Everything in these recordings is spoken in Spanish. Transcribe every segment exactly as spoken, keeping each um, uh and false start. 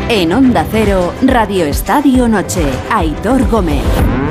En Onda Cero, Radio Estadio Noche, Aitor Gómez.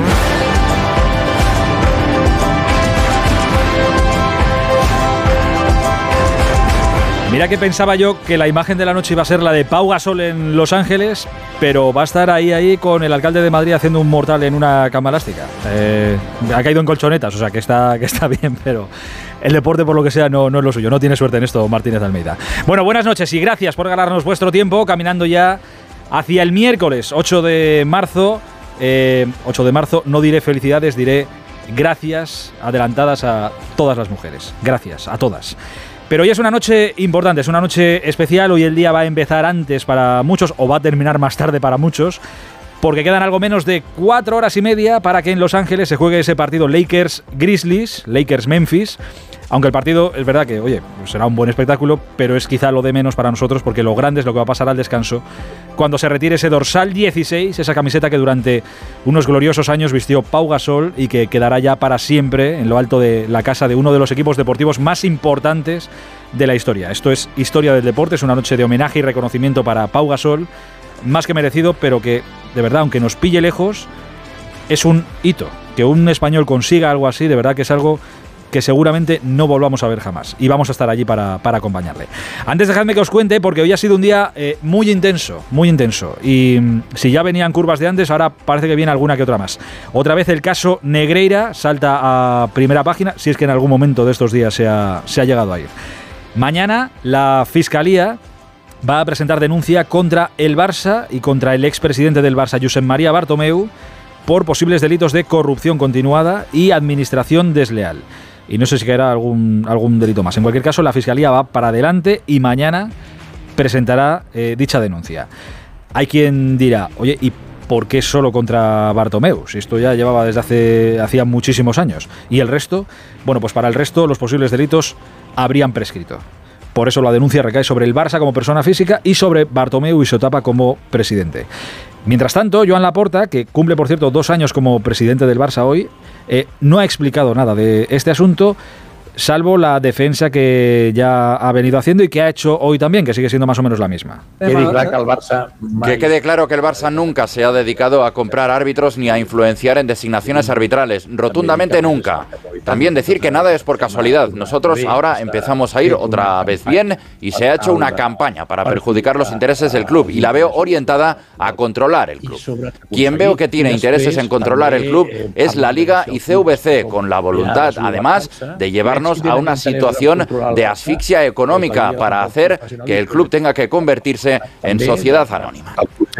Mira que pensaba yo que la imagen de la noche iba a ser la de Pau Gasol en Los Ángeles, pero va a estar ahí ahí con el alcalde de Madrid haciendo un mortal en una cama elástica. Eh, ha caído en colchonetas, o sea que está, que está bien, pero el deporte por lo que sea no, no es lo suyo. No tiene suerte en esto Martínez Almeida. Bueno, buenas noches y gracias por ganarnos vuestro tiempo, caminando ya hacia el miércoles ocho de marzo. Eh, ocho de marzo, no diré felicidades, diré gracias adelantadas a todas las mujeres. Gracias a todas. Pero hoy es una noche importante, es una noche especial. Hoy el día va a empezar antes para muchos o va a terminar más tarde para muchos, porque quedan algo menos de cuatro horas y media para que en Los Ángeles se juegue ese partido Lakers-Grizzlies, Lakers-Memphis. Aunque el partido es verdad que, oye, será un buen espectáculo, pero es quizá lo de menos para nosotros, porque lo grande es lo que va a pasar al descanso cuando se retire ese dorsal dieciséis, esa camiseta que durante unos gloriosos años vistió Pau Gasol y que quedará ya para siempre en lo alto de la casa de uno de los equipos deportivos más importantes de la historia. Esto es historia del deporte, es una noche de homenaje y reconocimiento para Pau Gasol, más que merecido, pero que, de verdad, aunque nos pille lejos, es un hito. Que un español consiga algo así, de verdad que es algo que seguramente no volvamos a ver jamás. Y vamos a estar allí para, para acompañarle. Antes dejadme que os cuente, porque hoy ha sido un día eh, muy intenso, muy intenso. Y mm, si ya venían curvas de antes, ahora parece que viene alguna que otra más. Otra vez el caso Negreira salta a primera página, si es que en algún momento de estos días se ha, se ha llegado a ir. Mañana la Fiscalía va a presentar denuncia contra el Barça y contra el expresidente del Barça, Josep María Bartomeu, por posibles delitos de corrupción continuada y administración desleal. Y no sé si caerá algún, algún delito más. En cualquier caso, la Fiscalía va para adelante y mañana presentará eh, dicha denuncia. Hay quien dirá, oye, ¿y por qué solo contra Bartomeu? Si esto ya llevaba desde hace hacía muchísimos años. ¿Y el resto? Bueno, pues para el resto los posibles delitos habrían prescrito. Por eso la denuncia recae sobre el Barça como persona física y sobre Bartomeu y su etapa como presidente. Mientras tanto, Joan Laporta, que cumple, por cierto, dos años como presidente del Barça hoy, eh, no ha explicado nada de este asunto, salvo la defensa que ya ha venido haciendo y que ha hecho hoy también, que sigue siendo más o menos la misma. Que quede claro que, el Barça, que quede claro que el Barça nunca se ha dedicado a comprar árbitros ni a influenciar en designaciones arbitrales, rotundamente nunca. También decir que nada es por casualidad. Nosotros ahora empezamos a ir otra vez bien y se ha hecho una campaña para perjudicar los intereses del club y la veo orientada a controlar el club. Quien veo que tiene intereses en controlar el club es la Liga y C V C, con la voluntad, además, de llevarnos a una situación de asfixia económica para hacer que el club tenga que convertirse en sociedad anónima.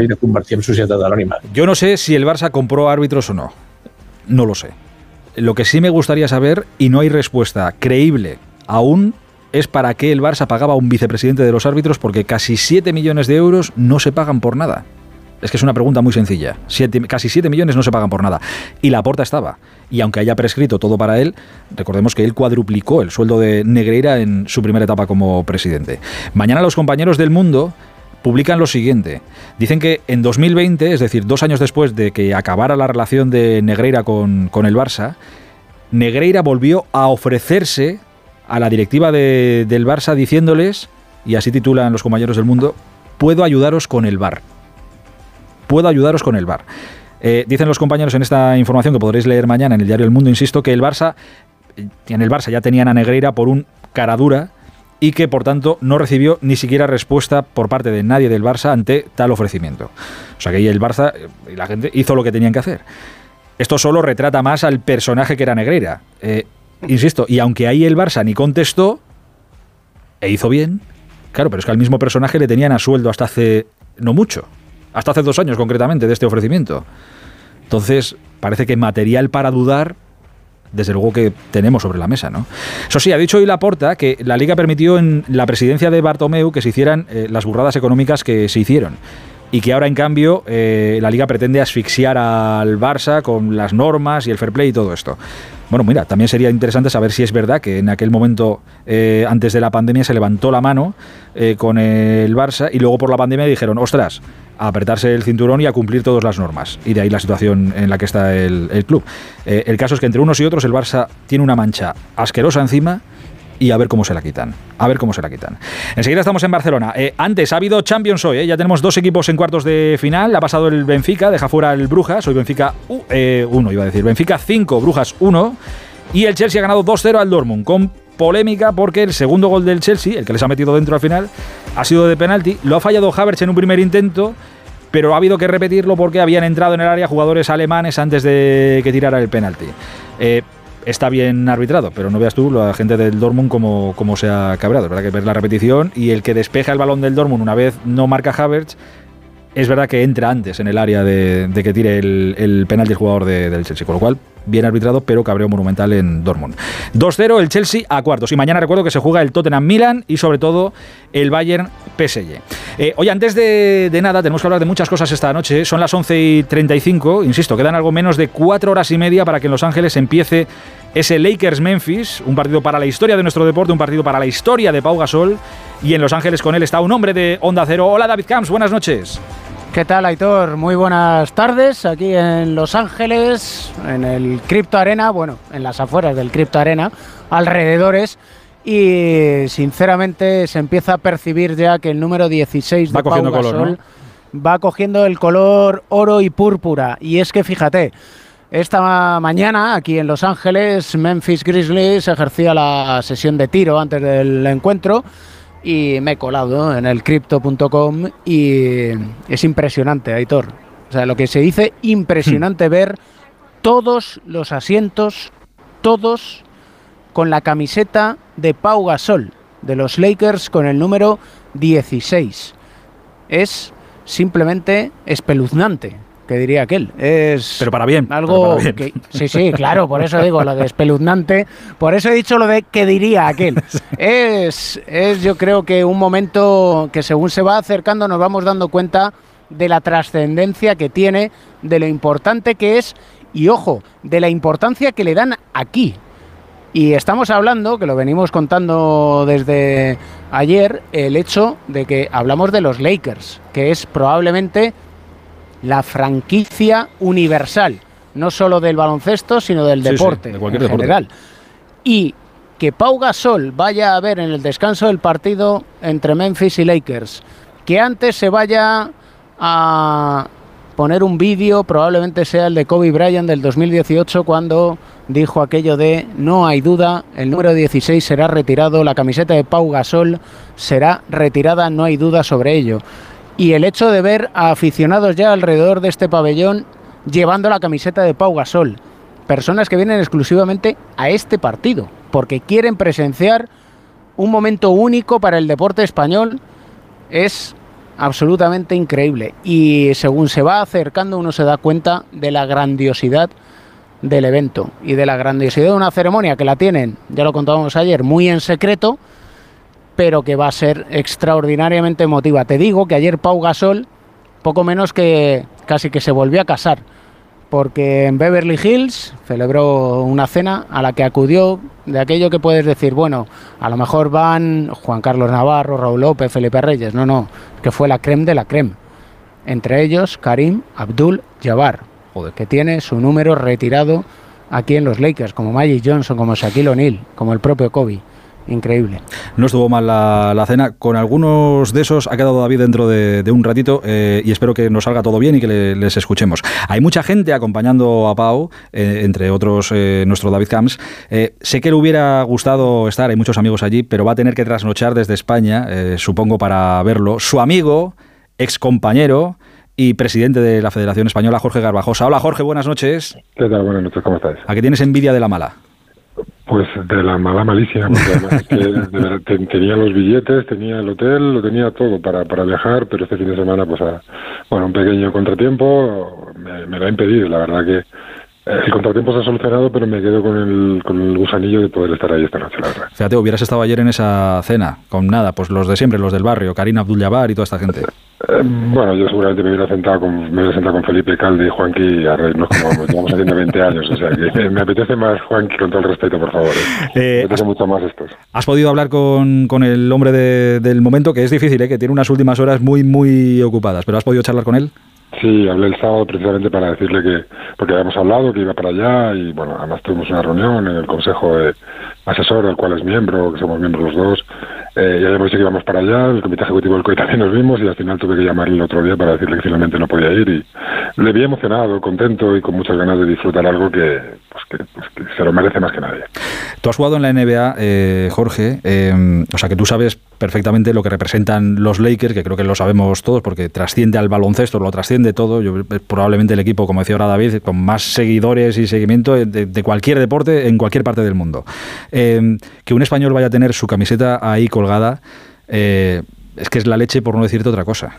Yo no sé si el Barça compró árbitros o no. No lo sé. Lo que sí me gustaría saber, y no hay respuesta creíble aún, es para qué el Barça pagaba a un vicepresidente de los árbitros, porque casi siete millones de euros no se pagan por nada. Es que es una pregunta muy sencilla. Siete, casi siete millones no se pagan por nada. Y Laporta estaba. Y aunque haya prescrito todo para él, recordemos que él cuadruplicó el sueldo de Negreira en su primera etapa como presidente. Mañana los compañeros del Mundo publican lo siguiente. Dicen que en dos mil veinte, es decir, dos años después de que acabara la relación de Negreira con, con el Barça, Negreira volvió a ofrecerse a la directiva de, del Barça diciéndoles, y así titulan los compañeros del Mundo, puedo ayudaros con el V A R. Puedo ayudaros con el V A R. Eh, dicen los compañeros en esta información que podréis leer mañana en el diario El Mundo, insisto, que el Barça, en el Barça ya tenían a Negreira por un cara dura y que por tanto no recibió ni siquiera respuesta por parte de nadie del Barça ante tal ofrecimiento. O sea que ahí el Barça y la gente hizo lo que tenían que hacer. Esto solo retrata más al personaje que era Negreira. Eh, insisto, y aunque ahí el Barça ni contestó, e hizo bien, claro, pero es que al mismo personaje le tenían a sueldo hasta hace no mucho. Hasta hace dos años, concretamente, de este ofrecimiento. Entonces, parece que material para dudar, desde luego que tenemos sobre la mesa, ¿no? Eso sí, ha dicho hoy Laporta que la Liga permitió en la presidencia de Bartomeu que se hicieran eh, las burradas económicas que se hicieron. Y que ahora, en cambio, eh, la Liga pretende asfixiar al Barça con las normas y el fair play y todo esto. Bueno, mira, también sería interesante saber si es verdad que en aquel momento, eh, antes de la pandemia, se levantó la mano eh, con el Barça y luego por la pandemia dijeron, ostras, a apretarse el cinturón y a cumplir todas las normas. Y de ahí la situación en la que está el, el club. Eh, el caso es que entre unos y otros el Barça tiene una mancha asquerosa encima y a ver cómo se la quitan. A ver cómo se la quitan. Enseguida estamos en Barcelona. Eh, antes ha habido Champions hoy, ¿eh? Ya tenemos dos equipos en cuartos de final. Ha pasado el Benfica, deja fuera el Brujas. Hoy Benfica uno, eh, iba a decir. Benfica cinco, Brujas uno. Y el Chelsea ha ganado dos cero al Dortmund, con polémica porque el segundo gol del Chelsea, el que les ha metido dentro al final, ha sido de penalti. Lo ha fallado Havertz en un primer intento, pero ha habido que repetirlo porque habían entrado en el área jugadores alemanes antes de que tirara el penalti. Eh, está bien arbitrado, pero no veas tú la gente del Dortmund como, como se ha cabreado. Es verdad que ves la repetición y el que despeja el balón del Dortmund una vez no marca Havertz, es verdad que entra antes en el área de, de que tire el, el penalti el jugador de, del Chelsea, con lo cual bien arbitrado, pero cabreo monumental en Dortmund. dos cero el Chelsea a cuartos. Y mañana recuerdo que se juega el Tottenham-Milan y sobre todo el Bayern-P S G. Eh, oye, antes de, de nada, tenemos que hablar de muchas cosas esta noche. Son las once y treinta y cinco, insisto, quedan algo menos de cuatro horas y media para que en Los Ángeles empiece ese Lakers-Memphis, un partido para la historia de nuestro deporte, un partido para la historia de Pau Gasol. Y en Los Ángeles con él está un hombre de Onda Cero. Hola, David Camps, buenas noches. ¿Qué tal, Aitor? Muy buenas tardes, aquí en Los Ángeles, en el Crypto Arena, bueno, en las afueras del Crypto Arena, alrededores, y sinceramente se empieza a percibir ya que el número dieciséis de Pau Gasol va cogiendo el color oro y púrpura, y es que fíjate, esta mañana aquí en Los Ángeles, Memphis Grizzlies ejercía la sesión de tiro antes del encuentro, y me he colado en el crypto punto com y es impresionante, Aitor. O sea, lo que se dice, impresionante ver todos los asientos, todos con la camiseta de Pau Gasol, de los Lakers, con el número dieciséis. Es simplemente espeluznante, que diría aquel. Es pero para bien. Algo para bien. Que, sí, sí, claro, por eso digo lo de espeluznante, por eso he dicho lo de que diría aquel. Es, es yo creo que un momento que según se va acercando nos vamos dando cuenta de la trascendencia que tiene, de lo importante que es y, ojo, de la importancia que le dan aquí. Y estamos hablando, que lo venimos contando desde ayer, el hecho de que hablamos de los Lakers, que es probablemente la franquicia universal, no solo del baloncesto, sino del sí, deporte sí, de cualquier en deporte. general. Y que Pau Gasol vaya a ver en el descanso del partido entre Memphis y Lakers, que antes se vaya a poner un vídeo, probablemente sea el de Kobe Bryant del dos mil dieciocho, cuando dijo aquello de no hay duda, el número dieciséis será retirado, la camiseta de Pau Gasol será retirada, no hay duda sobre ello. Y el hecho de ver a aficionados ya alrededor de este pabellón llevando la camiseta de Pau Gasol, personas que vienen exclusivamente a este partido, porque quieren presenciar un momento único para el deporte español, es absolutamente increíble. Y según se va acercando uno se da cuenta de la grandiosidad del evento y de la grandiosidad de una ceremonia que la tienen, ya lo contábamos ayer, muy en secreto, pero que va a ser extraordinariamente emotiva. Te digo que ayer Pau Gasol, poco menos que casi que se volvió a casar, porque en Beverly Hills celebró una cena a la que acudió de aquello que puedes decir, bueno, a lo mejor van Juan Carlos Navarro, Raúl López, Felipe Reyes, no, no, que fue la crème de la crème. Entre ellos Karim Abdul-Jabbar, que tiene su número retirado aquí en los Lakers, como Magic Johnson, como Shaquille O'Neal, como el propio Kobe. Increíble. No estuvo mal la, la cena. Con algunos de esos ha quedado David dentro de, de un ratito eh, y espero que nos salga todo bien y que le, les escuchemos. Hay mucha gente acompañando a Pau, eh, entre otros eh, nuestro David Camps. Eh, sé que le hubiera gustado estar, hay muchos amigos allí, pero va a tener que trasnochar desde España, eh, supongo, para verlo. Su amigo, excompañero y presidente de la Federación Española, Jorge Garbajosa. Hola, Jorge, buenas noches. ¿Qué tal? Buenas noches, ¿cómo estás? ¿A qué tienes envidia de la mala? Pues de la mala malísima, porque además es que de verdad, tenía los billetes, tenía el hotel, lo tenía todo para, para viajar, pero este fin de semana, pues, a, bueno, un pequeño contratiempo me, me lo ha impedido. La verdad que el contratiempo se ha solucionado, pero me quedo con el, con el gusanillo de poder estar ahí esta noche, la verdad. Fíjate, hubieras estado ayer en esa cena, con nada, pues los de siempre, los del barrio, Karim Abdul-Jabbar y toda esta gente. Eh, bueno, yo seguramente me hubiera sentado con, me hubiera sentado con Felipe Calde y Juanqui a reírnos como vamos, llevamos haciendo veinte años, o sea que me apetece más Juanqui, con todo el respeto, por favor. Eh. Eh, me apetece mucho más estos. ¿Has podido hablar con, con el hombre de, del momento, que es difícil, eh, que tiene unas últimas horas muy, muy ocupadas, pero has podido charlar con él? Sí, hablé el sábado precisamente para decirle que, porque habíamos hablado que iba para allá y bueno, además tuvimos una reunión en el Consejo de Asesor, del cual es miembro, que somos miembros los dos, eh, y habíamos dicho que íbamos para allá, el Comité Ejecutivo del C O I también nos vimos y al final tuve que llamarle el otro día para decirle que finalmente no podía ir y le vi emocionado, contento y con muchas ganas de disfrutar algo que, pues que, pues que se lo merece más que nadie. Tú has jugado en la N B A, eh, Jorge, eh, o sea que tú sabes perfectamente lo que representan los Lakers, que creo que lo sabemos todos porque trasciende al baloncesto, lo trasciende todo. Yo, probablemente el equipo, como decía ahora David, con más seguidores y seguimiento de, de cualquier deporte en cualquier parte del mundo. Eh, que un español vaya a tener su camiseta ahí colgada, eh, es que es la leche, por no decirte otra cosa.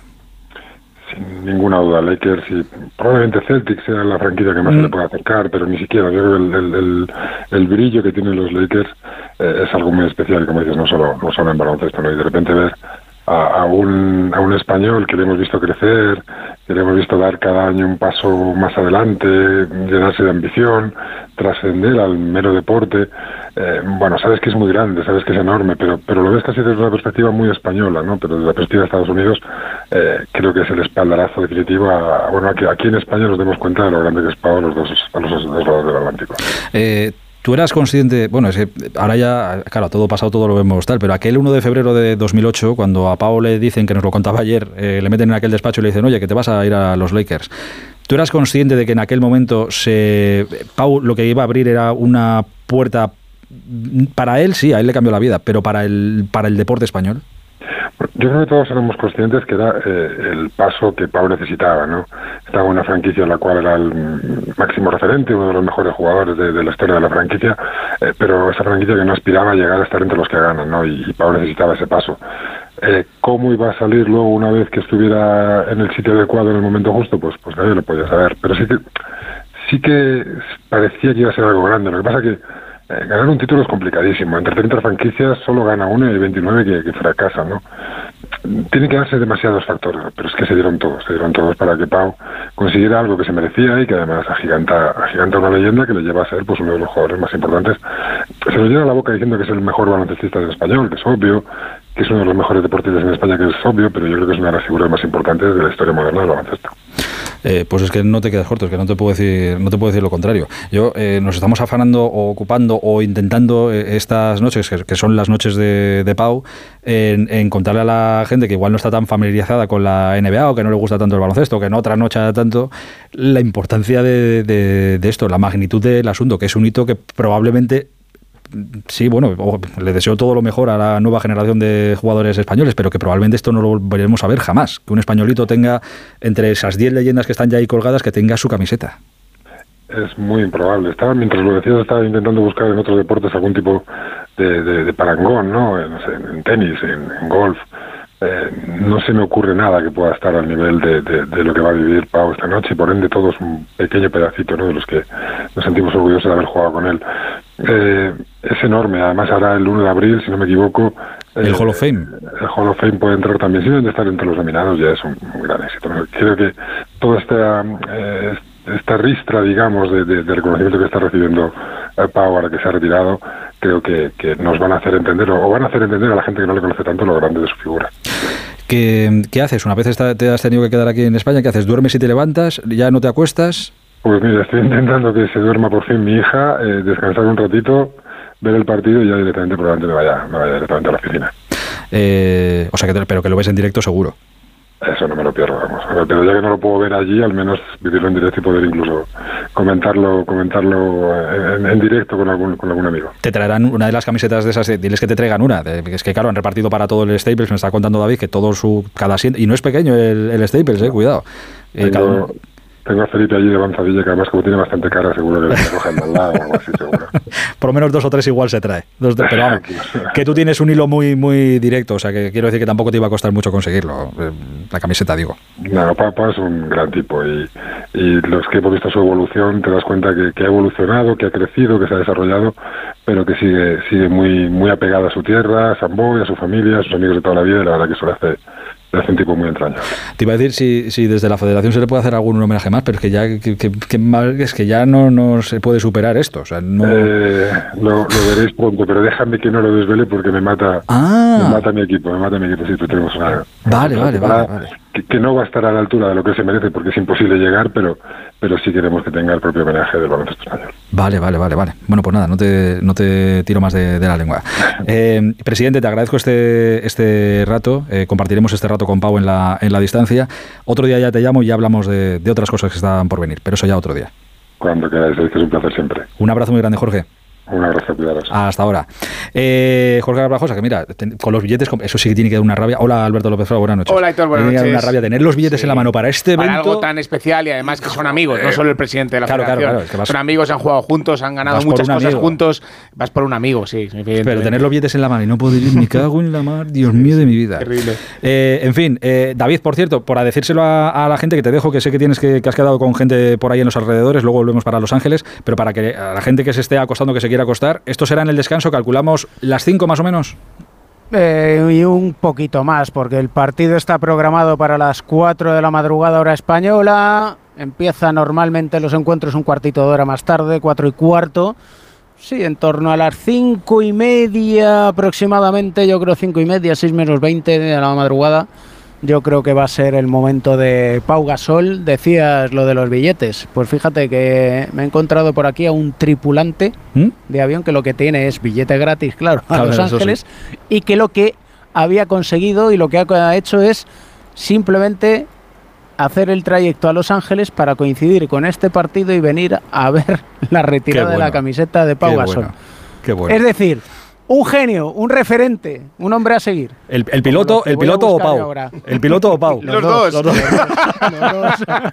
Sin ninguna duda, Lakers y probablemente Celtics sea la franquicia que más mm. se le puede acercar, pero ni siquiera. Yo creo que el, el, el, el brillo que tienen los Lakers eh, es algo muy especial, como dices, no solo, no solo en baloncesto, ¿no? Y de repente ver a, a, un, a un español que le hemos visto crecer, que le hemos visto dar cada año un paso más adelante, llenarse de ambición, trascender al mero deporte. Eh, bueno, sabes que es muy grande, sabes que es enorme, pero pero lo ves casi desde una perspectiva muy española, ¿no? Pero desde la perspectiva de Estados Unidos, eh, creo que es el espaldarazo definitivo a, a bueno, a que aquí en España nos demos cuenta de lo grande que es Pau a los dos, a los dos lados del Atlántico. Eh... Tú eras consciente, bueno, es que ahora ya, claro, todo pasado, todo lo vemos tal, pero aquel uno de febrero de dos mil ocho, cuando a Pau le dicen, que nos lo contaba ayer, eh, le meten en aquel despacho y le dicen, oye, que te vas a ir a los Lakers. ¿Tú eras consciente de que en aquel momento se Pau lo que iba a abrir era una puerta para él? Sí, a él le cambió la vida, pero para el, para el deporte español. Yo creo que todos éramos conscientes que era eh, el paso que Pau necesitaba, ¿no? Estaba en una franquicia en la cual era el máximo referente, uno de los mejores jugadores de, de la historia de la franquicia, eh, pero esa franquicia que no aspiraba a llegar a estar entre los que ganan, ¿no? Y, y Pau necesitaba ese paso. Eh, ¿Cómo iba a salir luego una vez que estuviera en el sitio adecuado en el momento justo? Pues, pues nadie lo podía saber. Pero sí que, sí que parecía que iba a ser algo grande. Lo que pasa que Eh, ganar un título es complicadísimo. Entre treinta franquicias solo gana una y veintinueve que, que fracasan, ¿no? Tienen que darse demasiados factores, pero es que se dieron todos, se dieron todos para que Pau consiguiera algo que se merecía y que además agiganta, agiganta una leyenda que le lleva a ser pues uno de los jugadores más importantes. Se nos llena la boca diciendo que es el mejor baloncestista en español, que es obvio, que es uno de los mejores deportistas en España, que es obvio, pero yo creo que es una de las figuras más importantes de la historia moderna del baloncesto. Eh, pues es que no te quedas corto, es que no te puedo decir, no te puedo decir lo contrario. Yo eh, nos estamos afanando o ocupando o intentando eh, estas noches, que, que son las noches de, de Pau, en, en contarle a la gente que igual no está tan familiarizada con la N B A o que no le gusta tanto el baloncesto, que no trasnocha tanto, la importancia de, de, de esto, la magnitud del asunto, que es un hito que probablemente... Sí, bueno, le deseo todo lo mejor a la nueva generación de jugadores españoles, pero que probablemente esto no lo volveremos a ver jamás, que un españolito tenga, entre esas diez leyendas que están ya ahí colgadas, que tenga su camiseta. Es muy improbable. Estaba, mientras lo decías, estaba intentando buscar en otros deportes algún tipo de, de, de parangón, ¿no? No sé, en tenis, en, en golf. Eh, no se me ocurre nada que pueda estar al nivel de, de, de lo que va a vivir Pau esta noche, y por ende todos un pequeño pedacito, ¿no?, de los que nos sentimos orgullosos de haber jugado con él. Eh, es enorme, además ahora el uno de abril, si no me equivoco, el eh, Hall of Fame. El Hall of Fame puede entrar también, si deben de estar entre los nominados, ya es un, un gran éxito. Creo que toda esta, eh, esta ristra, digamos, de, de, de reconocimiento que está recibiendo eh, Pau ahora que se ha retirado, creo que, que nos van a hacer entender, o van a hacer entender a la gente que no le conoce tanto, lo grande de su figura. ¿Qué, qué haces? Una vez está, te has tenido que quedar aquí en España, ¿qué haces? ¿Duermes y te levantas? ¿Ya no te acuestas? Pues mira, estoy intentando que se duerma por fin mi hija, eh, descansar un ratito, ver el partido y ya directamente probablemente me vaya, me vaya directamente a la oficina. Eh, o sea, que te, pero que lo ves en directo seguro. Eso no me lo pierdo, vamos. Pero ya que no lo puedo ver allí, al menos vivirlo en directo y poder incluso comentarlo comentarlo en, en directo con algún con algún amigo. Te traerán una de las camisetas de esas, diles que te traigan una. Es que claro, han repartido para todo el Staples, me está contando David, que todo su... cada asiento, y no es pequeño el, el Staples, eh, cuidado. Eh, tengo, cada uno... tengo a Felipe allí de Banzadilla, que además como tiene bastante cara, seguro que le cogen al lado o algo así, seguro. Por lo menos dos o tres igual se trae. Dos, pero vamos, que tú tienes un hilo muy muy directo, o sea que quiero decir que tampoco te iba a costar mucho conseguirlo, la camiseta, digo. No, Papa es un gran tipo y, y los que hemos visto su evolución te das cuenta que, que ha evolucionado, que ha crecido, que se ha desarrollado, pero que sigue sigue muy muy apegado a su tierra, a San Boi, a su familia, a sus amigos de toda la vida, y la verdad que eso le hace, es un tipo muy entrañable. Te iba a decir si, si desde la Federación se le puede hacer algún homenaje más, pero es que ya que, que, que mal, es que ya no, no se puede superar esto. O sea, no... eh, lo, lo veréis pronto, pero déjame que no lo desvele porque me mata, ah. me mata mi equipo, me mata mi equipo. Sí, tenemos una, vale, una vale, vale, vale. Que, que no va a estar a la altura de lo que se merece porque es imposible llegar, pero, pero sí queremos que tenga el propio homenaje del baloncesto español. Vale, vale, vale, vale. Bueno, pues nada, no te, no te tiro más de, de la lengua. Eh, presidente, te agradezco este, este rato. Eh, compartiremos este rato con Pau en la, en la distancia. Otro día ya te llamo y ya hablamos de, de otras cosas que están por venir, pero eso ya otro día. Cuando queráis, es que es un placer siempre. Un abrazo muy grande, Jorge. Un abrazo, cuidaros. Hasta ahora. Eh, Jorge Garbajosa, que mira, ten, con los billetes, eso sí que tiene que dar una rabia. Hola, Alberto López Frau, buenas noches. Hola, Héctor, buenas noches. Tiene que dar una rabia tener los billetes sí. en la mano para este evento. Para algo tan especial y además que son amigos, no solo el presidente de la claro, federación. Claro, claro, es que vas, son amigos, han jugado juntos, han ganado muchas cosas amigo. juntos. Vas por un amigo, sí. Pero tener los billetes en la mano y no poder ir, me cago en la mar, Dios mío de mi vida. Terrible. Eh, en fin, eh, David, por cierto, para decírselo a, a la gente, que te dejo, que sé que tienes que, que has quedado con gente por ahí en los alrededores, luego volvemos para Los Ángeles, pero para que a la gente que se esté acostando, que se quiera acostar, esto será en el descanso, calculamos las cinco más o menos. Eh, y un poquito más, porque el partido está programado para las cuatro de la madrugada hora española. Empieza normalmente los encuentros un cuartito de hora más tarde, cuatro y cuarto. Sí, en torno a las cinco y media aproximadamente, yo creo cinco y media, seis menos veinte de la madrugada. Yo creo que va a ser el momento de Pau Gasol. Decías lo de los billetes. Pues fíjate que me he encontrado por aquí a un tripulante ¿Mm? de avión que lo que tiene es billete gratis, claro, a claro, Los Ángeles, sí. y que lo que había conseguido y lo que ha hecho es simplemente hacer el trayecto a Los Ángeles para coincidir con este partido y venir a ver la retirada bueno. de la camiseta de Pau Qué Gasol. Bueno. Qué bueno. Es decir, un genio, un referente, un hombre a seguir. ¿El, el piloto, el piloto o Pau? Ahora. ¿El piloto o Pau? Los, los dos. dos. Los dos. los dos.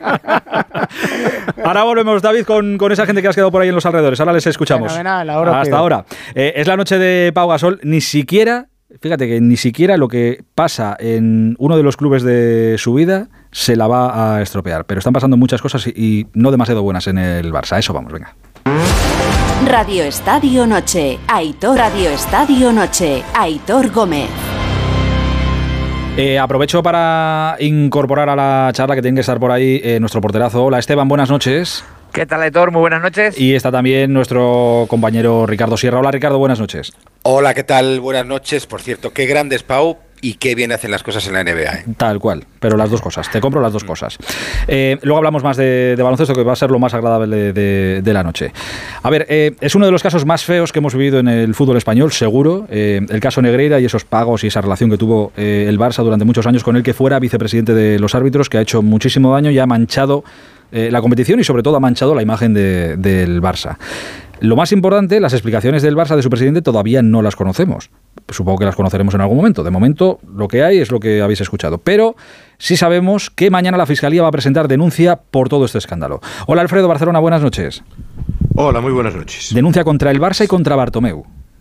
Ahora volvemos, David, con, con esa gente que has quedado por ahí en los alrededores. Ahora les escuchamos. Fenomenal, ahora Hasta ahora. Eh, es la noche de Pau Gasol. Ni siquiera, fíjate que ni siquiera lo que pasa en uno de los clubes de su vida se la va a estropear. Pero están pasando muchas cosas y, y no demasiado buenas en el Barça. A eso vamos, venga. Radio Estadio Noche, Aitor. Radio Estadio Noche, Aitor Gómez. Eh, aprovecho para incorporar a la charla que tiene que estar por ahí eh, nuestro porterazo. Hola Esteban, buenas noches. ¿Qué tal, Aitor? Muy buenas noches. Y está también nuestro compañero Ricardo Sierra. Hola Ricardo, buenas noches. Hola, ¿qué tal? Buenas noches. Por cierto, qué grande es Pau. Y qué bien hacen las cosas en la N B A, ¿eh? Tal cual, pero las dos cosas, te compro las dos cosas. Eh, luego hablamos más de, de baloncesto, que va a ser lo más agradable de, de, de la noche. A ver, eh, es uno de los casos más feos que hemos vivido en el fútbol español, seguro. Eh, el caso Negreira y esos pagos y esa relación que tuvo eh, el Barça durante muchos años con el que fuera vicepresidente de los árbitros, que ha hecho muchísimo daño y ha manchado eh, la competición y sobre todo ha manchado la imagen de, del Barça. Lo más importante, las explicaciones del Barça de su presidente todavía no las conocemos. Supongo que las conoceremos en algún momento. De momento, lo que hay es lo que habéis escuchado. Pero sí sabemos que mañana la Fiscalía va a presentar denuncia por todo este escándalo. Hola, Alfredo Barcelona, buenas noches. Hola, muy buenas noches. Denuncia contra el Barça y contra Bartomeu.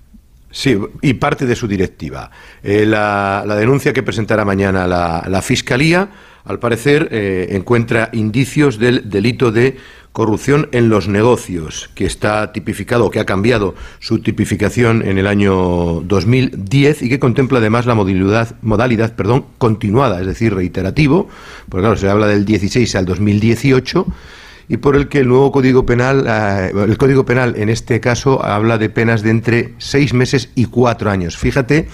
Sí, y parte de su directiva. Eh, la, la denuncia que presentará mañana la, la Fiscalía, al parecer, eh, encuentra indicios del delito de corrupción en los negocios, que está tipificado, que ha cambiado su tipificación en el año dos mil diez y que contempla además la modalidad, modalidad perdón, continuada, es decir, reiterativo, porque claro, se habla del dieciséis al dos mil dieciocho, y por el que el nuevo Código Penal, eh, el Código Penal en este caso habla de penas de entre seis meses y cuatro años. Fíjate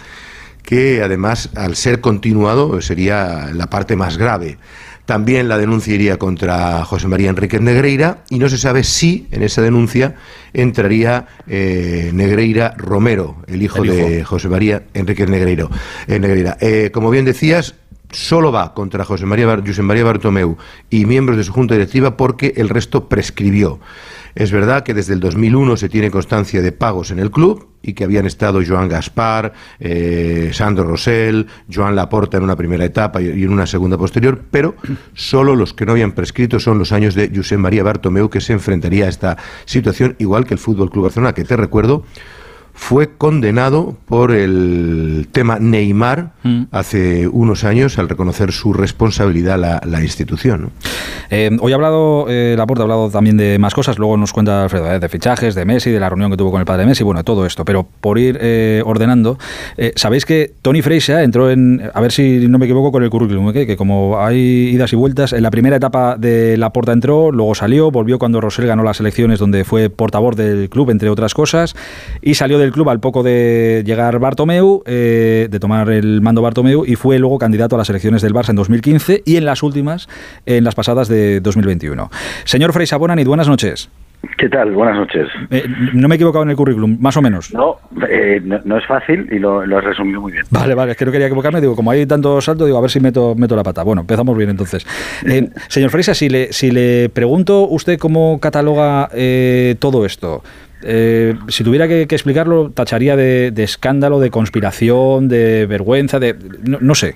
que además, al ser continuado, sería la parte más grave. También la denuncia iría contra José María Enríquez Negreira y no se sabe si en esa denuncia entraría eh, Negreira Romero, el hijo, el hijo de José María Enríquez Negreiro, eh, Negreira. Eh, como bien decías, solo va contra José María, José María Bartomeu y miembros de su junta directiva porque el resto prescribió. Es verdad que desde el dos mil uno se tiene constancia de pagos en el club y que habían estado Joan Gaspar, eh, Sandro Rosell, Joan Laporta en una primera etapa y en una segunda posterior, pero solo los que no habían prescrito son los años de Josep María Bartomeu, que se enfrentaría a esta situación, igual que el Fútbol Club Barcelona, que te recuerdo, fue condenado por el tema Neymar mm. hace unos años al reconocer su responsabilidad la, la institución, ¿no? Eh, hoy ha hablado, eh, Laporta ha hablado también de más cosas, luego nos cuenta Alfredo, eh, de fichajes, de Messi, de la reunión que tuvo con el padre Messi, bueno, todo esto, pero por ir eh, ordenando, eh, sabéis que Toni Freixa entró en, a ver si no me equivoco con el currículum, ¿eh? que como hay idas y vueltas, en la primera etapa de Laporta entró, luego salió, volvió cuando Rosell ganó las elecciones donde fue portavoz del club, entre otras cosas, y salió del club al poco de llegar Bartomeu, eh, de tomar el mando Bartomeu, y fue luego candidato a las elecciones del Barça en dos mil quince y en las últimas, en las pasadas de dos mil veintiuno. Señor Freixa Bonanit, buenas noches. ¿Qué tal? Buenas noches. Eh, no me he equivocado en el currículum, más o menos. No, eh, no, no es fácil y lo, lo has resumido muy bien. Vale, vale, es que no quería equivocarme, digo, como hay tanto salto, digo, a ver si meto, meto la pata. Bueno, empezamos bien entonces. Eh, señor Freixa, si le, si le pregunto usted cómo cataloga eh, todo esto, eh, si tuviera que, que explicarlo, tacharía de, de escándalo, de conspiración, de vergüenza, de no, no sé.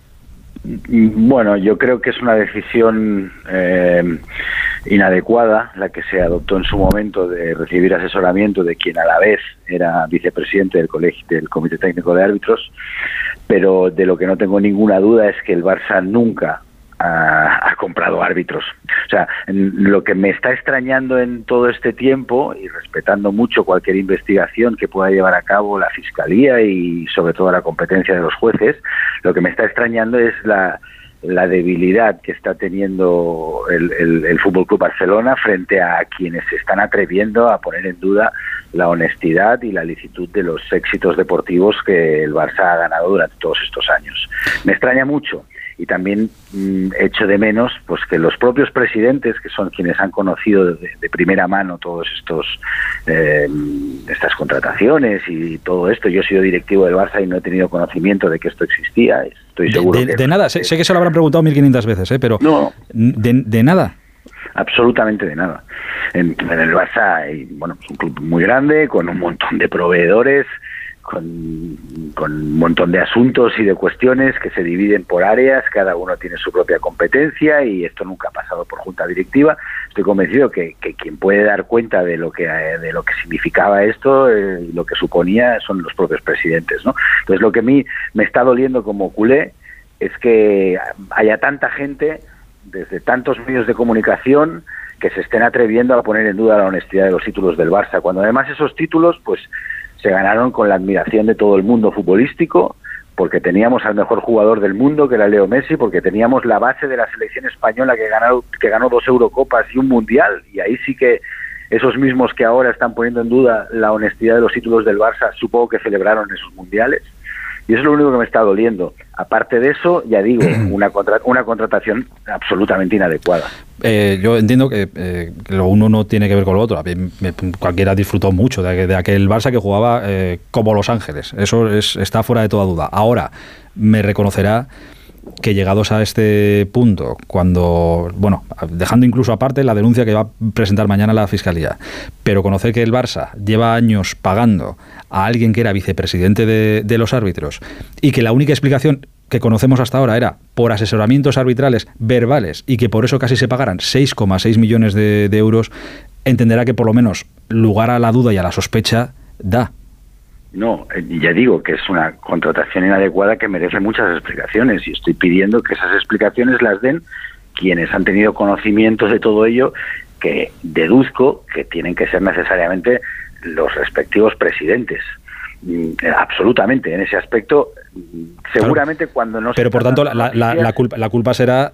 Bueno, yo creo que es una decisión eh, inadecuada la que se adoptó en su momento de recibir asesoramiento de quien a la vez era vicepresidente del colegio del Comité Técnico de Árbitros, pero de lo que no tengo ninguna duda es que el Barça nunca ha, ha comprado árbitros. O sea, lo que me está extrañando en todo este tiempo, y respetando mucho cualquier investigación que pueda llevar a cabo la Fiscalía y sobre todo la competencia de los jueces, lo que me está extrañando es la, la debilidad que está teniendo el, el, el F C Barcelona frente a quienes se están atreviendo a poner en duda la honestidad y la licitud de los éxitos deportivos que el Barça ha ganado durante todos estos años. Me extraña mucho. Y también mmm, echo de menos pues que los propios presidentes, que son quienes han conocido de, de primera mano todos estos eh, estas contrataciones y todo esto. Yo he sido directivo del Barça y no he tenido conocimiento de que esto existía. Estoy seguro de, de, que... De nada, sé, sé que se lo habrán preguntado mil quinientas veces, ¿eh? Pero no, de, de nada. Absolutamente de nada. En, en el Barça hay, bueno, es un club muy grande, con un montón de proveedores, Con, con un montón de asuntos y de cuestiones que se dividen por áreas, cada uno tiene su propia competencia y esto nunca ha pasado por junta directiva. Estoy convencido que, que quien puede dar cuenta de lo que de lo que significaba esto y eh, lo que suponía son los propios presidentes, ¿no? Entonces lo que a mí me está doliendo como culé es que haya tanta gente desde tantos medios de comunicación que se estén atreviendo a poner en duda la honestidad de los títulos del Barça, cuando además esos títulos pues se ganaron con la admiración de todo el mundo futbolístico, porque teníamos al mejor jugador del mundo, que era Leo Messi, porque teníamos la base de la selección española que ganó, que ganó dos Eurocopas y un Mundial, y ahí sí que esos mismos que ahora están poniendo en duda la honestidad de los títulos del Barça, supongo que celebraron esos Mundiales. Y eso es lo único que me está doliendo. Aparte de eso, ya digo, una contra, una contratación absolutamente inadecuada. Eh, yo entiendo que, eh, que lo uno no tiene que ver con lo otro. A mí, me, cualquiera disfrutó mucho de, de aquel Barça que jugaba eh, como Los Ángeles. Eso es, está fuera de toda duda. Ahora, me reconocerá que llegados a este punto, cuando, bueno, dejando incluso aparte la denuncia que va a presentar mañana la Fiscalía, pero conocer que el Barça lleva años pagando a alguien que era vicepresidente de, de los árbitros y que la única explicación que conocemos hasta ahora era por asesoramientos arbitrales verbales y que por eso casi se pagaran seis coma seis millones de, de euros, entenderá que por lo menos lugar a la duda y a la sospecha da. No, ya digo que es una contratación inadecuada que merece muchas explicaciones y estoy pidiendo que esas explicaciones las den quienes han tenido conocimiento de todo ello, que deduzco que tienen que ser necesariamente los respectivos presidentes. Absolutamente, en ese aspecto, seguramente claro, cuando no se... Pero por tanto, la, la, la, culpa, la culpa será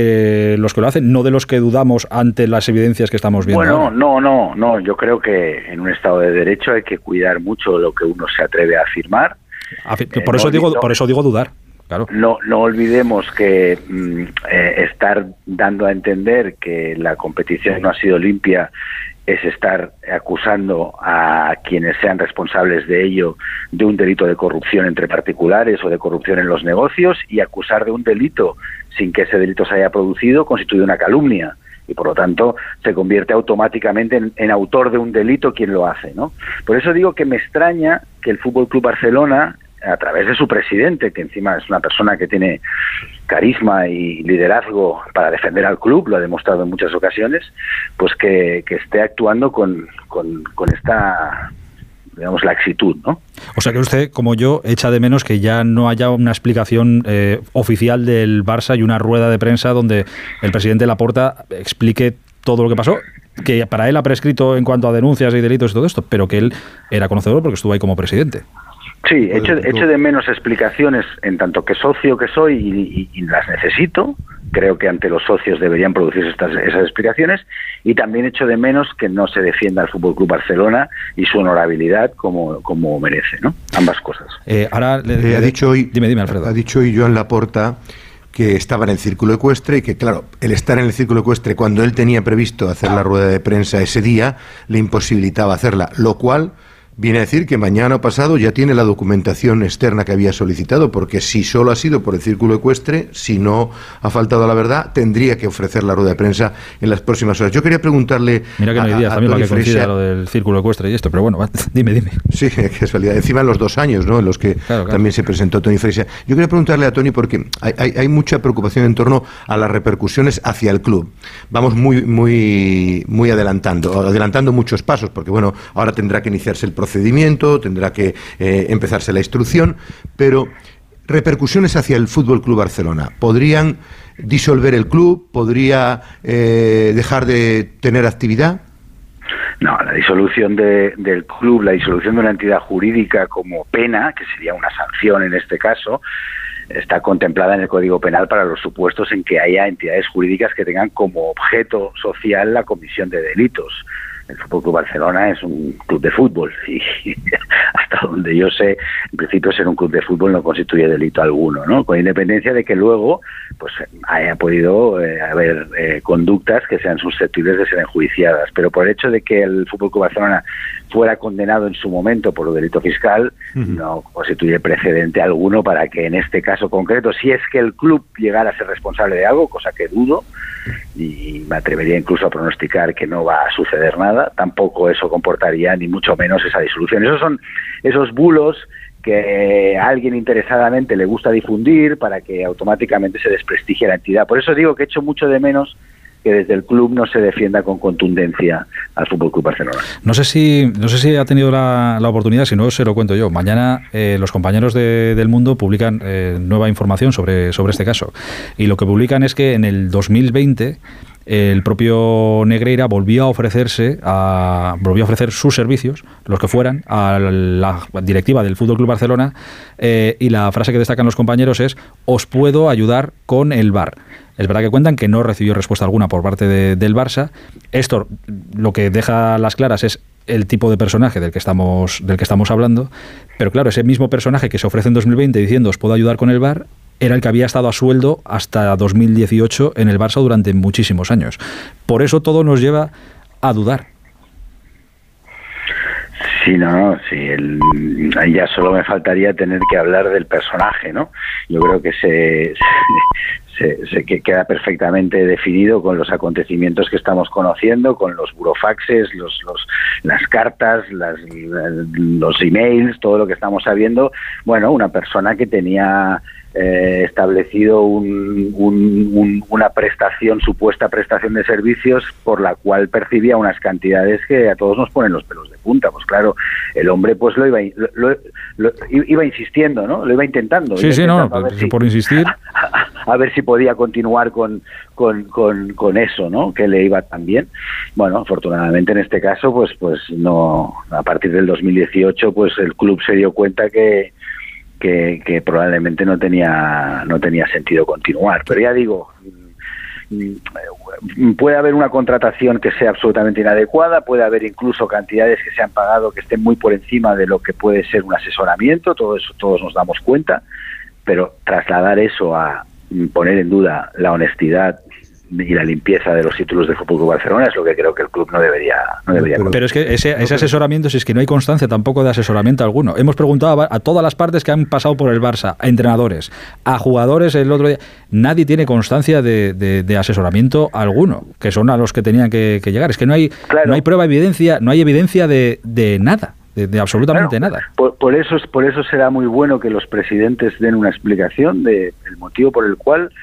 de los que lo hacen, no de los que dudamos ante las evidencias que estamos viendo. Bueno, ahora. no, no, no, yo creo que en un Estado de Derecho hay que cuidar mucho lo que uno se atreve a afirmar. Por, eh, eso, no, digo, no, por eso digo dudar. Claro. No, no olvidemos que mm, eh, estar dando a entender que la competición no ha sido limpia es estar acusando a quienes sean responsables de ello de un delito de corrupción entre particulares o de corrupción en los negocios, y acusar de un delito sin que ese delito se haya producido constituye una calumnia y por lo tanto se convierte automáticamente en, en autor de un delito quien lo hace, ¿no? Por eso digo que me extraña que el F C Barcelona, a través de su presidente, que encima es una persona que tiene carisma y liderazgo para defender al club, lo ha demostrado en muchas ocasiones, pues que, que esté actuando con, con, con esta digamos, laxitud, ¿no? O sea que usted, como yo, echa de menos que ya no haya una explicación eh, oficial del Barça y una rueda de prensa donde el presidente Laporta explique todo lo que pasó, que para él ha prescrito en cuanto a denuncias y delitos y todo esto, pero que él era conocedor porque estuvo ahí como presidente. Sí, echo, echo de menos explicaciones en tanto que socio que soy y, y, y las necesito. Creo que ante los socios deberían producirse estas, esas explicaciones, y también echo de menos que no se defienda al F C Barcelona y su honorabilidad como, como merece, ¿no? Ambas cosas. Eh, ahora le, eh, le, ha dicho hoy, dime, dime, Alfredo. Ha dicho hoy Joan Laporta que estaba en el círculo ecuestre y que, claro, el estar en el círculo ecuestre cuando él tenía previsto hacer la rueda de prensa ese día le imposibilitaba hacerla, lo cual viene a decir que mañana o pasado ya tiene la documentación externa que había solicitado, porque si solo ha sido por el círculo ecuestre, si no ha faltado la verdad, tendría que ofrecer la rueda de prensa en las próximas horas. Yo quería preguntarle... Mira que no hay días también para que coincida lo del círculo ecuestre y esto, pero bueno, va, dime, dime. Sí, qué casualidad. Encima en los dos años, ¿no?, en los que claro, claro. también se presentó Toni Freixa. Yo quería preguntarle a Toni, porque hay, hay, hay mucha preocupación en torno a las repercusiones hacia el club. Vamos muy, muy, muy adelantando, adelantando muchos pasos, porque bueno, ahora tendrá que iniciarse el procedimiento, tendrá que eh, empezarse la instrucción, pero repercusiones hacia el F C Barcelona. ¿Podrían disolver el club? ¿Podría eh, dejar de tener actividad? No, la disolución de, del club, la disolución de una entidad jurídica como pena, que sería una sanción en este caso, está contemplada en el Código Penal para los supuestos en que haya entidades jurídicas que tengan como objeto social la comisión de delitos. El F C Barcelona es un club de fútbol y hasta donde yo sé, en principio ser un club de fútbol no constituye delito alguno, ¿no? Con independencia de que luego pues haya podido eh, haber eh, conductas que sean susceptibles de ser enjuiciadas, pero por el hecho de que el F C Barcelona fuera condenado en su momento por el delito fiscal, uh-huh. no constituye precedente alguno para que en este caso concreto, si es que el club llegara a ser responsable de algo, cosa que dudo, y me atrevería incluso a pronosticar que no va a suceder nada, tampoco eso comportaría ni mucho menos esa disolución. Esos son esos bulos que a alguien interesadamente le gusta difundir para que automáticamente se desprestigie la entidad. Por eso digo que echo mucho de menos que desde el club no se defienda con contundencia al F C Barcelona. No sé si no sé si ha tenido la, la oportunidad, si no se lo cuento yo. Mañana eh, los compañeros de, del Mundo publican eh, nueva información sobre, sobre este caso. Y lo que publican es que en el dos mil veinte el propio Negreira volvió a ofrecerse a, volvió a ofrecer sus servicios, los que fueran, a la directiva del F C Barcelona, eh, y la frase que destacan los compañeros es: os puedo ayudar con el V A R. Es verdad que cuentan que no recibió respuesta alguna por parte de, del Barça. Esto lo que deja a las claras es el tipo de personaje del que estamos del que estamos hablando, pero claro, ese mismo personaje que se ofrece en dos mil veinte diciendo os puedo ayudar con el V A R era el que había estado a sueldo hasta dos mil dieciocho en el Barça durante muchísimos años. Por eso todo nos lleva a dudar. Sí, no, no, sí, el, ya solo me faltaría tener que hablar del personaje, ¿no? Yo creo que se, se, se, se queda perfectamente definido con los acontecimientos que estamos conociendo, con los burofaxes, los, los, las cartas, las, los emails, todo lo que estamos sabiendo. Bueno, una persona que tenía Eh, establecido un, un, un, una prestación, supuesta prestación de servicios por la cual percibía unas cantidades que a todos nos ponen los pelos de punta. Pues claro, el hombre pues lo iba lo, lo, lo, iba insistiendo, ¿no? Lo iba intentando. Sí, iba sí, intentando no, si, por insistir. A, a ver si podía continuar con, con, con, con eso, ¿no? Que le iba tan bien. Bueno, afortunadamente en este caso, pues, pues no, a partir del dos mil dieciocho, pues el club se dio cuenta que Que, que probablemente no tenía no tenía sentido continuar. Pero ya digo, puede haber una contratación que sea absolutamente inadecuada, puede haber incluso cantidades que se han pagado que estén muy por encima de lo que puede ser un asesoramiento, todo eso todos nos damos cuenta, pero trasladar eso a poner en duda la honestidad y la limpieza de los títulos de F C Barcelona es lo que creo que el club no debería no debería pero, pero es que ese, ese asesoramiento, si es que no hay constancia tampoco de asesoramiento alguno. Hemos preguntado a, a todas las partes que han pasado por el Barça, a entrenadores, a jugadores el otro día, nadie tiene constancia de, de, de asesoramiento alguno, que son a los que tenían que, que llegar. Es que no hay claro. no hay prueba, evidencia, no hay evidencia de, de nada. De, de absolutamente claro, nada. Por, por eso por eso será muy bueno que los presidentes den una explicación de el motivo por el cual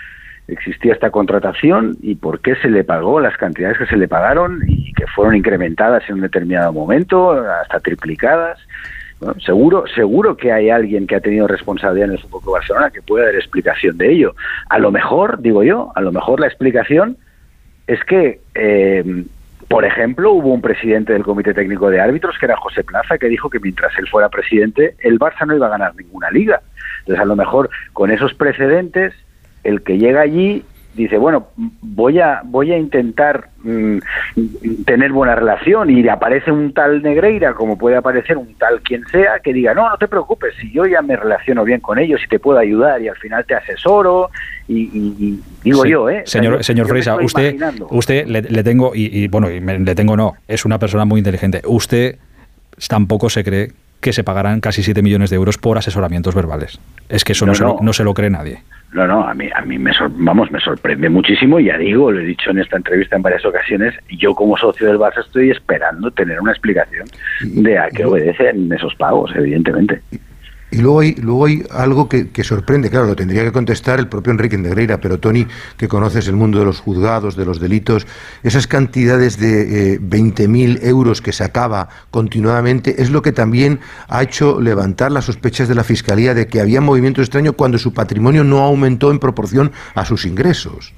existía esta contratación y por qué se le pagó las cantidades que se le pagaron y que fueron incrementadas en un determinado momento, hasta triplicadas. Bueno, seguro, seguro que hay alguien que ha tenido responsabilidad en el Fútbol Club Barcelona que puede dar explicación de ello. A lo mejor, digo yo, a lo mejor la explicación es que, eh, por ejemplo, hubo un presidente del Comité Técnico de Árbitros, que era José Plaza, que dijo que mientras él fuera presidente, el Barça no iba a ganar ninguna liga. Entonces, a lo mejor, con esos precedentes, el que llega allí dice, bueno, voy a voy a intentar mmm, tener buena relación, y aparece un tal Negreira, como puede aparecer un tal quien sea, que diga, no, no te preocupes, si yo ya me relaciono bien con ellos y te puedo ayudar y al final te asesoro y, y, y digo sí, yo, ¿eh? Señor, o sea, yo, señor yo Freisa, usted, usted le, le tengo, y, y bueno, y me, le tengo no, es una persona muy inteligente. Usted tampoco se cree que se pagarán casi siete millones de euros por asesoramientos verbales. Es que eso no, no, se, lo, no se lo cree nadie. No, no, a mí, a mí me, sor, vamos, me sorprende muchísimo, y ya digo, lo he dicho en esta entrevista en varias ocasiones, yo como socio del Barça estoy esperando tener una explicación de a qué obedecen esos pagos, evidentemente. Y luego hay, luego hay algo que, que sorprende, claro, lo tendría que contestar el propio Enrique Negreira, pero Toni, que conoces el mundo de los juzgados, de los delitos, esas cantidades de eh, veinte mil euros que sacaba continuadamente, es lo que también ha hecho levantar las sospechas de la Fiscalía de que había movimientos extraños cuando su patrimonio no aumentó en proporción a sus ingresos.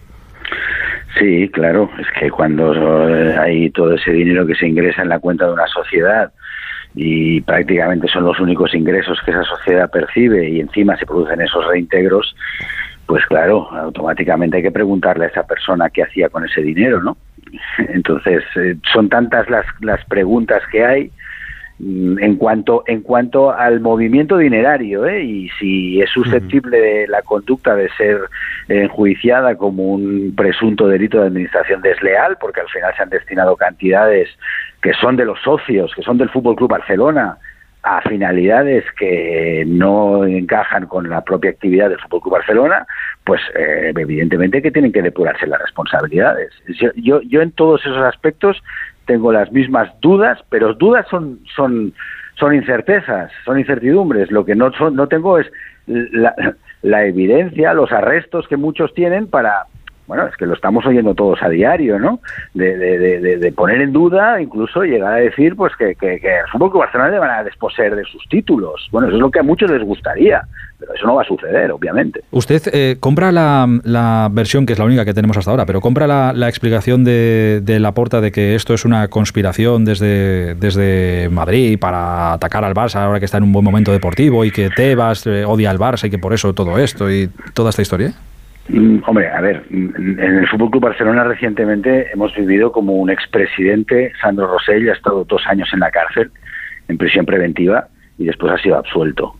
Sí, claro, es que cuando hay todo ese dinero que se ingresa en la cuenta de una sociedad, y prácticamente son los únicos ingresos que esa sociedad percibe, y encima se producen esos reintegros, pues claro, automáticamente hay que preguntarle a esa persona qué hacía con ese dinero, ¿no? Entonces, eh, son tantas las, las preguntas que hay en cuanto en cuanto al movimiento dinerario, ¿eh? Y si es susceptible de la conducta de ser enjuiciada como un presunto delito de administración desleal, porque al final se han destinado cantidades que son de los socios, que son del Fútbol Club Barcelona, a finalidades que no encajan con la propia actividad del Fútbol Club Barcelona, pues eh, evidentemente que tienen que depurarse las responsabilidades. Yo, yo, yo en todos esos aspectos tengo las mismas dudas, pero dudas son son son incertezas, son incertidumbres. Lo que no son, no tengo es la, la evidencia, los arrestos que muchos tienen para, bueno, es que lo estamos oyendo todos a diario, ¿no? De, de, de, de poner en duda, incluso llegar a decir, pues que, que, que al Fútbol Club Barcelona le van a desposeer de sus títulos. Bueno, eso es lo que a muchos les gustaría, pero eso no va a suceder, obviamente. Usted eh, compra la, la versión, que es la única que tenemos hasta ahora, pero compra la, la explicación de, de Laporta de que esto es una conspiración desde, desde Madrid para atacar al Barça ahora que está en un buen momento deportivo y que Tebas eh, odia al Barça y que por eso todo esto y toda esta historia. Mm, hombre, a ver, en el Fútbol Club Barcelona recientemente hemos vivido como un expresidente, Sandro Rosell, ha estado dos años en la cárcel, en prisión preventiva, y después ha sido absuelto.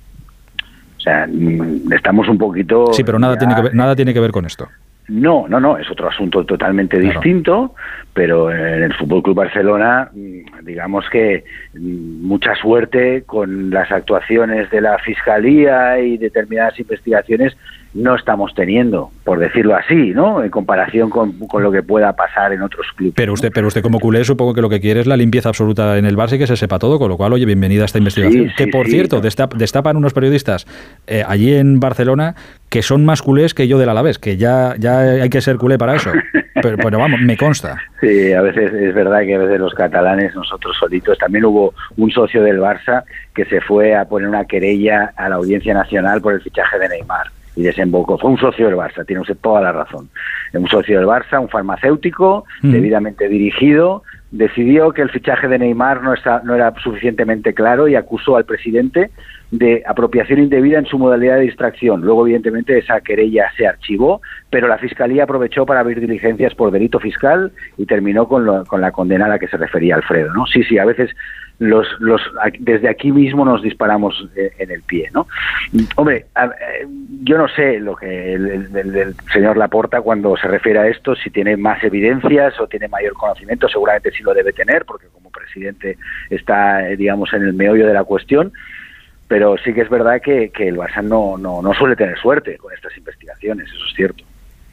O sea, estamos un poquito... Sí, pero nada, ya... tiene, que ver, nada tiene que ver con esto. No, no, no, es otro asunto totalmente claro. distinto, pero en el Fútbol Club Barcelona, digamos que mucha suerte con las actuaciones de la Fiscalía y determinadas investigaciones no estamos teniendo, por decirlo así, ¿no? En comparación con, con lo que pueda pasar en otros clubes. Pero usted, pero usted como culé supongo que lo que quiere es la limpieza absoluta en el Barça y que se sepa todo, con lo cual, oye, bienvenida a esta investigación. Sí, que sí, por sí, cierto, no. destap, destapan unos periodistas eh, allí en Barcelona que son más culés que yo del Alavés, que ya, ya hay que ser culé para eso. Pero, pero vamos, me consta. Sí, a veces es verdad que a veces los catalanes, nosotros solitos, también hubo un socio del Barça que se fue a poner una querella a la Audiencia Nacional por el fichaje de Neymar. Y desembocó. Fue un socio del Barça, tiene usted toda la razón. Un socio del Barça, un farmacéutico, mm. debidamente dirigido, decidió que el fichaje de Neymar no, está, no era suficientemente claro y acusó al presidente de apropiación indebida en su modalidad de distracción. Luego, evidentemente, esa querella se archivó, pero la Fiscalía aprovechó para abrir diligencias por delito fiscal y terminó con, lo, con la condena a la que se refería Alfredo, ¿no? Sí, sí, a veces los, los desde aquí mismo nos disparamos en el pie, ¿no? Hombre, yo no sé lo que el, el, el señor Laporta cuando se refiere a esto, si tiene más evidencias o tiene mayor conocimiento, seguramente sí lo debe tener, porque como presidente está, digamos, en el meollo de la cuestión. Pero sí que es verdad que, que el Barça no, no, no suele tener suerte con estas investigaciones, eso es cierto.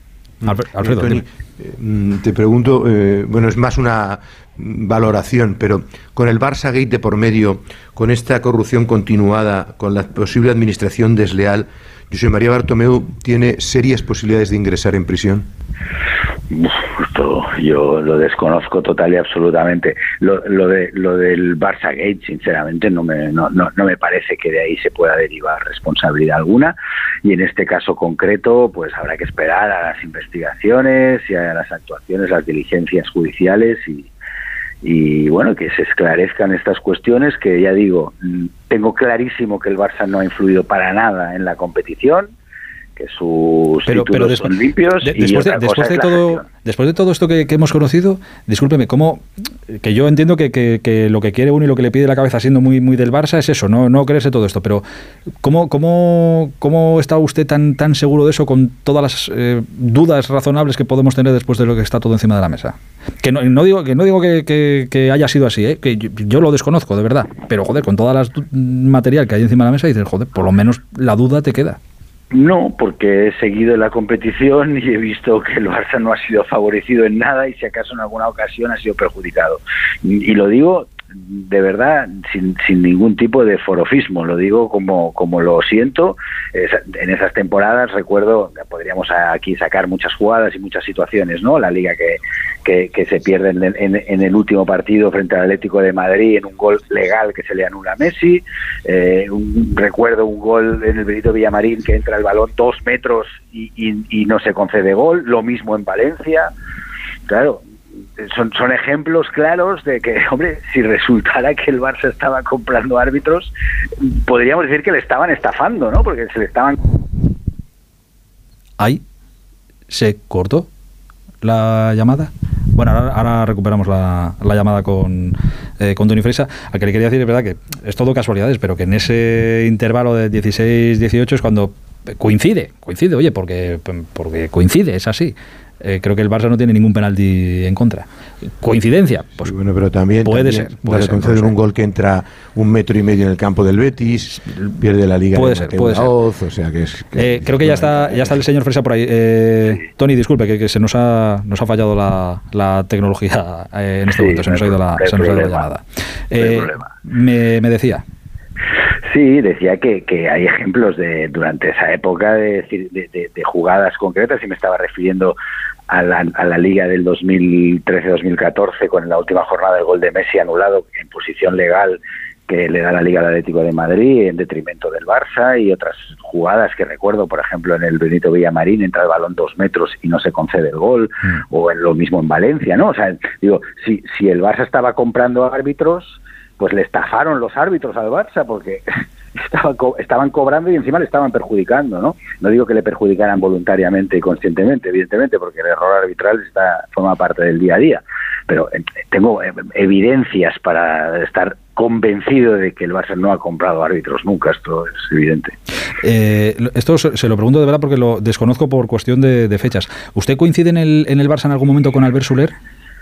Alfredo, Toni, eh, te pregunto, eh, bueno, es más una valoración, pero con el Barça Gate de por medio, con esta corrupción continuada, con la posible administración desleal, José María Bartomeu tiene serias posibilidades de ingresar en prisión. Esto yo lo desconozco total y absolutamente. Lo, lo, de, lo del Barça Gate, sinceramente, no me, no, no, no me parece que de ahí se pueda derivar responsabilidad alguna. Y en este caso concreto, pues habrá que esperar a las investigaciones y a las actuaciones, las diligencias judiciales y, y bueno, que se esclarezcan estas cuestiones que, ya digo, tengo clarísimo que el Barça no ha influido para nada en la competición, que sus pero, títulos pero después, son limpios de, y después, de, después de todo después de todo esto que, que hemos conocido, discúlpeme, ¿cómo, que yo entiendo que, que, que lo que quiere uno y lo que le pide la cabeza siendo muy muy del Barça es eso, no no creerse todo esto, pero ¿cómo cómo, cómo está usted tan tan seguro de eso con todas las eh, dudas razonables que podemos tener después de lo que está todo encima de la mesa? Que no, no digo que no digo que, que, que haya sido así, ¿eh? Que yo, yo lo desconozco de verdad, pero joder, con todas las material que hay encima de la mesa dices, joder, por lo menos la duda te queda. No, porque he seguido la competición y he visto que el Barça no ha sido favorecido en nada y si acaso en alguna ocasión ha sido perjudicado. Y, y lo digo de verdad sin, sin ningún tipo de forofismo, lo digo como, como lo siento. En esas temporadas recuerdo, podríamos aquí sacar muchas jugadas y muchas situaciones, ¿no? La Liga que, que, que se pierde en, en, en el último partido frente al Atlético de Madrid en un gol legal que se le anula a Messi. Eh, un, recuerdo un gol en el Benito Villamarín que entra el balón dos metros y, y, y no se concede gol. Lo mismo en Valencia. Claro, son, son ejemplos claros de que, hombre, si resultara que el Barça estaba comprando árbitros, podríamos decir que le estaban estafando, ¿no? Porque se le estaban... Ahí se cortó la llamada. Bueno, ahora, ahora recuperamos la, la llamada con, eh, con Toni Freixas. Al que le quería decir, es verdad que es todo casualidades, pero que en ese intervalo de dieciséis dieciocho es cuando coincide, coincide, oye, porque, porque coincide, es así. Eh, creo que el Barça no tiene ningún penalti en contra. ¿Coincidencia? Pues sí, bueno, pero también puede también ser. Puede le ser, conceden un gol que entra un metro y medio en el campo del Betis, pierde la Liga. Puede ser, puede ser. Oz, o sea que es, que eh, creo que ya está, ya está el señor Freixas por ahí. Eh, sí. Tony, disculpe, que, que se nos ha, nos ha fallado la, la tecnología eh, en este sí, momento. Se nos ha ido la, se nos ha ido la llamada. Eh, me, me decía. Sí, decía que, que hay ejemplos de durante esa época de, de, de, de jugadas concretas y me estaba refiriendo a la, a la Liga del dos mil trece dos mil catorce con la última jornada del gol de Messi anulado en posición legal que le da la Liga al Atlético de Madrid en detrimento del Barça y otras jugadas que recuerdo, por ejemplo, en el Benito Villamarín entra el balón dos metros y no se concede el gol, mm. o en lo mismo en Valencia, ¿no? O sea, digo, si, si el Barça estaba comprando árbitros, pues le estafaron los árbitros al Barça porque estaba co- estaban cobrando y encima le estaban perjudicando, ¿no? No digo que le perjudicaran voluntariamente y conscientemente, evidentemente, porque el error arbitral está forma parte del día a día, pero eh, tengo eh, evidencias para estar convencido de que el Barça no ha comprado árbitros nunca, esto es evidente. Eh, esto se lo pregunto de verdad porque lo desconozco por cuestión de, de fechas. ¿Usted coincide en el, en el Barça en algún momento con Albert Soler?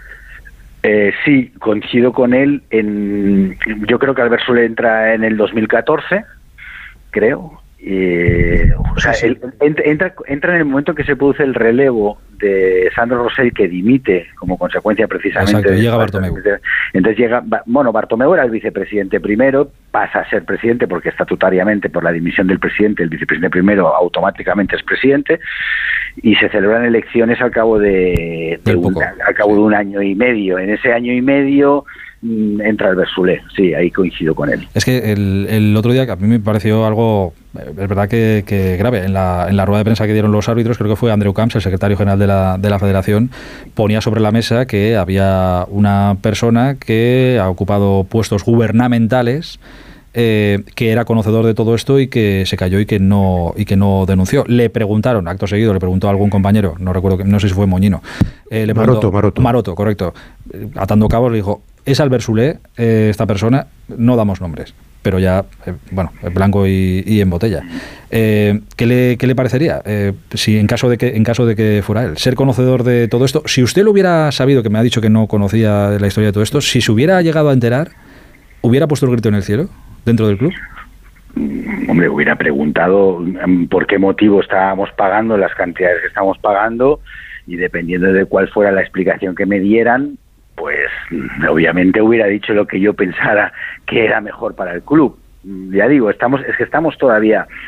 Eh, sí, coincido con él. En, yo creo que Albert Soler entra en el dos mil catorce, creo. Eh, o sea, sí, sí. Él entra, entra en el momento en que se produce el relevo de Sandro Rosell, que dimite como consecuencia precisamente. Exacto, de llega Bartomeu. Entonces llega, bueno, Bartomeu era el vicepresidente primero, pasa a ser presidente porque estatutariamente por la dimisión del presidente, el vicepresidente primero automáticamente es presidente, y se celebran elecciones al cabo de, de un, al cabo de un año y medio. En ese año y medio entra Albert Soler, sí, ahí coincido con él. Es que el, el otro día, que a mí me pareció algo, es verdad que, que grave, en la, en la rueda de prensa que dieron los árbitros, creo que fue Andreu Camps, el secretario general de la, de la Federación, ponía sobre la mesa que había una persona que ha ocupado puestos gubernamentales, Eh, que era conocedor de todo esto y que se cayó y que no y que no denunció. Le preguntaron, acto seguido, le preguntó a algún compañero, no recuerdo, no sé si fue Moñino. Eh, le Maroto, Maroto. Maroto, correcto. Atando cabos le dijo, es Albert Soler, eh, esta persona, no damos nombres, pero ya, eh, bueno, blanco y, y en botella. Eh, ¿qué, le, ¿Qué le parecería eh, si en caso de que en caso de que fuera él, ser conocedor de todo esto? Si usted lo hubiera sabido, que me ha dicho que no conocía la historia de todo esto, si se hubiera llegado a enterar, ¿hubiera puesto el grito en el cielo dentro del club? Hombre, hubiera preguntado por qué motivo estábamos pagando las cantidades que estamos pagando y dependiendo de cuál fuera la explicación que me dieran, pues obviamente hubiera dicho lo que yo pensara que era mejor para el club. Ya digo, estamos es que estamos todavía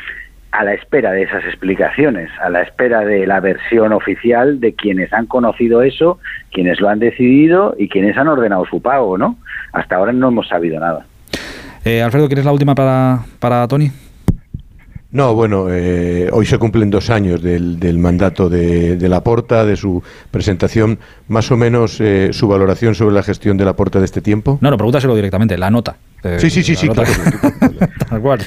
a la espera de esas explicaciones, a la espera de la versión oficial de quienes han conocido eso, quienes lo han decidido y quienes han ordenado su pago, ¿no? Hasta ahora no hemos sabido nada. Eh, Alfredo, ¿quieres la última para, para Tony? No, bueno, eh, hoy se cumplen dos años del, del mandato de, de Laporta, de su presentación. Más o menos eh, su valoración sobre la gestión de Laporta de este tiempo. No, no, pregúntaselo directamente, la nota. Eh, sí, sí, sí, sí, nota. Claro. Tal cual.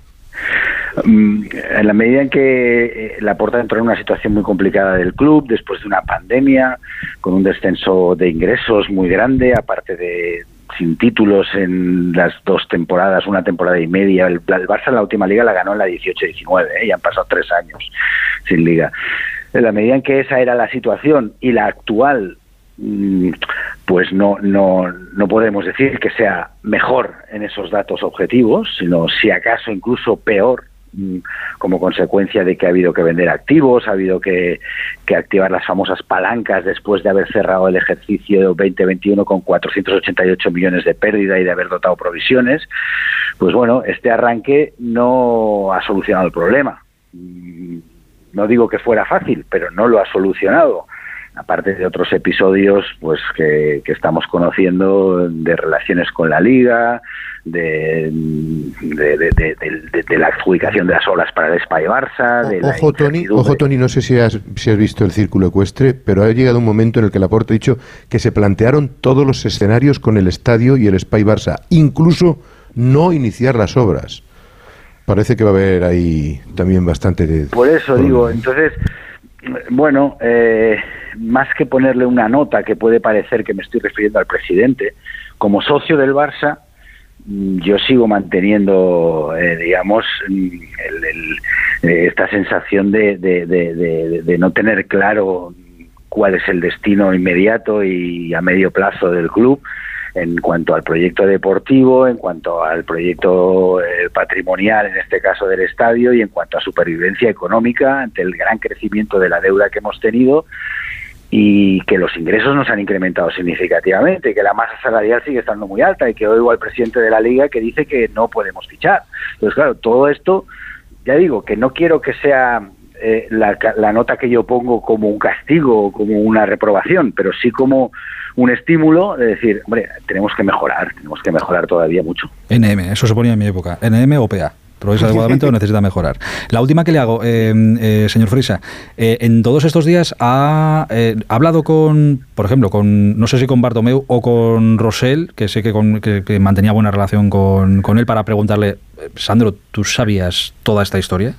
En la medida en que Laporta entró en una situación muy complicada del club, después de una pandemia, con un descenso de ingresos muy grande, aparte de sin títulos en las dos temporadas, una temporada y media. El, el Barça en la última liga la ganó en la dieciocho diecinueve, ¿eh? Y han pasado tres años sin liga. En la medida en que esa era la situación y la actual, pues no, no, no podemos decir que sea mejor en esos datos objetivos, sino si acaso incluso peor, como consecuencia de que ha habido que vender activos, ha habido que, que activar las famosas palancas después de haber cerrado el ejercicio veinte veintiuno con cuatrocientos ochenta y ocho millones de pérdida y de haber dotado provisiones. Pues bueno, este arranque no ha solucionado el problema. No digo que fuera fácil, pero no lo ha solucionado. Aparte de otros episodios pues que, que estamos conociendo de relaciones con la Liga, de, de, de, de, de, de la adjudicación de las obras para el Espai Barça... De ojo, Tony, ojo, Tony, no sé si has, si has visto el círculo ecuestre, pero ha llegado un momento en el que Laporta ha dicho que se plantearon todos los escenarios con el estadio y el Espai Barça, incluso no iniciar las obras. Parece que va a haber ahí también bastante de... Por eso por... digo, entonces, bueno... Eh, más que ponerle una nota que puede parecer que me estoy refiriendo al presidente, como socio del Barça, yo sigo manteniendo, eh, digamos, el, el, esta sensación de, de, de, de, de no tener claro cuál es el destino inmediato y a medio plazo del club en cuanto al proyecto deportivo, en cuanto al proyecto eh, patrimonial, en este caso del estadio, y en cuanto a supervivencia económica ante el gran crecimiento de la deuda que hemos tenido, y que los ingresos no se han incrementado significativamente, que la masa salarial sigue estando muy alta, y que oigo al presidente de la Liga que dice que no podemos fichar. Entonces, claro, todo esto, ya digo, que no quiero que sea eh, la, la nota que yo pongo como un castigo o como una reprobación, pero sí como un estímulo de decir, hombre, tenemos que mejorar, tenemos que mejorar todavía mucho. N M, eso se ponía en mi época, N M o P A. ¿Progresa adecuadamente o necesita mejorar? La última que le hago, eh, eh, señor Frisa, eh, en todos estos días ha, eh, ha hablado con, por ejemplo, con no sé si con Bartomeu o con Rosell, que sé que, con, que, que mantenía buena relación con, con él, para preguntarle, Sandro, ¿tú sabías toda esta historia?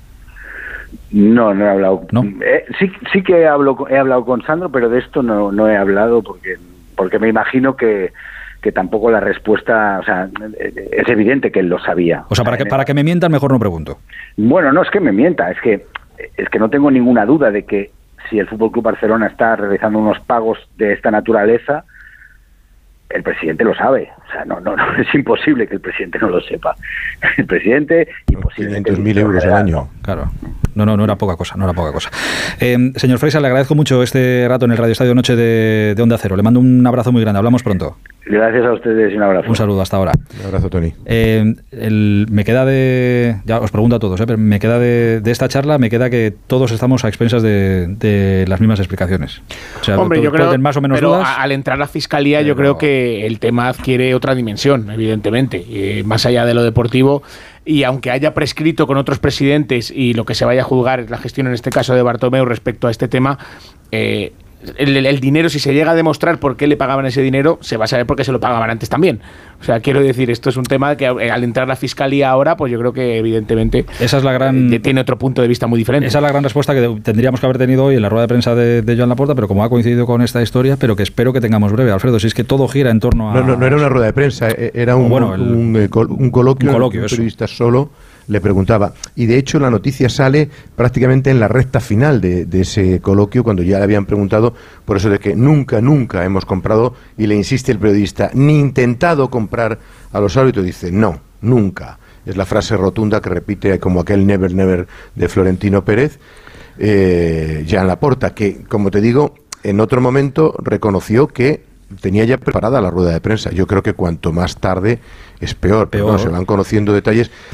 No, no he hablado. ¿No? Eh, sí, sí que hablo, he hablado con Sandro, pero de esto no, no he hablado porque, porque me imagino que que tampoco la respuesta, o sea, es evidente que él lo sabía. O sea, para que para que me mientan, mejor no pregunto. Bueno, no es que me mienta, es que es que no tengo ninguna duda de que si el F C Barcelona está realizando unos pagos de esta naturaleza, el presidente lo sabe. O sea, no, no, no es imposible que el presidente no lo sepa. El presidente, imposible. quinientos mil euros al año. Claro. No, no, no era poca cosa, no era poca cosa. Eh, señor Freixas, le agradezco mucho este rato en el Radio Estadio Noche de, de Onda Cero. Le mando un abrazo muy grande. Hablamos pronto. Gracias a ustedes y un abrazo. Un saludo, hasta ahora. Un abrazo, Tony. Eh, el, me queda de... Ya os pregunto a todos, ¿eh? Pero me queda de, de esta charla, me queda que todos estamos a expensas de, de las mismas explicaciones. O sea, Hombre, yo creo, más o menos pero dudas. Al entrar la Fiscalía, pero... yo creo que el tema adquiere otra dimensión, evidentemente. Eh, más allá de lo deportivo, y aunque haya prescrito con otros presidentes y lo que se vaya a juzgar es la gestión, en este caso de Bartomeu, respecto a este tema, eh, El, el, el dinero, si se llega a demostrar por qué le pagaban ese dinero, se va a saber por qué se lo pagaban antes también. O sea, quiero decir, esto es un tema que al entrar la Fiscalía ahora, pues yo creo que evidentemente esa es la gran, eh, tiene otro punto de vista muy diferente. Esa es la gran respuesta que tendríamos que haber tenido hoy en la rueda de prensa de, de Joan Laporta, pero como ha coincidido con esta historia, pero que espero que tengamos breve. Alfredo, si es que todo gira en torno a... No, no, no era una rueda de prensa, era un, bueno, el, un, un, un coloquio, un coloquio un periodista solo le preguntaba, y de hecho la noticia sale prácticamente en la recta final de, de ese coloquio, cuando ya le habían preguntado por eso de que nunca, nunca hemos comprado, y le insiste el periodista, ni intentado comprar a los árbitros. Dice, no, nunca. Es la frase rotunda que repite como aquel never, never de Florentino Pérez. eh, Joan Laporta, que, como te digo, en otro momento reconoció que tenía ya preparada la rueda de prensa. Yo creo que cuanto más tarde es peor, pero peor. bueno, se van conociendo detalles.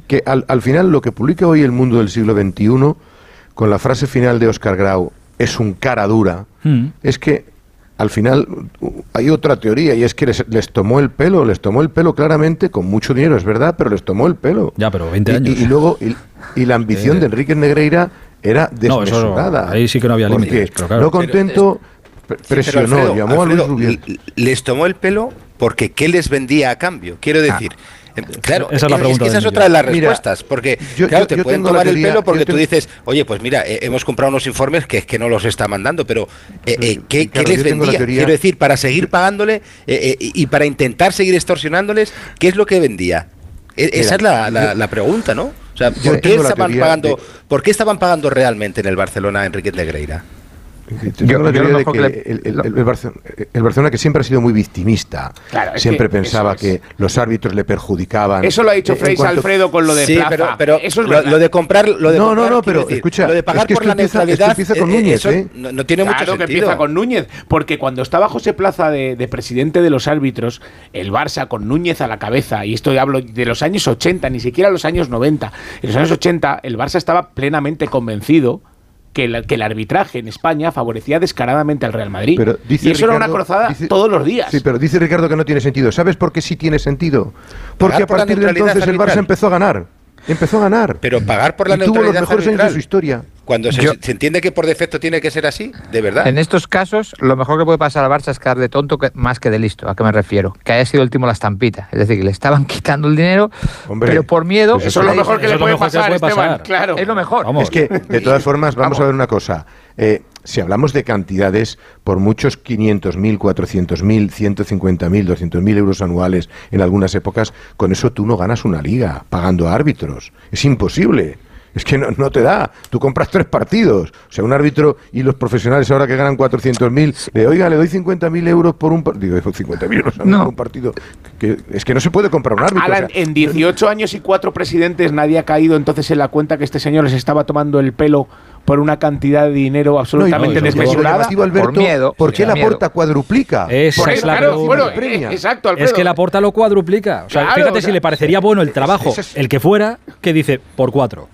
que al, al final lo que publica hoy El Mundo del siglo veintiuno, con la frase final de Óscar Grau, es un cara dura, mm. es que al final hay otra teoría, y es que les, les tomó el pelo, les tomó el pelo claramente, con mucho dinero, es verdad, pero les tomó el pelo. Ya, pero veinte años. Y, y, y luego, y, y la ambición eh. de Enrique Negreira era desmesurada. No, eso, ahí sí que no había límites. Claro. No contento, pero, presionó, sí, Alfredo, llamó Alfredo, a Luis Rubiel. Les tomó el pelo porque ¿qué les vendía a cambio? Quiero decir... Ah. Claro, esa es, la es que esa es otra de las respuestas, mira, porque yo, claro, yo, te yo pueden tomar teoría, el pelo porque tengo... tú dices, oye, pues mira, eh, hemos comprado unos informes que es que no los está mandando, pero eh, eh, ¿qué, claro, ¿qué les vendía? Quiero decir, para seguir pagándole eh, eh, y para intentar seguir extorsionándoles, ¿qué es lo que vendía? E mira, esa es la, la, la pregunta, ¿no? O sea, ¿por qué estaban pagando, de... ¿por qué estaban pagando realmente en el Barcelona Enrique Negreira? Yo, yo yo de que le... el, el, el, el, Barcelona, el Barcelona, que siempre ha sido muy victimista, claro, siempre que pensaba es. que los árbitros le perjudicaban. Eso lo ha dicho Freisa cuanto... Alfredo con lo de sí, Plaza. Pero, pero eso es lo, lo de comprar, lo de no, comprar, no, no, pero decir, escucha, lo de pagar es que por la empieza, neutralidad, es que empieza con Núñez, eso ¿eh? no, no tiene claro mucho sentido. Que empieza con Núñez, porque cuando estaba José Plaza de, de presidente de los árbitros, el Barça con Núñez a la cabeza, y esto hablo de los años ochenta, ni siquiera los años noventa, en los años ochenta el Barça estaba plenamente convencido Que el, que el arbitraje en España favorecía descaradamente al Real Madrid. Pero dice y eso Ricardo, era una cruzada dice, todos los días. Sí, pero dice Ricardo que no tiene sentido. ¿Sabes por qué sí tiene sentido? Porque a partir de entonces arbitral. el Barça empezó a ganar. Empezó a ganar. Pero pagar por la y neutralidad tuvo los mejores arbitral, años de su historia. Cuando se, Yo, se entiende que por defecto tiene que ser así, de verdad. En estos casos, lo mejor que puede pasar al Barça es quedar de tonto que, más que de listo. ¿A qué me refiero? Que haya sido el timo la estampita. Es decir, que le estaban quitando el dinero, Hombre, pero por miedo... Eso, eso es lo mejor que le puede pasar, puede pasar, Esteban. Claro. Es lo mejor. Vamos. Es que, de todas formas, vamos, vamos a ver una cosa. Eh, si hablamos de cantidades, por muchos quinientos mil, cuatrocientos mil, ciento cincuenta mil, doscientos mil euros anuales en algunas épocas, con eso tú no ganas una liga pagando a árbitros. Es imposible. Es que no, no te da. Tú compras tres partidos. O sea, un árbitro y los profesionales ahora que ganan cuatrocientos mil, le oiga, le doy cincuenta mil euros por un partido. Digo, cincuenta mil euros no. por un partido. Que, es que no se puede comprar un árbitro. Alan, o sea, en dieciocho años y cuatro presidentes nadie ha caído entonces en la cuenta que este señor les estaba tomando el pelo por una cantidad de dinero absolutamente no, no, desmesurada. Alberto, por miedo. ¿Por qué sí, Laporta cuadruplica? Es, por es la claro, bueno, eh, exacto, Alfredo. Es que Laporta lo cuadruplica. O sea, claro, fíjate o sea, si le parecería bueno el trabajo, es, es, el que fuera, que dice por cuatro.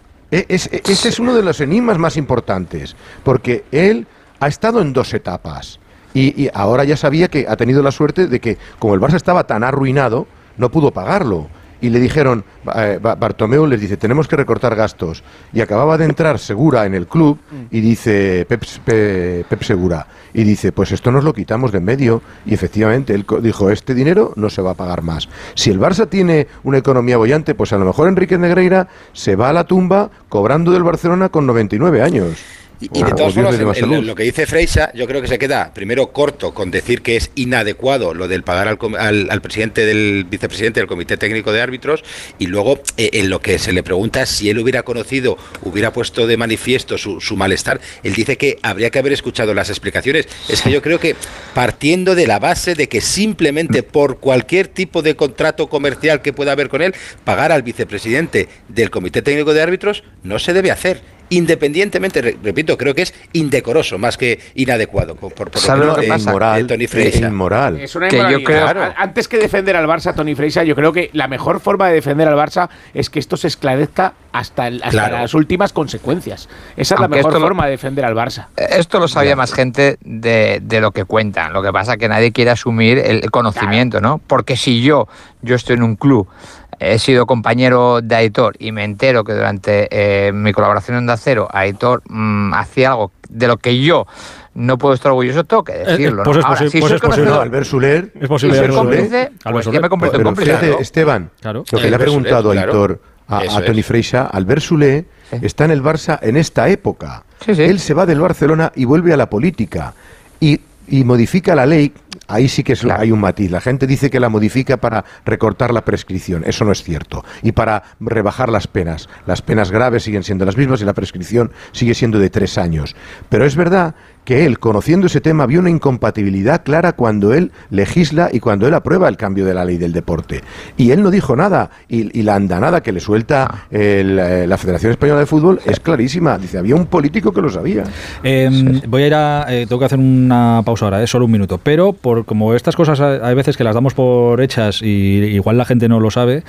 Es, es, ese es uno de los enigmas más importantes, porque él ha estado en dos etapas y, y ahora ya sabía que ha tenido la suerte de que, como el Barça estaba tan arruinado, no pudo pagarlo. Y le dijeron, eh, Bartomeu les dice, tenemos que recortar gastos. Y acababa de entrar Segura en el club y dice, Pep, Pep, Pep Segura, y dice, pues esto nos lo quitamos de en medio. Y efectivamente, él dijo, este dinero no se va a pagar más. Si el Barça tiene una economía bollante, pues a lo mejor Enrique Negreira se va a la tumba cobrando del Barcelona con noventa y nueve años. Y, y de todas formas, en, en lo que dice Freisa, yo creo que se queda primero corto con decir que es inadecuado lo del pagar al, al, al presidente del vicepresidente del Comité Técnico de Árbitros, y luego eh, en lo que se le pregunta si él hubiera conocido, hubiera puesto de manifiesto su, su malestar, él dice que habría que haber escuchado las explicaciones. Es que yo creo que partiendo de la base de que simplemente por cualquier tipo de contrato comercial que pueda haber con él, pagar al vicepresidente del Comité Técnico de Árbitros no se debe hacer. Independientemente, repito, creo que es indecoroso más que inadecuado. Por, por ¿Sabes lo que pasa? Inmoral, Tony Freisa. Es inmoral. Es una inmoralidad. Que yo creo, claro. Antes que defender al Barça, Tony Freisa, yo creo que la mejor forma de defender al Barça es que esto se esclarezca hasta, el, hasta claro. las últimas consecuencias. Esa es Aunque la mejor forma lo, de defender al Barça. Esto lo sabía más gente de, de lo que cuentan. Lo que pasa es que nadie quiere asumir el conocimiento, claro. ¿no? Porque si yo, yo estoy en un club, he sido compañero de Aitor y me entero que durante eh, mi colaboración en Onda Cero Aitor mmm, hacía algo de lo que yo no puedo estar orgulloso, tengo que decirlo. Eh, pues ¿no? es Ahora, posi- si pues soy es posible. No, Albert Soler. Es posible. Si soy cómplice, pues ya me convierto en cómplice. Fíjate, claro. Esteban, claro. lo que el le ha preguntado Soler, Aitor claro. a, a Tony Freisa, Albert Soler sí. está en el Barça en esta época. Sí, sí. Él se va del Barcelona y vuelve a la política. Y, y modifica la ley. Ahí sí que es, claro. hay un matiz. La gente dice que la modifica para recortar la prescripción. Eso no es cierto. Y para rebajar las penas. Las penas graves siguen siendo las mismas y la prescripción sigue siendo de tres años. Pero es verdad que él, conociendo ese tema, vio una incompatibilidad clara cuando él legisla y cuando él aprueba el cambio de la ley del deporte. Y él no dijo nada. Y, y la andanada que le suelta el, la Federación Española de Fútbol es clarísima. Dice, había un político que lo sabía. Eh, sí. Voy a ir a... Eh, tengo que hacer una pausa ahora, es eh, solo un minuto. Pero por como estas cosas hay veces que las damos por hechas y igual la gente no lo sabe,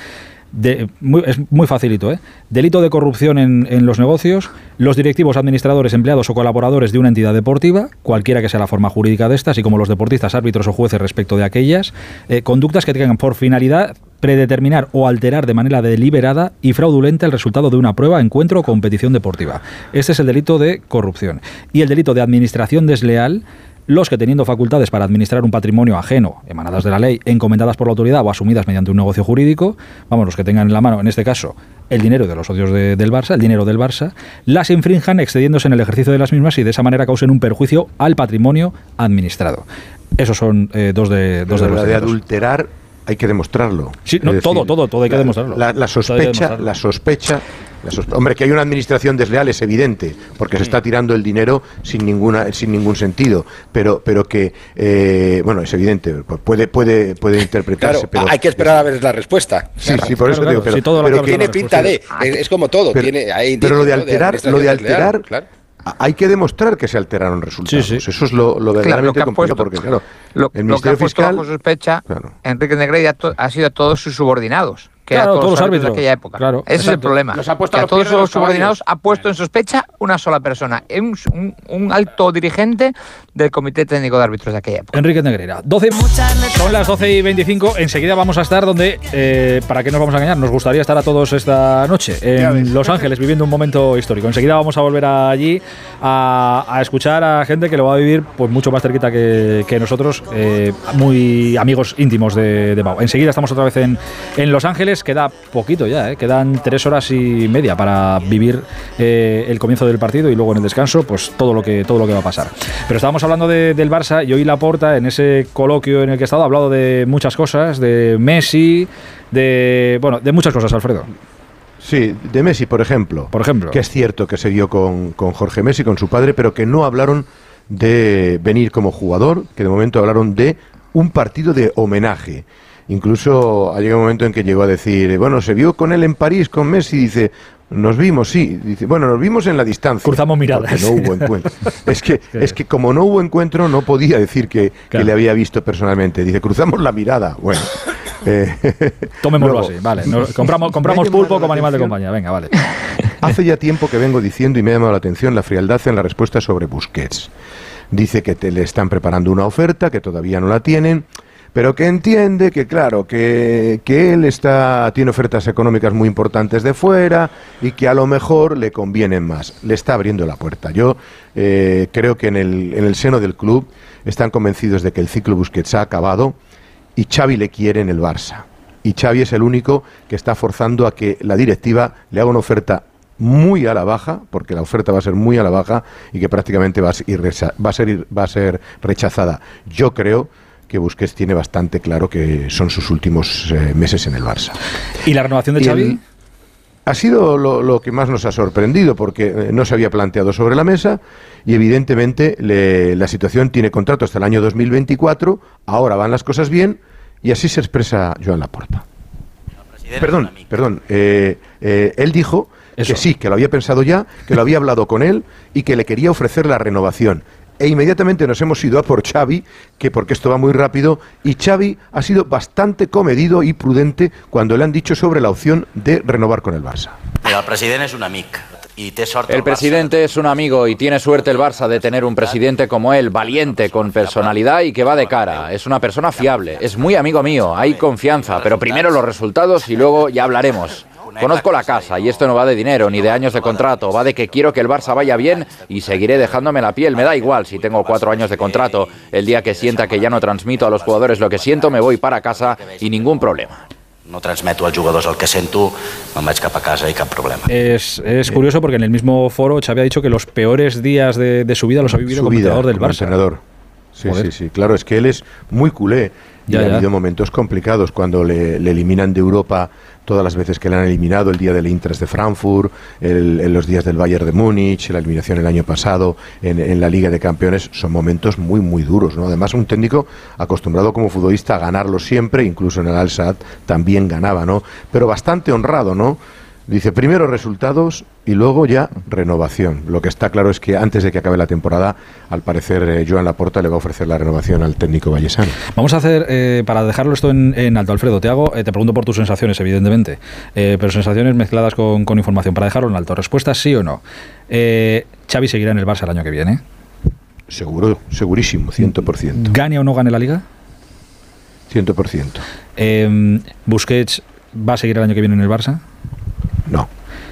De, muy, es muy facilito, ¿eh? Delito de corrupción en, en los negocios, los directivos, administradores, empleados o colaboradores de una entidad deportiva, cualquiera que sea la forma jurídica de esta, así como los deportistas, árbitros o jueces respecto de aquellas, eh, conductas que tengan por finalidad predeterminar o alterar de manera deliberada y fraudulenta el resultado de una prueba, encuentro o competición deportiva. Este es el delito de corrupción. Y el delito de administración desleal, los que teniendo facultades para administrar un patrimonio ajeno, emanadas de la ley, encomendadas por la autoridad o asumidas mediante un negocio jurídico, vamos, los que tengan en la mano, en este caso, el dinero de los socios de, del Barça, el dinero del Barça, las infrinjan excediéndose en el ejercicio de las mismas y de esa manera causen un perjuicio al patrimonio administrado. Esos son eh, dos de, dos de los la de delitos. Adulterar hay que demostrarlo. Sí, no, decir, todo, todo, todo hay que la, demostrarlo. La, la sospecha, la sospecha, la sospe- hombre, que hay una administración desleal es evidente, porque se está tirando el dinero sin ninguna, sin ningún sentido. Pero, pero que, eh, bueno, es evidente, puede, puede, puede interpretarse. Claro, pero hay que esperar a ver la respuesta. Sí, claro, sí, por eso claro, digo, pero, sí, todo pero que tiene pinta de, es como todo, pero, tiene, hay pero lo de alterar, de lo de alterar. desleal, claro. Hay que demostrar que se alteraron resultados. Sí, sí. Eso es lo, lo verdaderamente claro, lo complicado, puesto, porque claro, lo, el lo que ha Ministerio puesto Fiscal, bajo sospecha claro. Enrique Negreira to, ha sido a todos sus subordinados, que Claro, a todos, todos los árbitros árbitros, de aquella época. claro, Ese es el exacto. problema. Los ha puesto que a a los todos pies de los los caballos. subordinados ha puesto en sospecha una sola persona, un, un, un alto dirigente del Comité Técnico de Árbitros de aquella época. Enrique Negreira. doce, son las doce y veinticinco. Enseguida vamos a estar donde, eh, ¿para qué nos vamos a engañar? Nos gustaría estar a todos esta noche en Los Ángeles viviendo un momento histórico. Enseguida vamos a volver allí a, a escuchar a gente que lo va a vivir pues mucho más cerquita que, que nosotros, eh, muy amigos íntimos de, de Pau. Enseguida estamos otra vez en, en Los Ángeles. Queda poquito ya, eh, quedan tres horas y media para vivir eh, el comienzo del partido y luego en el descanso pues todo lo que, todo lo que va a pasar. Pero estábamos hablando de, del Barça y hoy Laporta, en ese coloquio en el que he estado, ha hablado de muchas cosas, de Messi, de bueno, de muchas cosas, Alfredo. Sí, de Messi, por ejemplo. Por ejemplo. Que es cierto que se vio con, con Jorge Messi, con su padre, pero que no hablaron de venir como jugador, que de momento hablaron de un partido de homenaje. Incluso ha llegado un momento en que llegó a decir, bueno, se vio con él en París, con Messi, dice, nos vimos, sí, dice, bueno, nos vimos en la distancia. Cruzamos miradas. Porque no hubo encuentro. Es que, es que como no hubo encuentro, no podía decir que, claro. que le había visto personalmente. Dice, cruzamos la mirada. Bueno. Eh, Tomémoslo luego, así, vale. Nos compramos compramos pulpo como animal de compañía. Venga, vale. Hace ya tiempo que vengo diciendo y me ha llamado la atención la frialdad en la respuesta sobre Busquets. Dice que te le están preparando una oferta, que todavía no la tienen, pero que entiende que, claro, que, que él está tiene ofertas económicas muy importantes de fuera y que a lo mejor le convienen más. Le está abriendo la puerta. Yo eh, creo que en el, en el seno del club están convencidos de que el ciclo Busquets ha acabado y Xavi le quiere en el Barça. Y Xavi es el único que está forzando a que la directiva le haga una oferta muy a la baja, porque la oferta va a ser muy a la baja y que prácticamente va a ser, va a ser, va a ser rechazada. Yo creo que Busquets tiene bastante claro que son sus últimos eh, meses en el Barça. ¿Y la renovación de Xavi? El, ha sido lo, lo que más nos ha sorprendido, porque eh, no se había planteado sobre la mesa y evidentemente le, la situación tiene contrato hasta el año dos mil veinticuatro, ahora van las cosas bien y así se expresa Joan Laporta. Perdón, perdón, eh, eh, él dijo Eso. que sí, que lo había pensado ya, que lo había hablado con él y que le quería ofrecer la renovación. E inmediatamente nos hemos ido a por Xavi, que porque esto va muy rápido, y Xavi ha sido bastante comedido y prudente cuando le han dicho sobre la opción de renovar con el Barça. Mira, el presidente es un amic. El presidente es un amigo y tiene suerte el Barça de tener un presidente como él, valiente, con personalidad y que va de cara. Es una persona fiable, es muy amigo mío, hay confianza, pero primero los resultados y luego ya hablaremos. Conozco la casa y esto no va de dinero ni de años de contrato, va de que quiero que el Barça vaya bien y seguiré dejándome la piel. Me da igual si tengo cuatro años de contrato. El día que sienta que ya no transmito a los jugadores lo que siento, me voy para casa y ningún problema. No transmeto als jugadors el que sento, me'n vaig cap a casa i cap problema. Es, es curioso porque en el mismo foro Xavi ha dicho que los peores días de, de su vida los ha vivido como entrenador del Barça. Entrenador. Sí, Joder. sí, sí, claro, es que él es muy culé y ya, ha ya. habido momentos complicados cuando le, le eliminan de Europa todas las veces que le han eliminado, el día del Eintracht de Frankfurt, el, en los días del Bayern de Múnich, la eliminación el año pasado en, en la Liga de Campeones, son momentos muy, muy duros, ¿no? Además, un técnico acostumbrado como futbolista a ganarlo siempre, incluso en el Al-Sadd también ganaba, ¿no? Pero bastante honrado, ¿no? Dice, primero resultados y luego ya renovación. Lo que está claro es que antes de que acabe la temporada, al parecer, eh, Joan Laporta le va a ofrecer la renovación al técnico vallesano. Vamos a hacer, eh, para dejarlo esto en, en alto, Alfredo, te hago, eh, te pregunto por tus sensaciones, evidentemente, eh, pero sensaciones mezcladas con, con información. Para dejarlo en alto, respuesta sí o no. Eh, ¿Xavi seguirá en el Barça el año que viene? Seguro, segurísimo, cien por ciento. ¿Gane o no gane la Liga? cien por ciento. Eh, ¿Busquets va a seguir el año que viene en el Barça? No.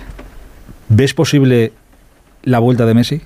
¿Ves posible la vuelta de Messi?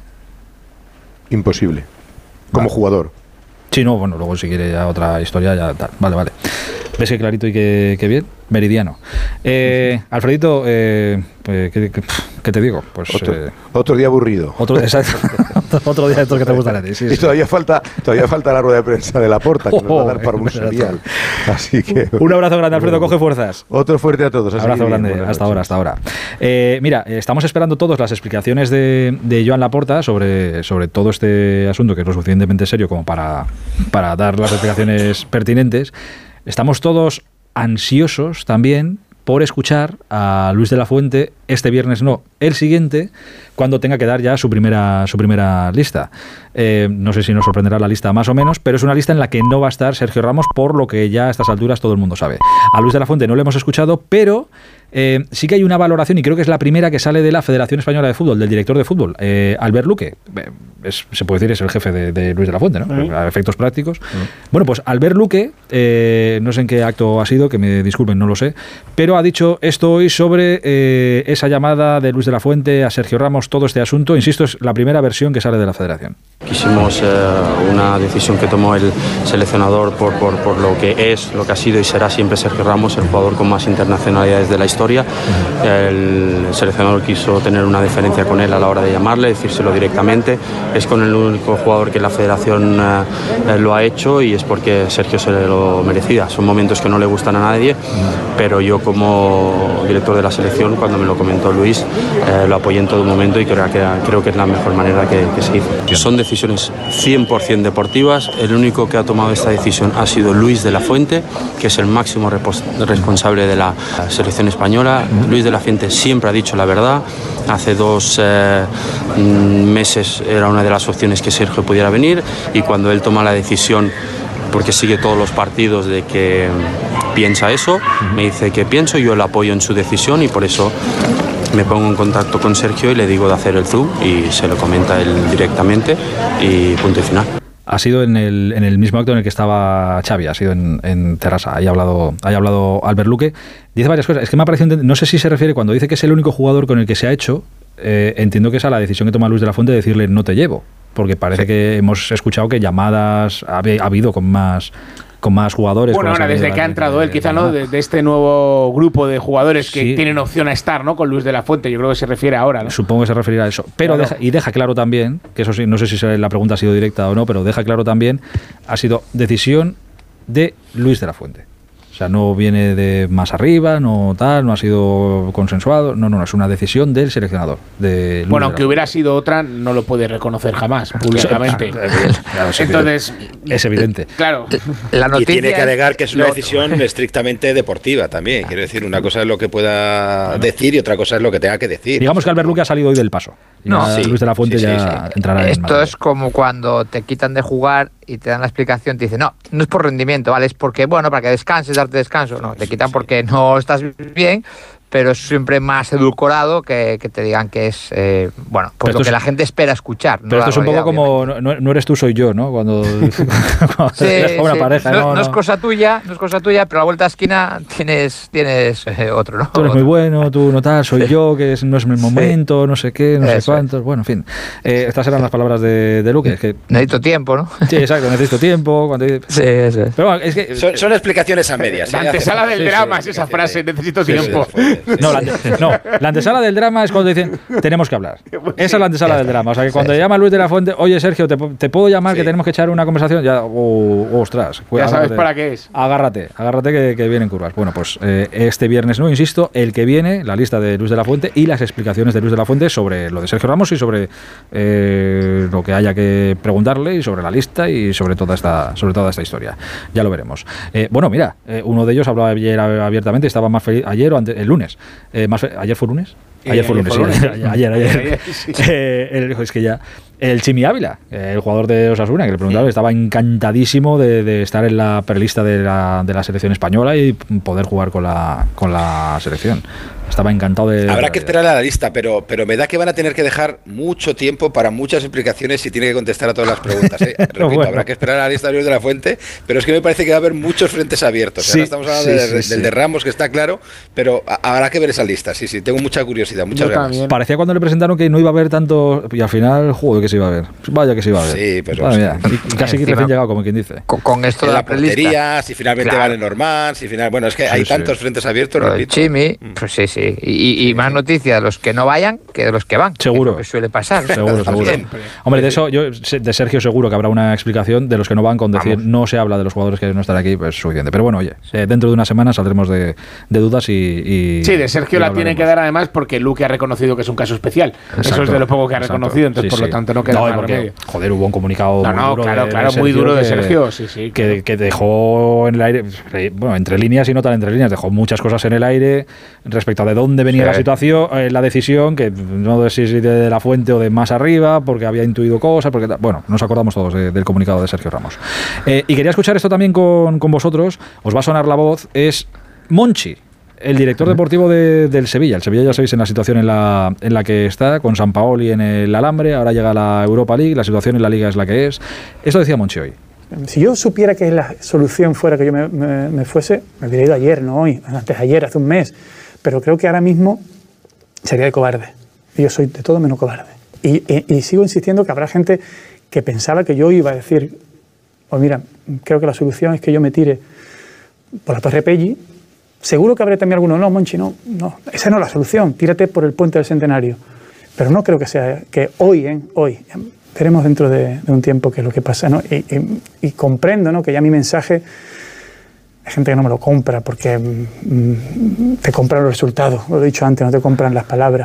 Imposible. Como vale. jugador. Sí, no, bueno, luego si quiere ya otra historia, ya tal. Vale, vale. ¿Ves que clarito y que, que bien? Meridiano. Eh, Alfredito, eh, eh, ¿qué, qué, qué te digo? Pues otro, eh, otro día aburrido. Otro, exacto. Otro día de estos que te gustan a ti. Sí, y sí. todavía falta todavía falta la rueda de prensa de Laporta, que oh, nos va a dar para un serial. Así que un abrazo grande, Alfredo, coge fuerzas. Otro fuerte a todos. Abrazo grande, hasta noches. ahora, hasta ahora. Eh, mira, estamos esperando todos las explicaciones de, de Joan Laporta sobre, sobre todo este asunto, que es lo suficientemente serio como para, para dar las explicaciones pertinentes. Estamos todos ansiosos también por escuchar a Luis de la Fuente este viernes, no, el siguiente, cuando tenga que dar ya su primera, su primera lista. Eh, no sé si nos sorprenderá la lista más o menos, pero es una lista en la que no va a estar Sergio Ramos, por lo que ya a estas alturas todo el mundo sabe. A Luis de la Fuente no le hemos escuchado, pero eh, sí que hay una valoración, y creo que es la primera que sale de la Federación Española de Fútbol, del director de fútbol, eh, Albert Luque. Es, se puede decir, es el jefe de, de Luis de la Fuente, ¿no? Uh-huh. A efectos prácticos. Uh-huh. Bueno, pues Albert Luque, eh, no sé en qué acto ha sido, que me disculpen, no lo sé, pero ha dicho esto hoy sobre eh, esa llamada de Luis de la Fuente a Sergio Ramos, todo este asunto. Insisto, es la primera versión que sale de la Federación. Quisimos eh, una decisión que tomó el seleccionador por, por, por lo que es, lo que ha sido y será siempre Sergio Ramos, el jugador con más internacionalidades de la historia. Uh-huh. El seleccionador quiso tener una deferencia con él a la hora de llamarle, decírselo directamente. Es con el único jugador que la Federación eh, lo ha hecho, y es porque Sergio se lo merecía. Son momentos que no le gustan a nadie, uh-huh. pero yo como director de la selección, cuando me lo comentó Luis, eh, lo apoyé en todo momento, y creo que, creo que es la mejor manera que, que se hizo. Son decisiones cien por ciento deportivas. El único que ha tomado esta decisión ha sido Luis de la Fuente, que es el máximo repos- responsable de la selección española. Uh-huh. Luis de la Fuente siempre ha dicho la verdad. Hace dos eh, meses era una de las opciones que Sergio pudiera venir, y cuando él toma la decisión, porque sigue todos los partidos, de que piensa eso, me dice que pienso, yo le apoyo en su decisión, y por eso me pongo en contacto con Sergio y le digo de hacer el Zoom, y se lo comenta él directamente, y punto y final. Ha sido en el, en el mismo acto en el que estaba Xavi, ha sido en, en Terrassa. Ahí ha hablado, ahí ha hablado Albert Luque. Dice varias cosas. Es que me ha parecido, no sé si se refiere, cuando dice que es el único jugador con el que se ha hecho, eh, entiendo que es a la decisión que toma Luis de la Fuente de decirle no te llevo, porque parece sí. que hemos escuchado que llamadas ha, ha habido con más con más jugadores. Bueno, ahora desde que ha entrado él, quizá, ¿no? De, de este nuevo grupo de jugadores que sí. tienen opción a estar, ¿no? Con Luis de la Fuente, yo creo que se refiere ahora, ¿no? Supongo que se referirá a eso. Pero claro. deja, y deja claro también, que eso sí, no sé si la pregunta ha sido directa o no, pero deja claro también, ha sido decisión de Luis de la Fuente. O sea, no viene de más arriba, no tal, no ha sido consensuado. No, no, no, es una decisión del seleccionador. De Luis bueno, de aunque hubiera sido otra, no lo puede reconocer jamás públicamente. Claro, es Entonces, es evidente. Claro. La noticia y tiene que alegar que es una decisión estrictamente deportiva también. Quiero decir, una cosa es lo que pueda bueno. decir y otra cosa es lo que tenga que decir. Digamos que Albert Luque ha salido hoy del paso. No, sí, Luis de la Fuente sí, sí, ya sí. entrará en el Esto es como cuando te quitan de jugar y te dan la explicación, te dicen, no, no es por rendimiento, ¿vale? Es porque, bueno, para que descanses, darte descanso. No, te quitan porque no estás bien, pero es siempre más edulcorado que, que te digan que es, eh, bueno, pues lo que es, la gente espera escuchar. Pero no esto es un poco como, no, no eres tú, soy yo, ¿no? Cuando, cuando sí, eres una sí. pareja. No, no, no, no es cosa tuya, no es cosa tuya, pero a la vuelta de esquina tienes, tienes eh, otro, ¿no? Tú eres muy bueno, tú no tal, soy sí. yo, que es, no es mi momento, sí. no sé qué, no Eso sé cuántos. Es. Bueno, en fin. Eh, estas eran las palabras de, de Luque. Es que, necesito tiempo, ¿no? Sí, exacto, necesito tiempo. Cuando, sí, eso es. Pero bueno, es que, son, son explicaciones a medias. La antesala del sí, drama sí, es esa frase, necesito sí, tiempo. Sí, sí, sí, no, la, No, la antesala del drama es cuando dicen tenemos que hablar. Esa es la antesala del drama. O sea, que cuando sí, llama Luis de la Fuente, oye Sergio, ¿te, te puedo llamar sí. que tenemos que echar una conversación? Ya, oh, oh, ostras. Ya sabes para qué es. Agárrate, agárrate que, que vienen curvas. Bueno, pues eh, este viernes, no, insisto, el que viene, la lista de Luis de la Fuente y las explicaciones de Luis de la Fuente sobre lo de Sergio Ramos y sobre eh, lo que haya que preguntarle y sobre la lista y sobre toda esta, sobre toda esta historia. Ya lo veremos. Eh, bueno, mira, eh, uno de ellos hablaba ayer abiertamente, estaba más feliz ayer o ante, el lunes. lunes. Eh, más, ¿Ayer fue lunes? Ayer fue lunes, sí. Ayer, ayer. ayer. Sí. Eh, el, es que ya... El Chimi Ávila, el jugador de Osasuna, que le preguntaba, sí. estaba encantadísimo de, de estar en la prelista de la, de la selección española y poder jugar con la, con la selección. Estaba encantado de... Habrá que esperar a la lista, pero, pero me da que van a tener que dejar mucho tiempo para muchas explicaciones y tiene que contestar a todas las preguntas. ¿eh? Repito, bueno. habrá que esperar a la lista de Luis de la Fuente, pero es que me parece que va a haber muchos frentes abiertos. Sí, Ahora estamos hablando sí, de, sí, del sí. de Ramos, que está claro, pero habrá que ver esa lista. Sí, sí, tengo mucha curiosidad, muchas Yo ganas. También. Parecía cuando le presentaron que no iba a haber tanto... Y al final, joder, que se iba a ver. Vaya que se iba a ver. Sí, pero... Vale, mira, y casi que recién llegado, como quien dice. Con, con esto de la, la portería, si finalmente claro. vale Norman, si final... Bueno, es que sí, hay sí. tantos frentes abiertos, pero repito. Chimi, pues sí, sí. Y, y más noticias de los que no vayan que de los que van. Seguro. Que suele pasar. Seguro, seguro. Hombre, de eso, yo de Sergio seguro que habrá una explicación. De los que no van, con decir Vamos. no se habla de los jugadores que no están aquí, pues suficiente. Pero bueno, oye, eh, dentro de una semana saldremos de, de dudas y, y... Sí, de Sergio y la tiene que dar además porque Luque ha reconocido que es un caso especial. Exacto. Eso es de lo poco que ha Exacto. reconocido, entonces sí, por lo tanto no queda no, más porque, remedio. Joder, hubo un comunicado no, muy no, duro claro, de, claro, de muy duro de que, Sergio, sí, sí. Que, claro. que dejó en el aire, bueno, entre líneas y no tan entre líneas, dejó muchas cosas en el aire respecto a de dónde venía sí. la situación, eh, la decisión, que no sé si de la fuente o de más arriba, porque había intuido cosas, porque bueno, nos acordamos todos de, del comunicado de Sergio Ramos. Eh, y quería escuchar esto también con, con vosotros, os va a sonar la voz, es Monchi, el director deportivo de, del Sevilla. El Sevilla, ya sabéis, en la situación en la, en la que está, con Sampaoli en el alambre, ahora llega la Europa League, la situación en la Liga es la que es. Esto decía Monchi hoy. Si yo supiera que la solución fuera que yo me, me, me fuese, me hubiera ido ayer, no hoy, antes de ayer, hace un mes, pero creo que ahora mismo sería de cobarde. Y yo soy de todo menos cobarde. Y, y, y sigo insistiendo que habrá gente que pensaba que yo iba a decir, pues mira, creo que la solución es que yo me tire por la Torre Pelli. Seguro que habrá también alguno, no, Monchi, no, no, esa no es la solución, tírate por el puente del Centenario. Pero no creo que sea, que hoy, ¿eh? hoy, veremos dentro de, de un tiempo qué es lo que pasa, ¿no? Y, y, y comprendo, ¿no?, que ya mi mensaje, hay gente que no me lo compra porque mm, te compran los resultados, lo he dicho antes, no te compran las palabras.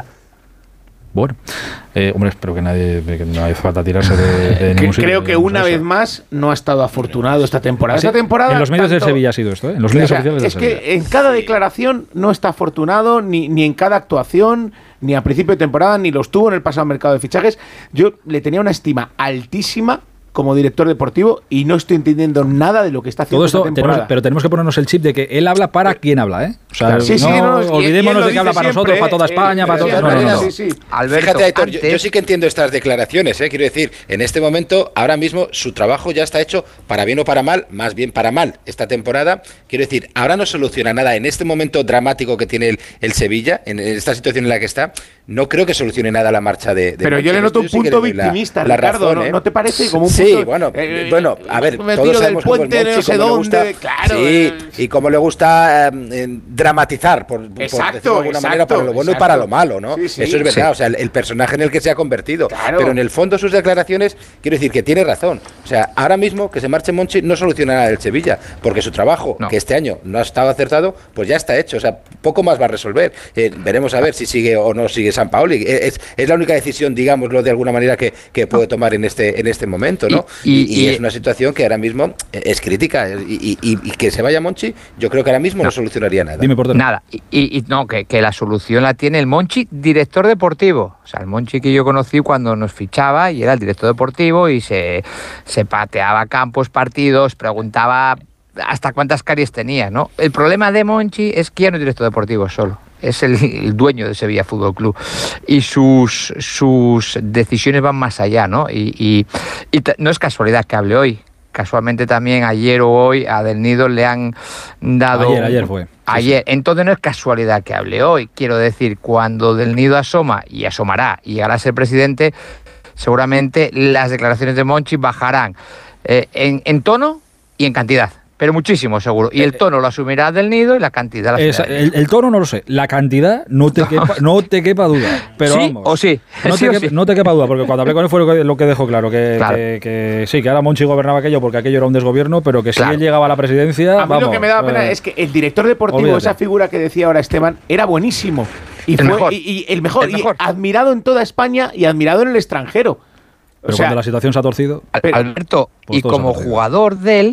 Bueno, eh, hombre, espero que nadie, que no hace falta tirarse de, de ningún sitio. Creo que una vez más no ha estado afortunado esta temporada. Esta temporada en los medios tanto, del Sevilla ha sido esto, ¿eh? En los medios o sea, oficiales del Sevilla. Es que en cada declaración no está afortunado, ni, ni en cada actuación, ni a principio de temporada, ni los tuvo en el pasado mercado de fichajes. Yo le tenía una estima altísima como director deportivo y no estoy entendiendo nada de lo que está haciendo todo esto esta temporada. Tenemos, pero tenemos que ponernos el chip de que él habla para quien habla, ¿eh? O sea, sí, no, sí, no, olvidémonos y, y de que habla para nosotros, para toda España, eh, para todas... No, no, no. Sí, sí. Alberto, Fíjate, Aitor, yo, yo sí que entiendo estas declaraciones, ¿eh? Quiero decir, en este momento, ahora mismo, su trabajo ya está hecho para bien o para mal, más bien para mal esta temporada. Quiero decir, ahora no soluciona nada en este momento dramático que tiene el, el Sevilla, en esta situación en la que está. No creo que solucione nada la marcha de... de pero Monchi. Yo le noto un punto sí victimista, la, Ricardo, la razón, ¿no? ¿eh? ¿No te parece? Como un punto, sí, bueno, eh, bueno, a ver, me todos tiro sabemos del puente, Monchi, no sé dónde, gusta, claro. Sí, eh. y cómo le gusta eh, dramatizar, por, exacto, por decirlo de alguna exacto, manera, para lo bueno exacto. y para lo malo, ¿no? Sí, sí, Eso es verdad, sí. o sea, el, el personaje en el que se ha convertido. Claro. Pero en el fondo sus declaraciones, quiero decir que tiene razón. O sea, ahora mismo que se marche Monchi no soluciona nada del Sevilla, porque su trabajo, no. que este año no ha estado acertado, pues ya está hecho. O sea, poco más va a resolver. Eh, veremos a ver si sigue o no sigue Sampaoli. Es, es la única decisión, digámoslo de alguna manera, que, que puede tomar en este en este momento, ¿no? Y, y, y, y es una situación que ahora mismo es crítica. Y, y, y que se vaya Monchi, yo creo que ahora mismo no, no solucionaría nada. Dime por nada. Y, y no, que, que la solución la tiene el Monchi, director deportivo. O sea, el Monchi que yo conocí cuando nos fichaba y era el director deportivo y se, se pateaba campos, partidos, preguntaba hasta cuántas caries tenía, ¿no? El problema de Monchi es que ya no es director deportivo solo. Es el, el dueño de Sevilla Fútbol Club y sus, sus decisiones van más allá, ¿no? Y, y, y t- no es casualidad que hable hoy. Casualmente también ayer o hoy a Del Nido le han dado... Ayer, ayer fue. Ayer. Sí, sí. Entonces no es casualidad que hable hoy. Quiero decir, cuando Del Nido asoma y asomará y llegará a ser presidente, seguramente las declaraciones de Monchi bajarán eh, en, en tono y en cantidad. Pero muchísimo, seguro. Y el tono lo asumirá Del Nido y la cantidad la Esa, el, el tono no lo sé. La cantidad no te quepa, no te quepa duda. Pero ¿sí vamos, o sí? No, ¿Sí te o quepa, sí? no te quepa duda, porque cuando hablé con él fue lo que, lo que dejó claro. Que, claro. Que, que sí, que ahora Monchi gobernaba aquello porque aquello era un desgobierno, pero que claro. si él llegaba a la presidencia... A mí vamos, lo que me daba pena eh, es que el director deportivo, olvídate. Esa figura que decía ahora Esteban, era buenísimo. Y el fue mejor. Y, y el mejor. El mejor. Y admirado en toda España y admirado en el extranjero. Pero o sea, cuando la situación se ha torcido... Alberto, y como jugador de él...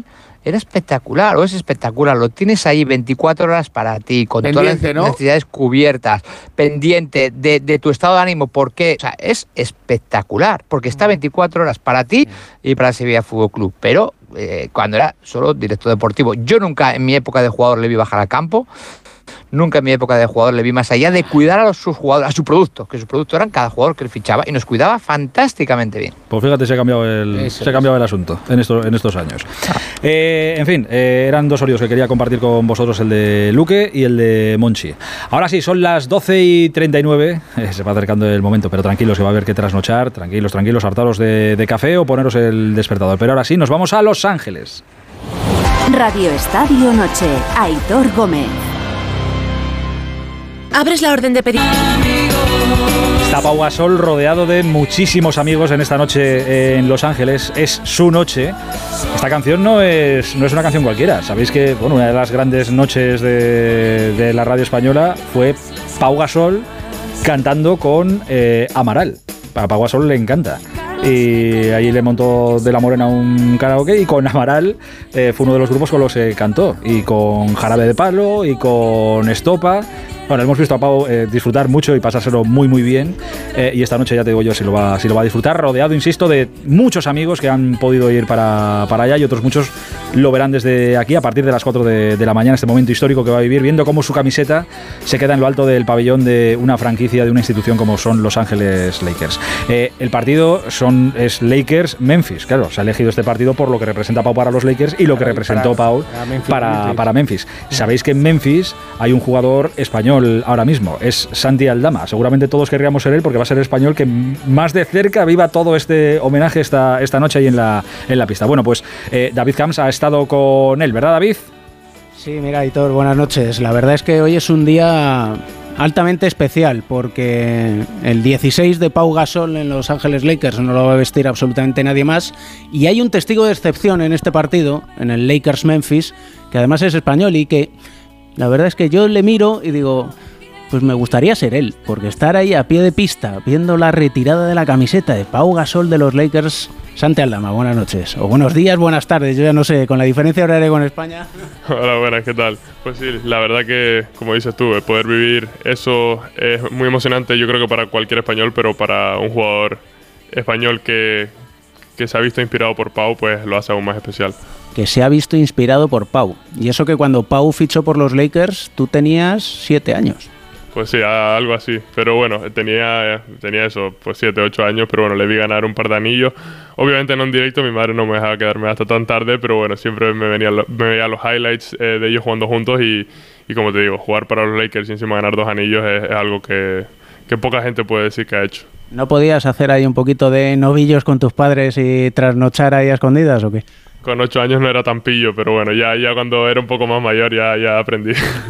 era espectacular, o es espectacular, lo tienes ahí veinticuatro horas para ti, con pendiente, todas las ¿no? necesidades cubiertas, pendiente de, de tu estado de ánimo, porque, o sea, es espectacular, porque está veinticuatro horas para ti y para el Sevilla Fútbol Club, pero eh, cuando era solo director deportivo, yo nunca en mi época de jugador le vi bajar al campo. Nunca en mi época de jugador le vi más allá de cuidar a los, sus jugadores, a su producto, que su producto eran cada jugador que él fichaba y nos cuidaba fantásticamente bien. Pues fíjate, se ha cambiado el, se ha cambiado el asunto en, esto, en estos años. Eh, en fin, eh, eran dos óleos que quería compartir con vosotros, el de Luque y el de Monchi. Ahora sí, son las doce y treinta y nueve, eh, se va acercando el momento, pero tranquilos, que va a haber que trasnochar, tranquilos, tranquilos, hartaros de, de café o poneros el despertador. Pero ahora sí, nos vamos a Los Ángeles. Radio Estadio Noche, Aitor Gómez. Abres la orden de pedido. Está Pau Gasol rodeado de muchísimos amigos en esta noche en Los Ángeles. Es su noche. Esta canción no es, no es una canción cualquiera. Sabéis que bueno, una de las grandes noches de, de la radio española fue Pau Gasol cantando con eh, Amaral. A Pau Gasol le encanta. Y ahí le montó De la Morena un karaoke y con Amaral eh, fue uno de los grupos con los que cantó. Y con Jarabe de Palo y con Estopa. Bueno, hemos visto a Pau eh, disfrutar mucho y pasárselo muy muy bien eh, y esta noche ya te digo yo si lo va, si lo va a disfrutar, rodeado, insisto, de muchos amigos que han podido ir para, para allá y otros muchos lo verán desde aquí a partir de las cuatro de, de la mañana, este momento histórico que va a vivir, viendo cómo su camiseta se queda en lo alto del pabellón de una franquicia, de una institución como son Los Ángeles Lakers. Eh, el partido son, es Lakers-Memphis, claro, se ha elegido este partido por lo que representa Pau para los Lakers y lo que representó Pau para Memphis. Para, para Memphis. Sabéis que en Memphis hay un jugador español ahora mismo, es Santi Aldama. Seguramente todos querríamos ser él porque va a ser el español que más de cerca viva todo este homenaje esta, esta noche ahí en la, en la pista. Bueno, pues eh, David Camps ha estado con él, ¿verdad, David? Sí, mira, Aitor, buenas noches. La verdad es que hoy es un día altamente especial porque el dieciséis de Pau Gasol en Los Ángeles Lakers no lo va a vestir absolutamente nadie más y hay un testigo de excepción en este partido, en el Lakers-Memphis, que además es español y que la verdad es que yo le miro y digo, pues me gustaría ser él, porque estar ahí a pie de pista, viendo la retirada de la camiseta de Pau Gasol de los Lakers. Santi Aldama, buenas noches, o buenos días, buenas tardes, yo ya no sé, con la diferencia horaria con España. Hola, buenas, ¿qué tal? Pues sí, la verdad que, como dices tú, el poder vivir eso es muy emocionante, yo creo que para cualquier español, pero para un jugador español que, que se ha visto inspirado por Pau, pues lo hace aún más especial. Que se ha visto inspirado por Pau. Y eso que cuando Pau fichó por los Lakers, tú tenías siete años. Pues sí, algo así. Pero bueno, tenía, tenía eso, pues siete, ocho años, pero bueno, le vi ganar un par de anillos. Obviamente no en directo, mi madre no me dejaba quedarme hasta tan tarde, pero bueno, siempre me, venía, me veía los highlights eh, de ellos jugando juntos y, y como te digo, jugar para los Lakers y encima ganar dos anillos es, es algo que, que poca gente puede decir que ha hecho. ¿No podías hacer ahí un poquito de novillos con tus padres y trasnochar ahí a escondidas o qué? Con ocho años no era tan pillo, pero bueno, ya, ya cuando era un poco más mayor ya, ya aprendí.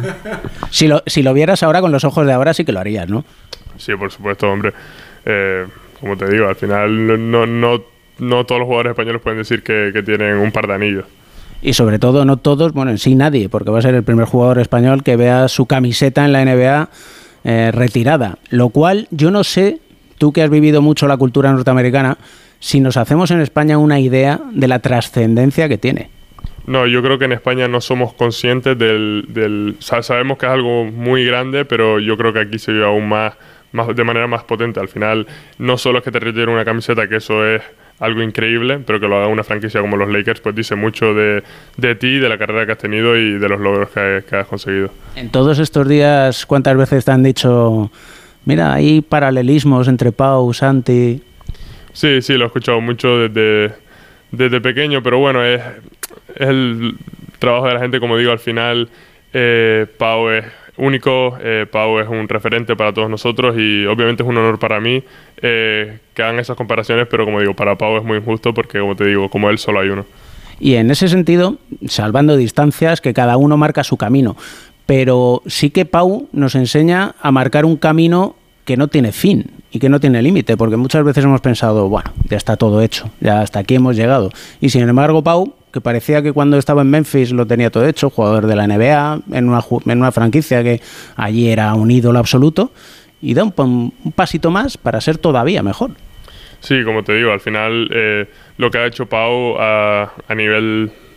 Si lo, si lo vieras ahora con los ojos de ahora sí que lo harías, ¿no? Sí, por supuesto, hombre. Eh, como te digo, al final no, no, no todos los jugadores españoles pueden decir que, que tienen un par de anillos. Y sobre todo no todos, bueno, en sí nadie, porque va a ser el primer jugador español que vea su camiseta en la N B A eh, retirada. Lo cual yo no sé, tú que has vivido mucho la cultura norteamericana, si nos hacemos en España una idea de la trascendencia que tiene. No, yo creo que en España no somos conscientes del, del... Sabemos que es algo muy grande, pero yo creo que aquí se vive aún más, más de manera más potente. Al final, no solo es que te retiren una camiseta, que eso es algo increíble, pero que lo haga una franquicia como los Lakers, pues dice mucho de, de ti, de la carrera que has tenido y de los logros que, que has conseguido. En todos estos días, ¿cuántas veces te han dicho, mira, hay paralelismos entre Pau, Santi? Sí, sí, lo he escuchado mucho desde, desde pequeño, pero bueno, es, es el trabajo de la gente, como digo, al final eh, Pau es único, eh, Pau es un referente para todos nosotros y obviamente es un honor para mí eh, que hagan esas comparaciones, pero como digo, para Pau es muy injusto porque, como te digo, como él solo hay uno. Y en ese sentido, salvando distancias, que cada uno marca su camino, pero sí que Pau nos enseña a marcar un camino que no tiene fin y que no tiene límite, porque muchas veces hemos pensado, bueno, ya está todo hecho, ya hasta aquí hemos llegado. Y sin embargo, Pau, que parecía que cuando estaba en Memphis lo tenía todo hecho, jugador de la N B A, en una, en una franquicia que allí era un ídolo absoluto, y da un, un pasito más para ser todavía mejor. Sí, como te digo, al final eh, lo que ha hecho Pau a, a nivel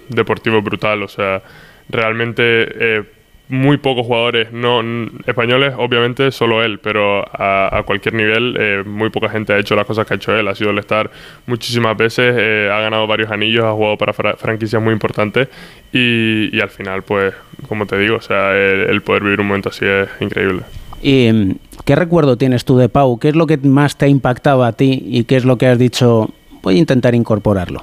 deportivo brutal. O sea, realmente eh, muy pocos jugadores no españoles, obviamente solo él, pero a, a cualquier nivel eh, muy poca gente ha hecho las cosas que ha hecho él. Ha sido All-Star muchísimas veces, eh, ha ganado varios anillos, ha jugado para fra franquicias muy importantes y, y al final, pues, como te digo, o sea, el, el poder vivir un momento así es increíble. ¿Y qué recuerdo tienes tú de Pau? ¿Qué es lo que más te ha impactado a ti y qué es lo que has dicho, voy a intentar incorporarlo?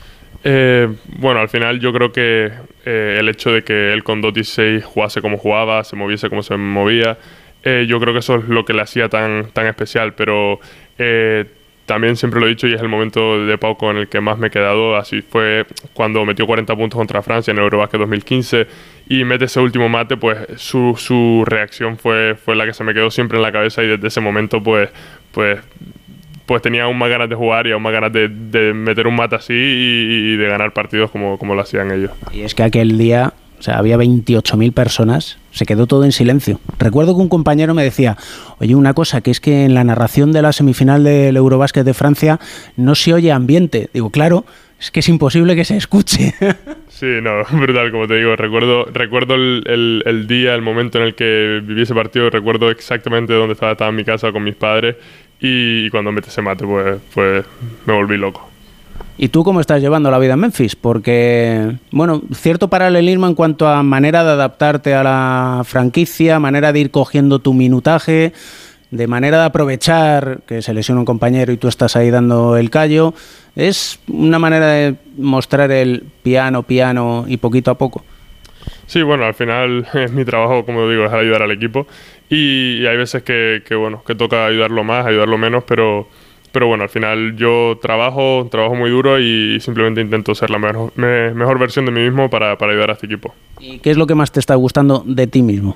Eh, bueno, al final yo creo que eh, el hecho de que él con dos dieciséis jugase como jugaba, se moviese como se movía, eh, yo creo que eso es lo que le hacía tan, tan especial, pero eh, también siempre lo he dicho y es el momento de Pau con el que más me he quedado. Así fue cuando metió cuarenta puntos contra Francia en el Eurobasket dos mil quince y mete ese último mate, pues su, su reacción fue, fue la que se me quedó siempre en la cabeza y desde ese momento pues, pues pues tenía aún más ganas de jugar y aún más ganas de, de meter un mate así y, y de ganar partidos como, como lo hacían ellos. Y es que aquel día, o sea, había veintiocho mil personas, se quedó todo en silencio. Recuerdo que un compañero me decía, oye, una cosa, que es que en la narración de la semifinal del Eurobasket de Francia no se oye ambiente. Digo, claro, es que es imposible que se escuche. Sí, no, brutal, como te digo. Recuerdo recuerdo el, el, el día, el momento en el que viví ese partido, recuerdo exactamente dónde estaba, estaba en mi casa con mis padres. Y cuando metí ese mate, pues, pues me volví loco. ¿Y tú cómo estás llevando la vida en Memphis? Porque, bueno, cierto paralelismo en cuanto a manera de adaptarte a la franquicia, manera de ir cogiendo tu minutaje, de manera de aprovechar que se lesiona un compañero y tú estás ahí dando el callo. ¿Es una manera de mostrar el piano, piano y poquito a poco? Sí, bueno, al final es mi trabajo, como digo, es ayudar al equipo y, y hay veces que, que, bueno, que toca ayudarlo más, ayudarlo menos, pero, pero bueno, al final yo trabajo, trabajo muy duro y simplemente intento ser la mejor, me, mejor versión de mí mismo para, para ayudar a este equipo. ¿Y qué es lo que más te está gustando de ti mismo?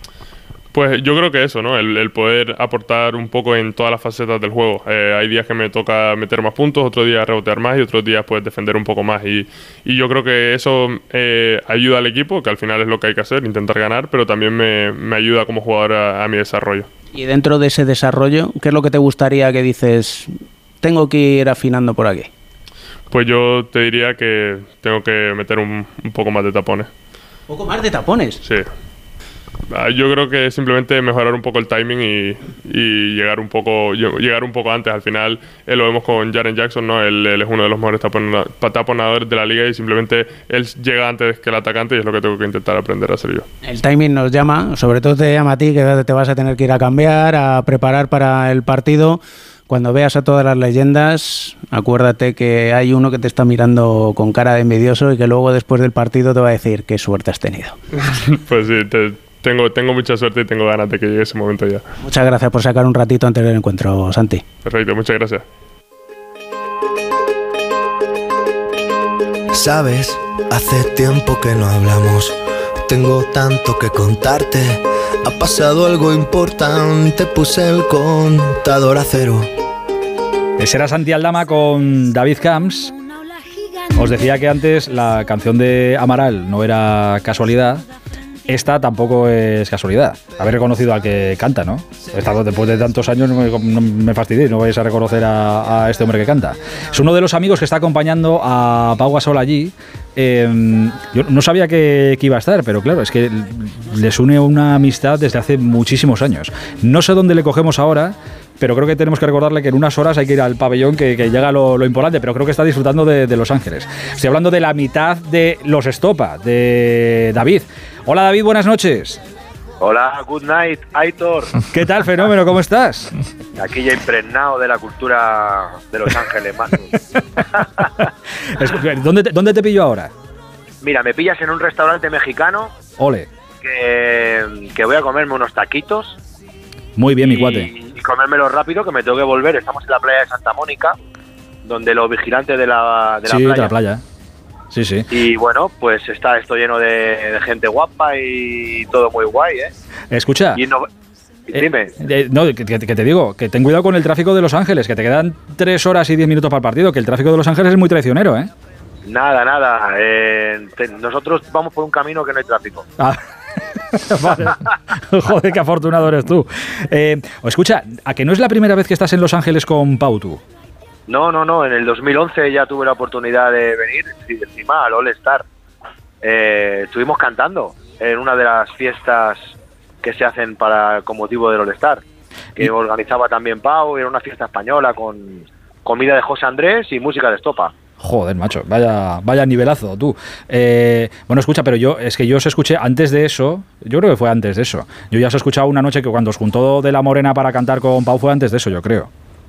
Pues yo creo que eso, ¿no? El, el poder aportar un poco en todas las facetas del juego. Eh, hay días que me toca meter más puntos, otros días rebotear más y otros días pues defender un poco más. Y, y yo creo que eso eh, ayuda al equipo, que al final es lo que hay que hacer, intentar ganar, pero también me, me ayuda como jugador a, a mi desarrollo. Y dentro de ese desarrollo, ¿qué es lo que te gustaría que dices, tengo que ir afinando por aquí? Pues yo te diría que tengo que meter un, un poco más de tapones. ¿Un poco más de tapones? Sí. Yo creo que simplemente mejorar un poco el timing y, y llegar un poco llegar un poco antes. Al final eh, lo vemos con Jaren Jackson, ¿no? Él, él es uno de los mejores tapona, taponadores de la liga y simplemente él llega antes que el atacante y es lo que tengo que intentar aprender a hacer yo. El timing nos llama, sobre todo te llama a ti, que te vas a tener que ir a cambiar, a preparar para el partido. Cuando veas a todas las leyendas, acuérdate que hay uno que te está mirando con cara de envidioso y que luego después del partido te va a decir qué suerte has tenido. Pues sí, te, tengo, tengo mucha suerte y tengo ganas de que llegue ese momento ya. Muchas gracias por sacar un ratito antes del encuentro, Santi. Perfecto, muchas gracias. Sabes, hace tiempo que no hablamos. Tengo tanto que contarte. Ha pasado algo importante, puse el contador a cero. Ese era Santi Aldama con David Camps. Os decía que antes la canción de Amaral no era casualidad. Esta tampoco es casualidad. Haber reconocido al que canta, ¿no? Estado después de tantos años, no me, no me fastidiéis, no vais a reconocer a, a este hombre que canta. Es uno de los amigos que está acompañando a Pau Gasol allí. Eh, yo no sabía que, que iba a estar, pero claro, es que les une una amistad desde hace muchísimos años. No sé dónde le cogemos ahora, pero creo que tenemos que recordarle que en unas horas hay que ir al pabellón, que, que llega lo, lo importante, pero creo que está disfrutando de, de Los Ángeles. Estoy hablando de la mitad de los Estopa, de David. Hola David, buenas noches. Hola, good night, Aitor. ¿Qué tal, fenómeno? ¿Cómo estás? Aquí ya impregnado de la cultura de Los Ángeles, más. ¿Dónde te, ¿Dónde te pillo ahora? Mira, me pillas en un restaurante mexicano. Ole. Que, que voy a comerme unos taquitos. Muy bien, y, mi cuate. Y comérmelo rápido, que me tengo que volver. Estamos en la playa de Santa Mónica, donde los vigilantes de la, de la sí, playa. de la playa. Sí, sí. Y bueno, pues está esto lleno de, de gente guapa y todo muy guay, ¿eh? Escucha. Y no, dime. Eh, eh, no, que, que, que te digo, que ten cuidado con el tráfico de Los Ángeles, que te quedan tres horas y diez minutos para el partido, que el tráfico de Los Ángeles es muy traicionero, ¿eh? Nada, nada. Eh, te, nosotros vamos por un camino que no hay tráfico. Ah. Vale. Joder, qué afortunado eres tú. Eh, escucha, ¿a que no es la primera vez que estás en Los Ángeles con Pau tú? No, no, no. En el dos mil once ya tuve la oportunidad de venir encima al All-Star. eh, estuvimos cantando en una de las fiestas que se hacen para con motivo del All-Star, que organizaba también Pau. Era una fiesta española con comida de José Andrés y música de estopa. Joder, macho, vaya vaya nivelazo, tú. Eh, bueno, escucha, pero yo, es que yo os escuché antes de eso, yo creo que fue antes de eso. Yo ya os he escuchado una noche que cuando os juntó De La Morena para cantar con Pau fue antes de eso, yo creo.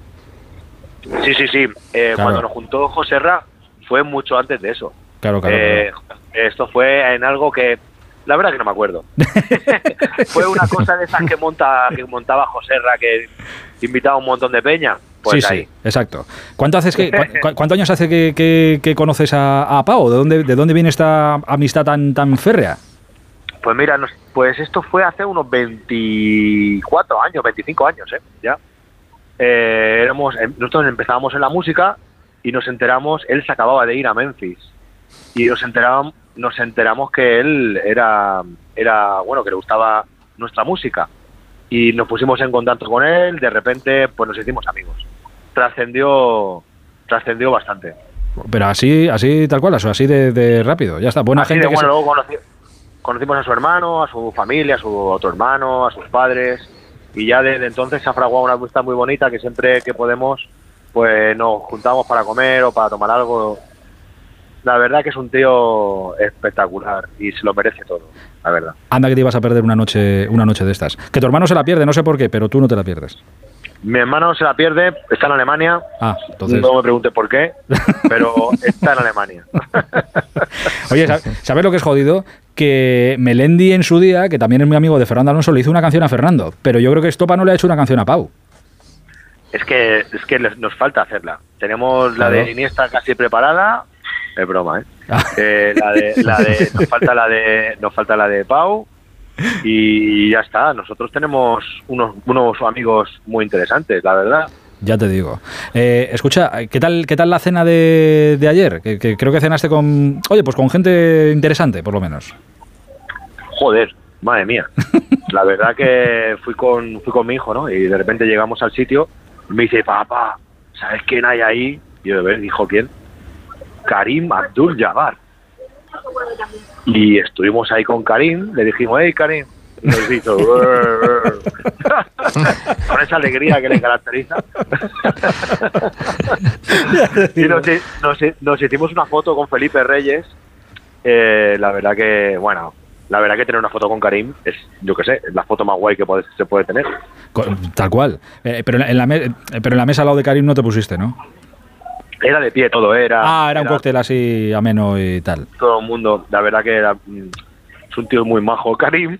Sí, sí, sí. Eh, claro. Cuando nos juntó José Ra fue mucho antes de eso. Claro, claro, eh, claro. Esto fue en algo que, la verdad que no me acuerdo. Fue una cosa de esas que, monta, que montaba José Ra, que invitaba a un montón de peña. Pues sí, ahí. sí, exacto. ¿Cuánto haces que, cu ¿Cuántos años hace que, que, que conoces a, a Pau? ¿De dónde, ¿De dónde viene esta amistad tan, tan férrea? Pues mira, nos, pues esto fue hace unos veinticuatro años, veinticinco años, ¿eh? Ya. Eh, éramos, nosotros empezábamos en la música y nos enteramos, él se acababa de ir a Memphis y nos enteramos, nos enteramos que él era, era, bueno, que le gustaba nuestra música y nos pusimos en contacto con él. De repente, pues nos hicimos amigos. Trascendió, trascendió bastante. Pero así, así tal cual, así de, de rápido, ya está. Buena así gente. De, que bueno, se... luego conocí, conocimos a su hermano, a su familia, a su otro hermano, a sus padres, y ya desde entonces se ha fraguado una amistad muy bonita que siempre que podemos, pues nos juntamos para comer o para tomar algo. La verdad que es un tío espectacular y se lo merece todo, la verdad. Anda que te ibas a perder una noche, una noche de estas. Que tu hermano se la pierde, no sé por qué, pero tú no te la pierdes. Mi hermano se la pierde, está en Alemania. Ah, entonces... No me preguntes por qué, pero está en Alemania. Oye, ¿sabes lo que es jodido? Que Melendi en su día, que también es muy amigo de Fernando Alonso, le hizo una canción a Fernando, pero yo creo que Estopa no le ha hecho una canción a Pau. Es que, es que nos falta hacerla. Tenemos la Claro. de Iniesta casi preparada. Es broma, ¿eh? eh la de, la de, nos falta la de, nos falta la de Pau y ya está. Nosotros tenemos unos, unos amigos muy interesantes, la verdad. Ya te digo. Eh, escucha, ¿qué tal, qué tal la cena de, de ayer? Que, que creo que cenaste con, oye, pues con gente interesante, por lo menos. Joder, madre mía. La verdad que fui con, fui con mi hijo, ¿no? Y de repente llegamos al sitio y me dice, papá, ¿sabes quién hay ahí? Y yo, a ver, dijo, ¿quién? Karim Abdul-Jabbar. Y estuvimos ahí con Karim, le dijimos, hey Karim, y nos hizo con esa alegría que le caracteriza. Y nos, nos, nos hicimos una foto con Felipe Reyes. Eh, la verdad que, bueno, la verdad que tener una foto con Karim es, yo qué sé, es la foto más guay que puede, se puede tener. Tal cual. Eh, pero, en la me, pero en la mesa al lado de Karim no te pusiste, ¿no? Era de pie todo, era... Ah, era un era cóctel así ameno y tal. Todo el mundo, la verdad que era... Es un tío muy majo, Karim.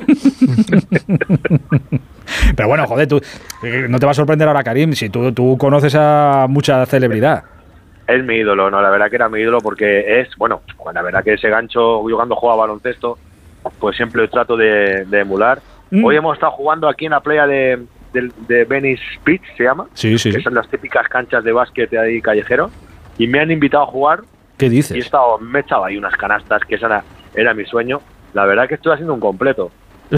Pero bueno, joder, tú no te va a sorprender ahora Karim si tú, tú conoces a mucha celebridad. Es mi ídolo, ¿no? La verdad que era mi ídolo porque es... Bueno, la verdad que ese gancho, yo cuando jugaba baloncesto, pues siempre lo trato de, de emular. Mm. Hoy hemos estado jugando aquí en la playa de... De, de Venice Beach se llama, sí, sí, que sí. son las típicas canchas de básquet de ahí callejero, y me han invitado a jugar. ¿Qué dices? Y he estado, me he echado ahí unas canastas, que esa era, era mi sueño. La verdad que estoy haciendo un completo.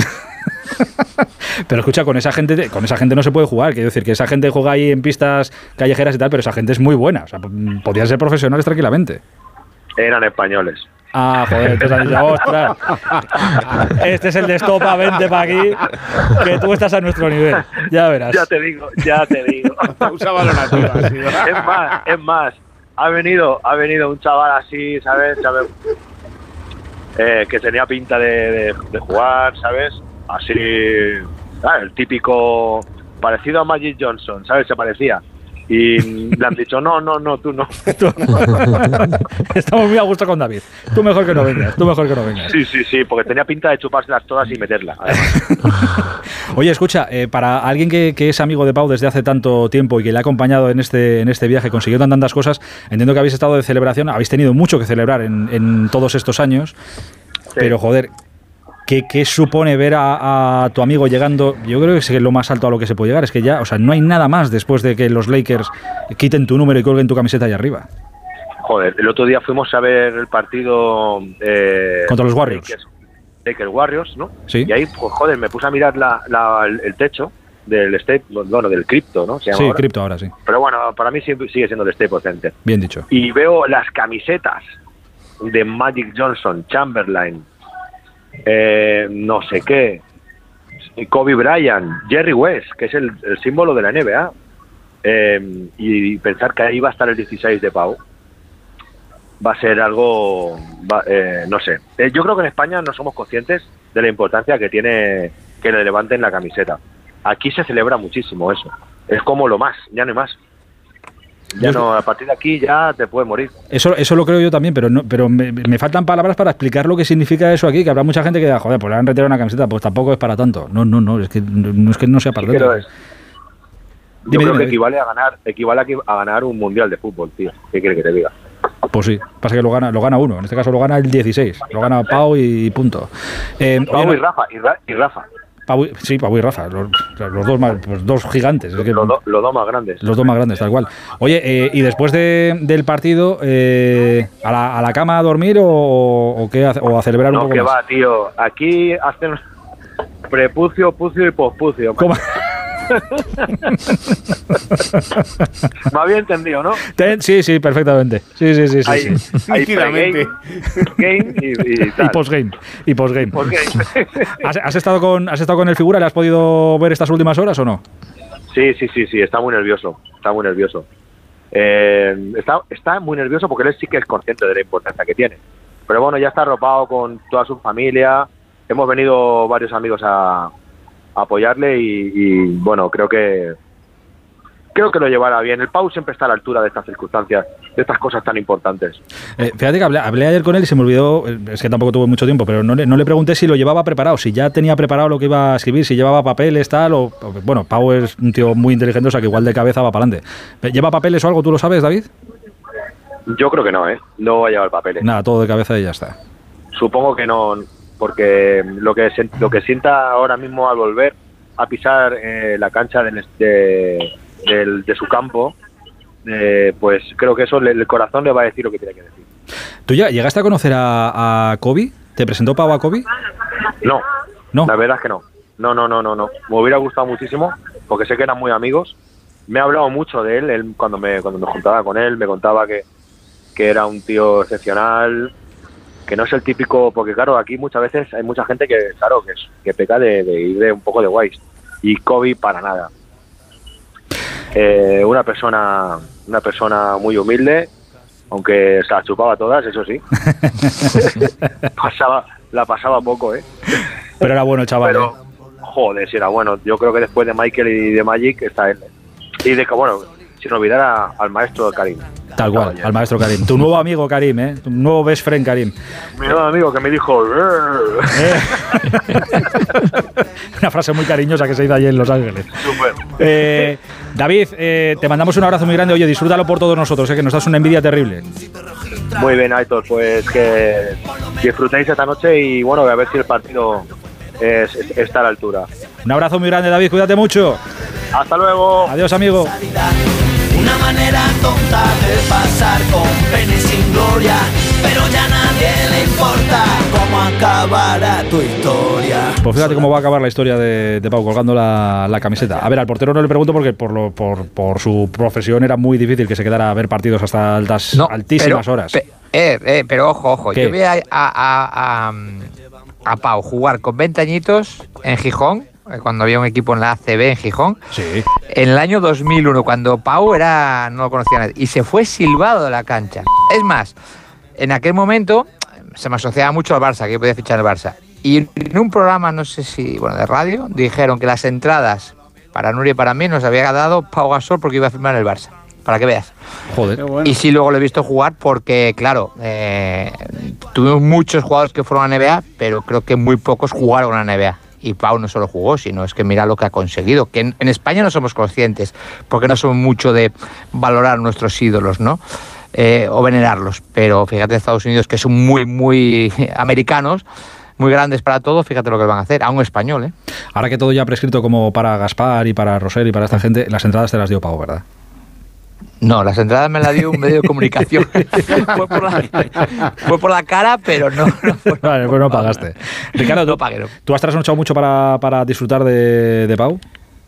Pero escucha, con esa gente con esa gente no se puede jugar, quiero decir que esa gente juega ahí en pistas callejeras y tal, pero esa gente es muy buena, o sea, podrían ser profesionales tranquilamente. Eran españoles. Ah, joder, entonces han dicho, ostras, este es el de Estopa, vente para aquí, que tú estás a nuestro nivel, ya verás. Ya te digo, ya te digo. Usaba lo natural. Es más, es más, ha venido, ha venido un chaval así, ¿sabes? ¿Sabes? Eh, que tenía pinta de, de, de jugar, ¿sabes? Así, ¿sabes? El típico, parecido a Magic Johnson, ¿sabes? Se parecía. Y le han dicho, no, no, no, tú no. Estamos muy a gusto con David. Tú mejor que no vengas, tú mejor que no vengas. Sí, sí, sí, porque tenía pinta de chupárselas todas y meterlas. Oye, escucha, eh, para alguien que, que es amigo de Pau desde hace tanto tiempo y que le ha acompañado en este, en este viaje, consiguiendo tantas cosas, entiendo que habéis estado de celebración, habéis tenido mucho que celebrar en, en todos estos años, sí. Pero joder... ¿Qué, ¿Qué supone ver a, a tu amigo llegando? Yo creo que es lo más alto a lo que se puede llegar. Es que ya, o sea, no hay nada más después de que los Lakers quiten tu número y colguen tu camiseta ahí arriba. Joder, el otro día fuimos a ver el partido... Eh, contra los Warriors. Lakers, Lakers Warriors, ¿no? Sí. Y ahí, pues joder, me puse a mirar la, la, el techo del State, bueno, del Crypto, ¿no? Se llama sí, ahora. Crypto ahora, sí. Pero bueno, para mí sigue siendo el Staples Center. Bien dicho. Y veo las camisetas de Magic Johnson, Chamberlain, eh, no sé qué, Kobe Bryant, Jerry West, que es el, el símbolo de la N B A, eh, y pensar que ahí va a estar el dieciséis de Pau, va a ser algo, va, eh, no sé. Eh, yo creo que en España no somos conscientes de la importancia que tiene que le levanten la camiseta. Aquí se celebra muchísimo eso. Es como lo más, ya no hay más. Ya no, a partir de aquí ya te puedes morir. Eso, eso lo creo yo también, pero no, pero me, me faltan palabras para explicar lo que significa eso aquí, que habrá mucha gente que diga, joder, pues le han retirado una camiseta, pues tampoco es para tanto. No, no, no, es que no, no es que no sea para tanto. Es, yo dime, creo dime, que equivale a ganar, equivale a ganar un mundial de fútbol, tío. ¿Qué quiere que te diga? Pues sí, pasa que lo gana, lo gana uno, en este caso lo gana el dieciséis, lo gana Pau y punto. Eh, Pau oye, y Rafa, y, Ra, y Rafa. Pau, sí, Pau y Rafa, los, los dos más, los dos gigantes. Los, es que, los, do, los dos más grandes. Los dos más grandes, tal cual. Oye, eh, ¿y después de, del partido, eh, a, la, a la cama a dormir o, o, qué, o a celebrar no, un poco que más? va, tío. Aquí hacen prepucio, pucio y pospucio. ¿Cómo? Me había entendido, ¿no? Ten, sí, sí, perfectamente. Sí, sí, sí, sí. Hay, sí. hay pre-game, game y, y, tal. y postgame. Y postgame. Post ¿Has, has, estado con, ¿Has estado con el figura? ¿Le has podido ver estas últimas horas o no? Sí, sí, sí, sí. Está muy nervioso. Está muy nervioso. Eh, está, está muy nervioso porque él sí que es consciente de la importancia que tiene. Pero bueno, ya está arropado con toda su familia. Hemos venido varios amigos a apoyarle y, y bueno, creo que creo que lo llevará bien. El Pau siempre está a la altura de estas circunstancias, de estas cosas tan importantes. Eh, fíjate que hablé, hablé ayer con él y se me olvidó, es que tampoco tuve mucho tiempo, pero no le, no le pregunté si lo llevaba preparado, si ya tenía preparado lo que iba a escribir, si llevaba papeles, tal, o... Bueno, Pau es un tío muy inteligente, o sea que igual de cabeza va para adelante. ¿Lleva papeles o algo? ¿Tú lo sabes, David? Yo creo que no, ¿eh? No va a llevar papeles. Nada, todo de cabeza y ya está. Supongo que no... porque lo que lo que sienta ahora mismo al volver a pisar eh, la cancha de, de, de, de su campo, eh, pues creo que eso le, el corazón le va a decir lo que tiene que decir. ¿Tú ya llegaste a conocer a, a Kobe? ¿Te presentó Pau a Kobe? No, no, la verdad es que no. No, no, no, no, no. Me hubiera gustado muchísimo porque sé que eran muy amigos. Me ha hablado mucho de él, él cuando me cuando me juntaba con él me contaba que, que era un tío excepcional, que no es el típico, porque claro, aquí muchas veces hay mucha gente que, claro, que, es, que peca de, de ir de un poco de guays, y Kobe para nada. Eh, una persona una persona muy humilde, aunque se la chupaba todas, eso sí. pasaba La pasaba poco, ¿eh? Pero era bueno el chaval, Pero, ¿eh? Joder, si era bueno. Yo creo que después de Michael y de Magic está él. Y de que, bueno, sin olvidar a, al maestro Karim. Tal cual, al maestro Karim. Tu nuevo amigo Karim, ¿eh? Tu nuevo best friend Karim. Mi nuevo amigo que me dijo... Eh. Una frase muy cariñosa que se hizo allí en Los Ángeles. Súper. Eh, David, eh, te mandamos un abrazo muy grande. Oye, disfrútalo por todos nosotros, eh, que nos das una envidia terrible. Muy bien, Aitor. Pues que disfrutéis esta noche y bueno, a ver si el partido es, es, está a la altura. Un abrazo muy grande, David. Cuídate mucho. Hasta luego. Adiós, amigo. Una manera tonta de pasar con pena y sin gloria, pero ya a nadie le importa cómo acabará tu historia. Pues fíjate cómo va a acabar la historia de, de Pau colgando la, la camiseta. A ver, al portero no le pregunto porque por, lo, por, por su profesión era muy difícil que se quedara a ver partidos hasta altas, no, altísimas pero, horas. Pe, eh, eh, pero ojo, ojo, ¿Qué? Yo vi a, a, a, a Pau jugar con veinte añitos en Gijón, cuando había un equipo en la A C B en Gijón, sí. En el año dos mil uno, cuando Pau era no lo conocía nadie, y se fue silbado de la cancha. Es más, en aquel momento se me asociaba mucho al Barça, que yo podía fichar el Barça. Y en un programa, no sé si, bueno, de radio, dijeron que las entradas para Nuria y para mí nos había dado Pau Gasol porque iba a firmar el Barça. Para que veas. Joder. Bueno. Y sí, luego lo he visto jugar porque, claro, eh, tuvimos muchos jugadores que fueron a N B A, pero creo que muy pocos jugaron a N B A. Y Pau no solo jugó, sino es que mira lo que ha conseguido. Que en, en España no somos conscientes, porque no somos mucho de valorar nuestros ídolos, ¿no? Eh, o venerarlos. Pero fíjate, Estados Unidos, que son muy, muy americanos, muy grandes para todo, fíjate lo que van a hacer, a un español, ¿eh? Ahora que todo ya prescrito como para Gaspar y para Roser y para esta gente, las entradas te las dio Pau, ¿verdad? No, las entradas me las dio un medio de comunicación. fue, por la, fue por la cara, pero no. no fue, vale, pues no pagaste. Ricardo, no pagué, no. ¿tú has trasnochado mucho para, para disfrutar de, de Pau?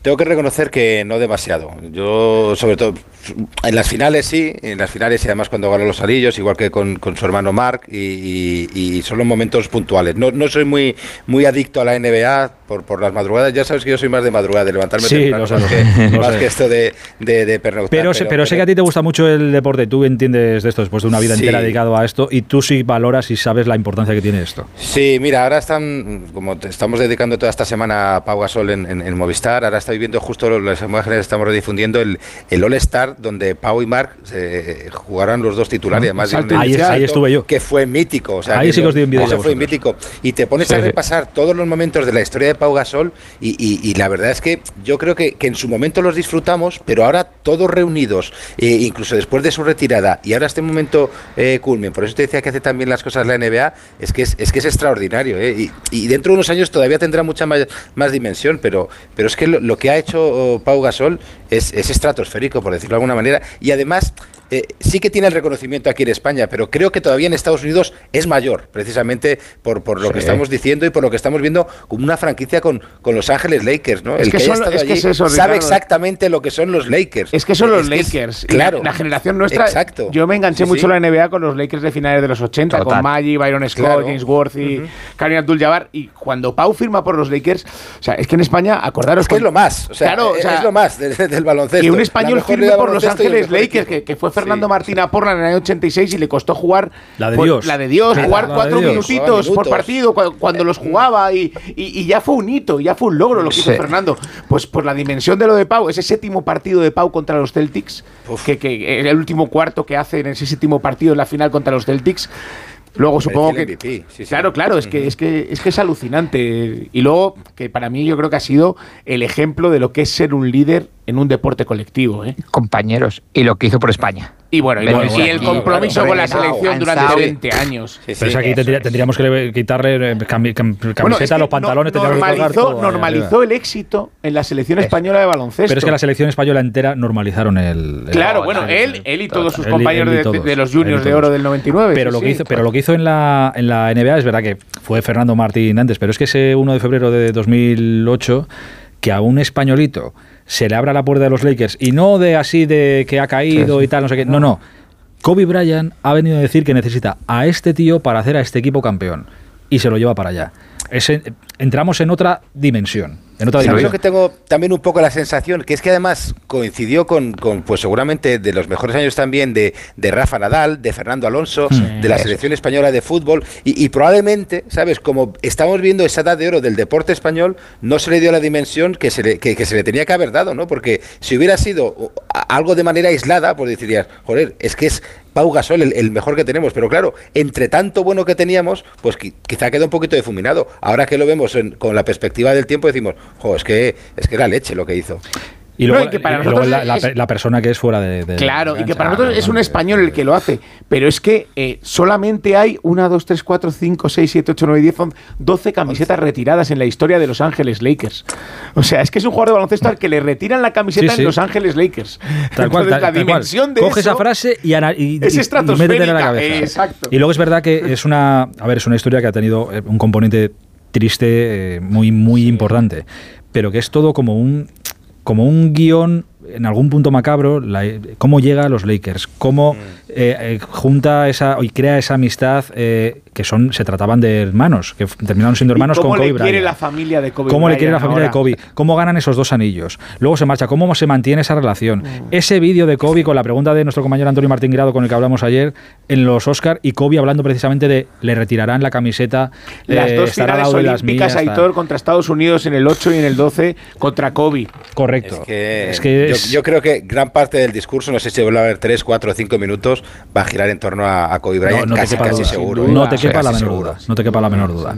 Tengo que reconocer que no demasiado. Yo, sobre todo, en las finales sí, en las finales y además cuando ganó los anillos, igual que con, con su hermano Mark, y, y, y son los momentos puntuales. No, no soy muy muy adicto a la N B A por, por las madrugadas. Ya sabes que yo soy más de madrugada, de levantarme sí, temprano, sé, más, que, más que esto de, de, de pernoctar. Pero, pero, pero sé que a ti te gusta mucho el deporte, tú entiendes de esto después de una vida sí. entera dedicado a esto, y tú sí valoras y sabes la importancia que tiene esto. Sí, mira, ahora están, como te estamos dedicando toda esta semana a Pau Gasol en, en, en Movistar, ahora estoy viendo justo las imágenes, estamos redifundiendo el, el All-Star, donde Pau y Marc eh, jugaron los dos titulares, ¿no? además de un ahí, ahí estuve yo. Que fue mítico. O sea, ahí sí que os di un vídeo. Eso fue mítico. Y te pones sí, a repasar sí. todos los momentos de la historia de Pau Gasol y, y, y la verdad es que yo creo que, que en su momento los disfrutamos, pero ahora todos reunidos, eh, incluso después de su retirada, y ahora este momento eh, culmen, por eso te decía que hace también las cosas la N B A, es que es, es, que es extraordinario. Eh, y, y dentro de unos años todavía tendrá mucha más, más dimensión, pero, pero es que lo, lo que ha hecho Pau Gasol es, es estratosférico, por decirlo de alguna manera, y además eh, sí que tiene el reconocimiento aquí en España, pero creo que todavía en Estados Unidos es mayor, precisamente por, por lo sí. que estamos diciendo y por lo que estamos viendo como una franquicia con, con Los Ángeles Lakers, ¿no? Es el que, que son, haya estado es que allí es eso, sabe Ricardo, exactamente lo que son los Lakers. Es que son los es Lakers. Es, claro. La, la generación nuestra. Exacto. Yo me enganché sí, mucho sí. la N B A con los Lakers de finales de los ochenta, Total. con Magic, Byron Scott, claro. James Worthy, uh-huh. Kareem Abdul-Jabbar, y cuando Pau firma por los Lakers, o sea, es que en España, acordaros... Es que con, es lo más, o sea, claro, o sea, es lo más del, del baloncesto. Que un español firme por Los Ángeles Lakers, que, que fue Fernando sí. Martín a Portland en el año ochenta y seis y le costó jugar... La de por, Dios. La de Dios, sí, jugar la, cuatro la de minutitos Dios. por partido cuando, cuando los jugaba y, y, y ya fue un hito, ya fue un logro lo que hizo sí. Fernando. Pues por la dimensión de lo de Pau, ese séptimo partido de Pau contra los Celtics, que, que el último cuarto que hace en ese séptimo partido en la final contra los Celtics. Luego supongo que sí, sí. claro, claro, es que es que es que es alucinante. Y luego que para mí yo creo que ha sido el ejemplo de lo que es ser un líder en un deporte colectivo, ¿eh? Compañeros, y lo que hizo por España. Y bueno, y, bueno, y el compromiso claro, con la selección durante veinte años. Sí, sí, Pero es aquí tendría, tendríamos que quitarle cami, cam, camiseta, bueno, es que los pantalones. No, normalizó todo, normalizó el éxito en la selección es. española de baloncesto. Pero es que la selección española entera normalizaron el... el claro, el, bueno, el, él, él y todos sus él, compañeros él y todos, de, de los juniors de oro del noventa y nueve. Pero, sí, lo, que sí, hizo, claro. pero lo que hizo en la, en la N B A es verdad que fue Fernando Martín antes, pero es que ese uno de febrero de dos mil ocho, que a un españolito se le abra la puerta de los Lakers, y no de así de que ha caído sí, y tal, no sé qué, no, no. Kobe Bryant ha venido a decir que necesita a este tío para hacer a este equipo campeón, y se lo lleva para allá. Ese, entramos en otra dimensión. En otra dimensión. Yo creo que tengo también un poco la sensación que es que además coincidió con, con pues seguramente de los mejores años también de, de Rafa Nadal, de Fernando Alonso, sí, de la selección española de fútbol, y, y probablemente, ¿sabes? Como estamos viendo esa edad de oro del deporte español, no se le dio la dimensión que se le, que, que se le tenía que haber dado, ¿no? Porque si hubiera sido algo de manera aislada, pues dirías, joder, es que es Pau Gasol el, el mejor que tenemos, pero claro, entre tanto bueno que teníamos, pues quizá queda un poquito difuminado. Ahora que lo vemos en, con la perspectiva del tiempo, decimos, jo, es que es que la leche lo que hizo. Y luego, no, y que para y nosotros luego la, es, la, la persona que es fuera de... de claro, de y que para nosotros es un español el que lo hace, pero es que eh, solamente hay una, dos, tres, cuatro, cinco, seis, siete, ocho, nueve, diez, once, doce camisetas retiradas en la historia de Los Ángeles Lakers. O sea, es que es un jugador de baloncesto al que le retiran la camiseta sí, sí. en Los Ángeles Lakers. Tal cual, tal, la tal dimensión cual. de Coge eso esa frase y, ana, y, es y, estratosférica, y en la cabeza. Exacto. Y luego es verdad que es una, a ver, es una historia que ha tenido un componente triste, eh, muy, muy sí. importante, pero que es todo como un, como un guión en algún punto macabro, la, cómo llega a los Lakers, cómo eh, eh, junta esa y crea esa amistad eh, que son se trataban de hermanos, que terminaron siendo hermanos con Kobe Bryant. ¿Cómo le quiere la familia de Kobe ¿Cómo Bryant le quiere la familia ahora? de Kobe? ¿Cómo ganan esos dos anillos? Luego se marcha, ¿cómo se mantiene esa relación? Mm. Ese vídeo de Kobe con la pregunta de nuestro compañero Antonio Martín Grado con el que hablamos ayer en los Oscar, y Kobe hablando precisamente de le retirarán la camiseta. Las eh, dos finales olímpicas, Aitor, contra Estados Unidos en el ocho y en el doce contra Kobe. Correcto. Es que, es que yo, es... yo creo que gran parte del discurso, no sé si va a haber tres, cuatro o cinco minutos, va a girar en torno a, a Kobe Bryant, no, no casi, casi seguro. No te quepa la menor duda. No te quepa la menor duda.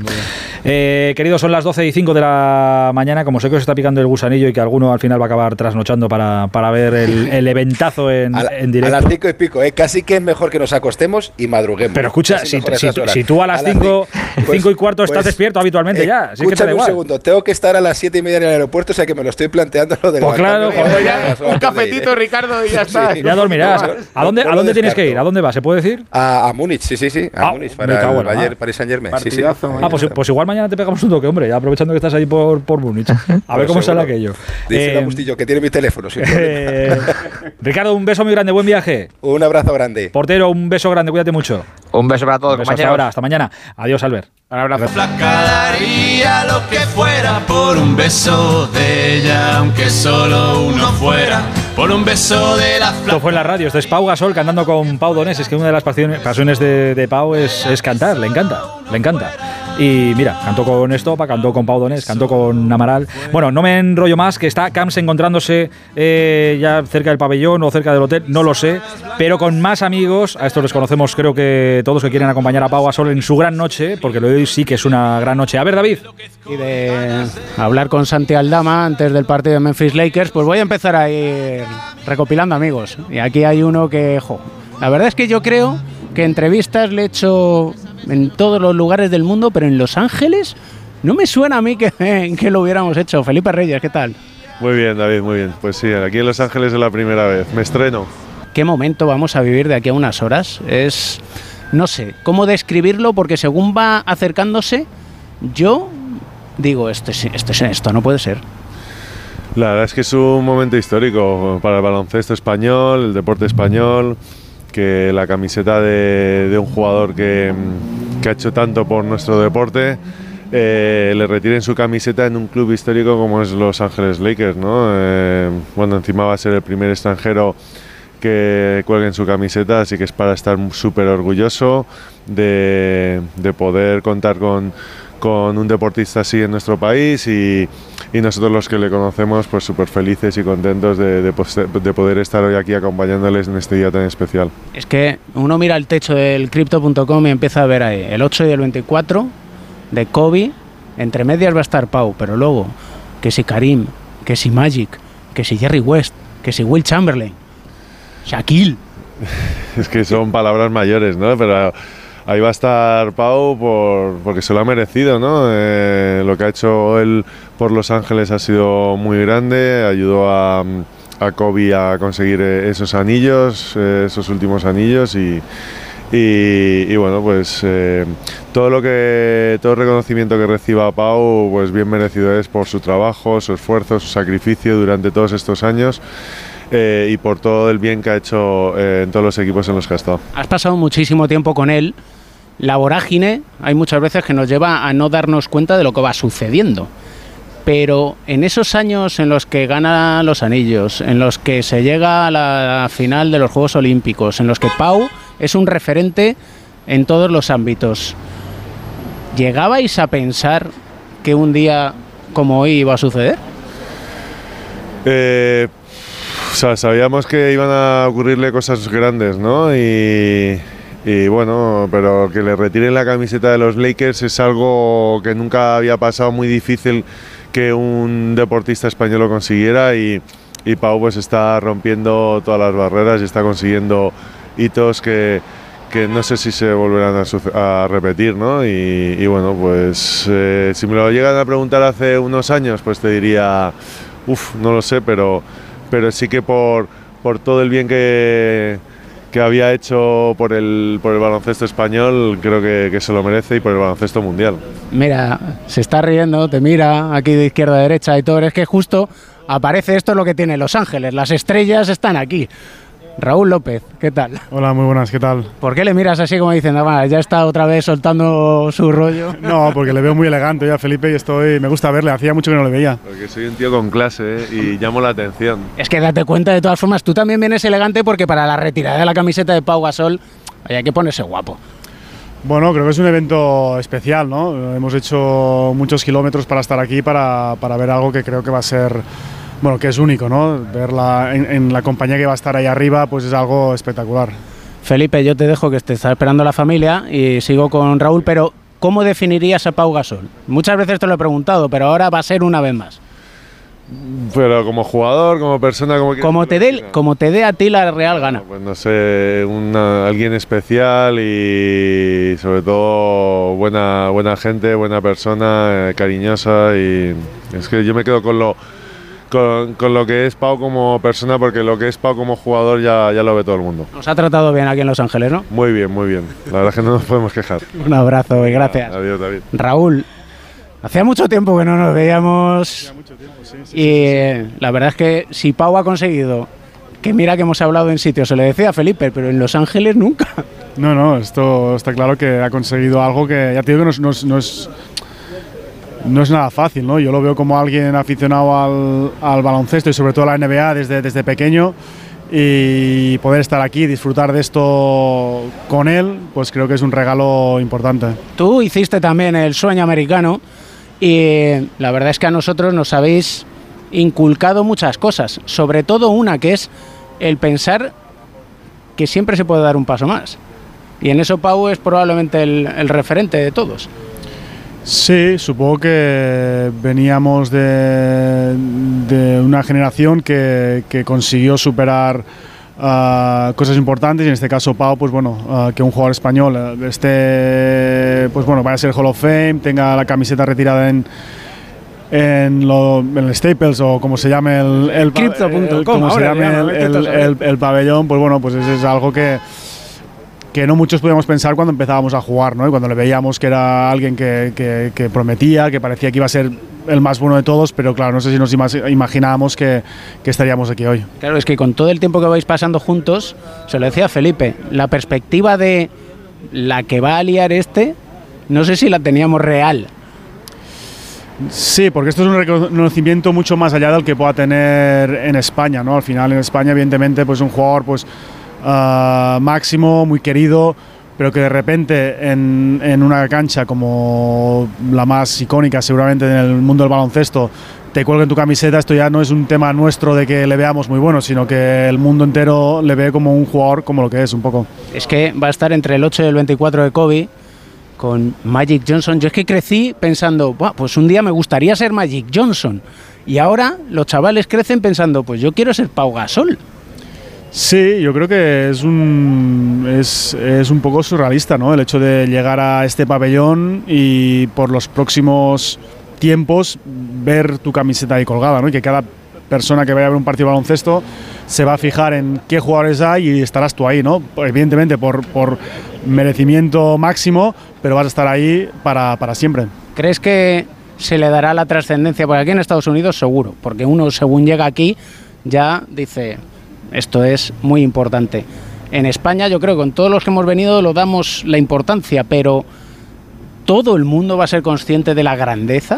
Eh, queridos, son las doce y cinco de la mañana. Como sé que os está picando el gusanillo y que alguno al final va a acabar trasnochando para, para ver el, el eventazo en, a, en directo. A las cinco y pico, ¿eh? Casi que es mejor que nos acostemos y madruguemos. Pero escucha, si, si, si tú a las cinco pues, y cuarto estás pues, despierto habitualmente eh, ya. Así escúchame que un segundo, tengo que estar a las siete y media en el aeropuerto, o sea que me lo estoy planteando lo de pues claro, joder, ya, un cafetito, Ricardo, y ya está. Sí, ya dormirás. ¿A dónde, ¿A dónde tienes tienes que ir? ¿A dónde vas? ¿Se puede decir? A, a Múnich, sí, sí, sí. A ah, Múnich, para el bueno, Bayern, ah. Paris Saint-Germain. Sí, sí. Ah, pues, pues igual mañana te pegamos un toque, hombre, ya aprovechando que estás ahí por, por Múnich. A ver pues cómo seguro. sale aquello. Díselo Eh, a Bustillo, que tiene mi teléfono. Sin eh, Ricardo, un beso muy grande, buen viaje. Un abrazo grande. Portero, un beso grande, cuídate mucho. Un beso para todos, Un beso hasta compañeros. ahora, hasta mañana. Adiós, Albert. Un abrazo. Daría lo que fuera por un beso de ella, aunque solo uno fuera, por un beso de la Esto fue en la radio, esto es Pau Gasol cantando con Pau Donés. Es que una de las pasiones, pasiones de, de Pau es, es cantar, le encanta, le encanta. Y mira, cantó con Estopa, cantó con Pau Donés, cantó con Amaral. Bueno, no me enrollo más, que está Camps encontrándose eh, ya cerca del pabellón o cerca del hotel, no lo sé, pero con más amigos. A estos les conocemos, creo que todos, que quieren acompañar a Pau Gasol en su gran noche, porque lo de hoy sí que es una gran noche. A ver, David. Y de hablar con Santi Aldama antes del partido de Memphis Lakers, pues voy a empezar a ir recopilando amigos. Y aquí hay uno que, jo, la verdad es que yo creo que entrevistas le he hecho en todos los lugares del mundo, pero en Los Ángeles no me suena a mí que, que lo hubiéramos hecho. Felipe Reyes, ¿qué tal? Muy bien, David, muy bien. Pues sí, aquí en Los Ángeles es la primera vez. Me estreno. ¿Qué momento vamos a vivir de aquí a unas horas? Es, no sé, cómo describirlo, porque según va acercándose, yo digo, esto, esto, esto no puede ser. La verdad es que es un momento histórico para el baloncesto español, el deporte español, que la camiseta de, de un jugador que, que ha hecho tanto por nuestro deporte eh, le retiren su camiseta en un club histórico como es Los Ángeles Lakers, ¿no? Eh, bueno, encima va a ser el primer extranjero que cuelgue en su camiseta, así que es para estar súper orgulloso de, de poder contar con, con un deportista así en nuestro país y, y nosotros los que le conocemos pues súper felices y contentos de, de, de poder estar hoy aquí acompañándoles en este día tan especial. Es que uno mira el techo del crypto punto com y empieza a ver ahí el ocho y el veinticuatro de Kobe, entre medias va a estar Pau, pero luego que si Karim, que si Magic, que si Jerry West, que si Will Chamberlain, Shaquille. Es que son palabras mayores, ¿no? Pero ahí va a estar Pau por, porque se lo ha merecido, ¿no? Eh, lo que ha hecho él por Los Ángeles ha sido muy grande, ayudó a, a Kobe a conseguir esos anillos, esos últimos anillos y, y, y bueno, pues eh, todo lo que todo el reconocimiento que reciba Pau, pues bien merecido es por su trabajo, su esfuerzo, su sacrificio durante todos estos años. Eh, y por todo el bien que ha hecho eh, en todos los equipos en los que ha estado. Has pasado muchísimo tiempo con él. La vorágine hay muchas veces que nos lleva a no darnos cuenta de lo que va sucediendo. Pero en esos años en los que gana los anillos, en los que se llega a la final de los Juegos Olímpicos, en los que Pau es un referente en todos los ámbitos, ¿llegabais a pensar que un día como hoy iba a suceder? Eh... O sea, sabíamos que iban a ocurrirle cosas grandes, ¿no? Y, y bueno, pero que le retiren la camiseta de los Lakers es algo que nunca había pasado, muy difícil que un deportista español lo consiguiera y, y Pau pues está rompiendo todas las barreras y está consiguiendo hitos que, que no sé si se volverán a, a repetir, ¿no? Y, y bueno, pues eh, si me lo llegan a preguntar hace unos años, pues te diría, uff, no lo sé, pero... pero sí que por, por todo el bien que, que había hecho por el, por el baloncesto español, creo que, que se lo merece y por el baloncesto mundial. Mira, se está riendo, te mira aquí de izquierda a derecha y todo, es que justo aparece esto es lo que tiene Los Ángeles, las estrellas están aquí. Raúl López, ¿qué tal? Hola, muy buenas, ¿qué tal? ¿Por qué le miras así como diciendo, ah, ya está otra vez soltando su rollo? No, porque le veo muy elegante ya a Felipe y estoy, me gusta verle, hacía mucho que no le veía. Porque soy un tío con clase, ¿eh? Y llamo la atención. Es que date cuenta, de todas formas, tú también vienes elegante porque para la retirada de la camiseta de Pau Gasol hay que ponerse guapo. Bueno, creo que es un evento especial, ¿no? Hemos hecho muchos kilómetros para estar aquí, para, para ver algo que creo que va a ser... Bueno, que es único, ¿no? Verla en, en la compañía que va a estar ahí arriba, pues es algo espectacular. Felipe, yo te dejo que te está esperando la familia y sigo con Raúl, pero ¿cómo definirías a Pau Gasol? Muchas veces te lo he preguntado, pero ahora va a ser una vez más. Pero como jugador, como persona, como... Como te dé, como te dé a ti la real gana. Pues no sé, una, alguien especial y sobre todo buena, buena gente, buena persona, eh, cariñosa y es que yo me quedo con lo... con, con lo que es Pau como persona, porque lo que es Pau como jugador ya, ya lo ve todo el mundo. Nos ha tratado bien aquí en Los Ángeles, ¿no? Muy bien, muy bien. La verdad es que no nos podemos quejar. Un abrazo y gracias. Adiós, David. Raúl, hacía mucho tiempo que no nos veíamos. Mucho tiempo, sí, sí, y sí, sí. La verdad es que si Pau ha conseguido, que mira que hemos hablado en sitios, se le decía a Felipe, pero en Los Ángeles nunca. No, no, esto está claro que ha conseguido algo que ya te digo que no es, no es, no es, no es nada fácil, ¿no? Yo lo veo como alguien aficionado al, al baloncesto y sobre todo a la N B A desde, desde pequeño, y poder estar aquí y disfrutar de esto con él, pues creo que es un regalo importante. Tú hiciste también el sueño americano y la verdad es que a nosotros nos habéis inculcado muchas cosas, sobre todo una que es el pensar que siempre se puede dar un paso más. Y en eso Pau es probablemente el, el referente de todos. Sí, supongo que veníamos de, de una generación que, que consiguió superar uh, cosas importantes, y en este caso Pau, pues bueno, uh, que un jugador español esté, pues bueno, vaya a ser Hall of Fame, tenga la camiseta retirada en en, lo, en el Staples o como se llame el, el, Crypto punto com, como se llame el, el, el, el pabellón, pues bueno, pues es, es algo que que no muchos podíamos pensar cuando empezábamos a jugar, ¿no? Y cuando le veíamos que era alguien que, que, que prometía, que parecía que iba a ser el más bueno de todos, pero claro, no sé si nos imaginábamos que, que estaríamos aquí hoy. Claro, es que con todo el tiempo que vais pasando juntos, se lo decía Felipe, la perspectiva de la que va a liar este, no sé si la teníamos real. Sí, porque esto es un reconocimiento mucho más allá del que pueda tener en España, ¿no? Al final en España, evidentemente, pues un jugador, pues Uh, máximo, muy querido, pero que de repente en, en una cancha como la más icónica seguramente en el mundo del baloncesto te cuelguen tu camiseta. Esto ya no es un tema nuestro de que le veamos muy bueno, sino que el mundo entero le ve como un jugador como lo que es un poco. Es que va a estar entre el ocho y el veinticuatro de Kobe con Magic Johnson. Yo es que crecí pensando, pues un día me gustaría ser Magic Johnson, y ahora los chavales crecen pensando, pues yo quiero ser Pau Gasol. Sí, yo creo que es un, es, es un poco surrealista, ¿no? El hecho de llegar a este pabellón y por los próximos tiempos ver tu camiseta ahí colgada, ¿no? Y que cada persona que vaya a ver un partido de baloncesto se va a fijar en qué jugadores hay y estarás tú ahí, ¿no? Evidentemente por, por merecimiento máximo, pero vas a estar ahí para, para siempre. ¿Crees que se le dará la trascendencia? Porque aquí en Estados Unidos seguro, porque uno según llega aquí ya dice... Esto es muy importante. En España yo creo que con todos los que hemos venido lo damos la importancia, pero ¿todo el mundo va a ser consciente de la grandeza?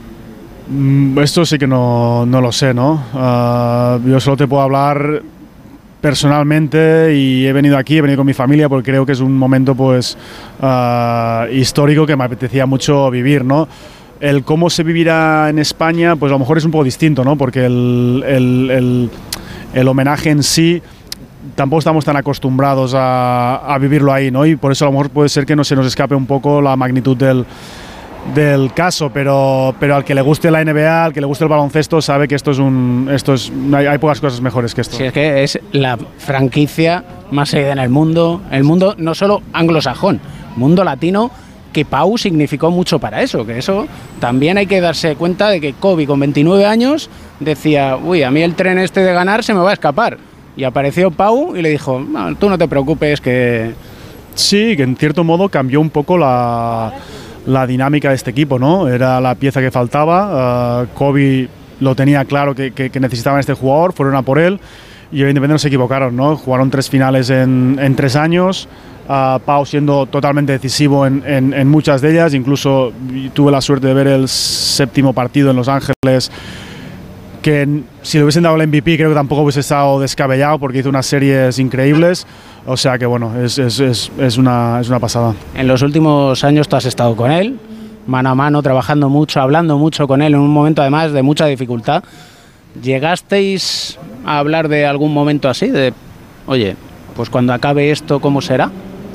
Esto sí que no, no lo sé, ¿no? Uh, yo solo te puedo hablar personalmente y he venido aquí, he venido con mi familia porque creo que es un momento pues uh, histórico que me apetecía mucho vivir, ¿no? El cómo se vivirá en España pues a lo mejor es un poco distinto, ¿no? Porque el... el, el el homenaje en sí tampoco estamos tan acostumbrados a, a vivirlo ahí, ¿no? Y por eso a lo mejor puede ser que no se nos escape un poco la magnitud del, del caso, pero, pero al que le guste la N B A, al que le guste el baloncesto, sabe que esto es un, esto es, hay, hay pocas cosas mejores que esto. Sí, es que es la franquicia más seguida en el mundo, el mundo no solo anglosajón, mundo latino, que Pau significó mucho para eso, que eso también hay que darse cuenta de que Kobe con veintinueve años decía, uy, a mí el tren este de ganar se me va a escapar, y apareció Pau y le dijo, no, tú no te preocupes que... Sí, que en cierto modo cambió un poco la, la dinámica de este equipo, ¿no? Era la pieza que faltaba, uh, Kobe lo tenía claro que, que, que necesitaban este jugador, fueron a por él y evidentemente no se equivocaron, ¿no? Jugaron tres finales en, en tres años. Uh, Pau siendo totalmente decisivo en, en, en muchas de ellas, incluso tuve la suerte de ver el séptimo partido en Los Ángeles, que si le hubiesen dado el M V P creo que tampoco hubiese estado descabellado porque hizo unas series increíbles, o sea que bueno, es, es, es, es, una, es una pasada. En los últimos años tú has estado con él, mano a mano, trabajando mucho, hablando mucho con él, en un momento además de mucha dificultad. ¿Llegasteis a hablar de algún momento así, de, oye, pues cuando acabe esto, ¿cómo será?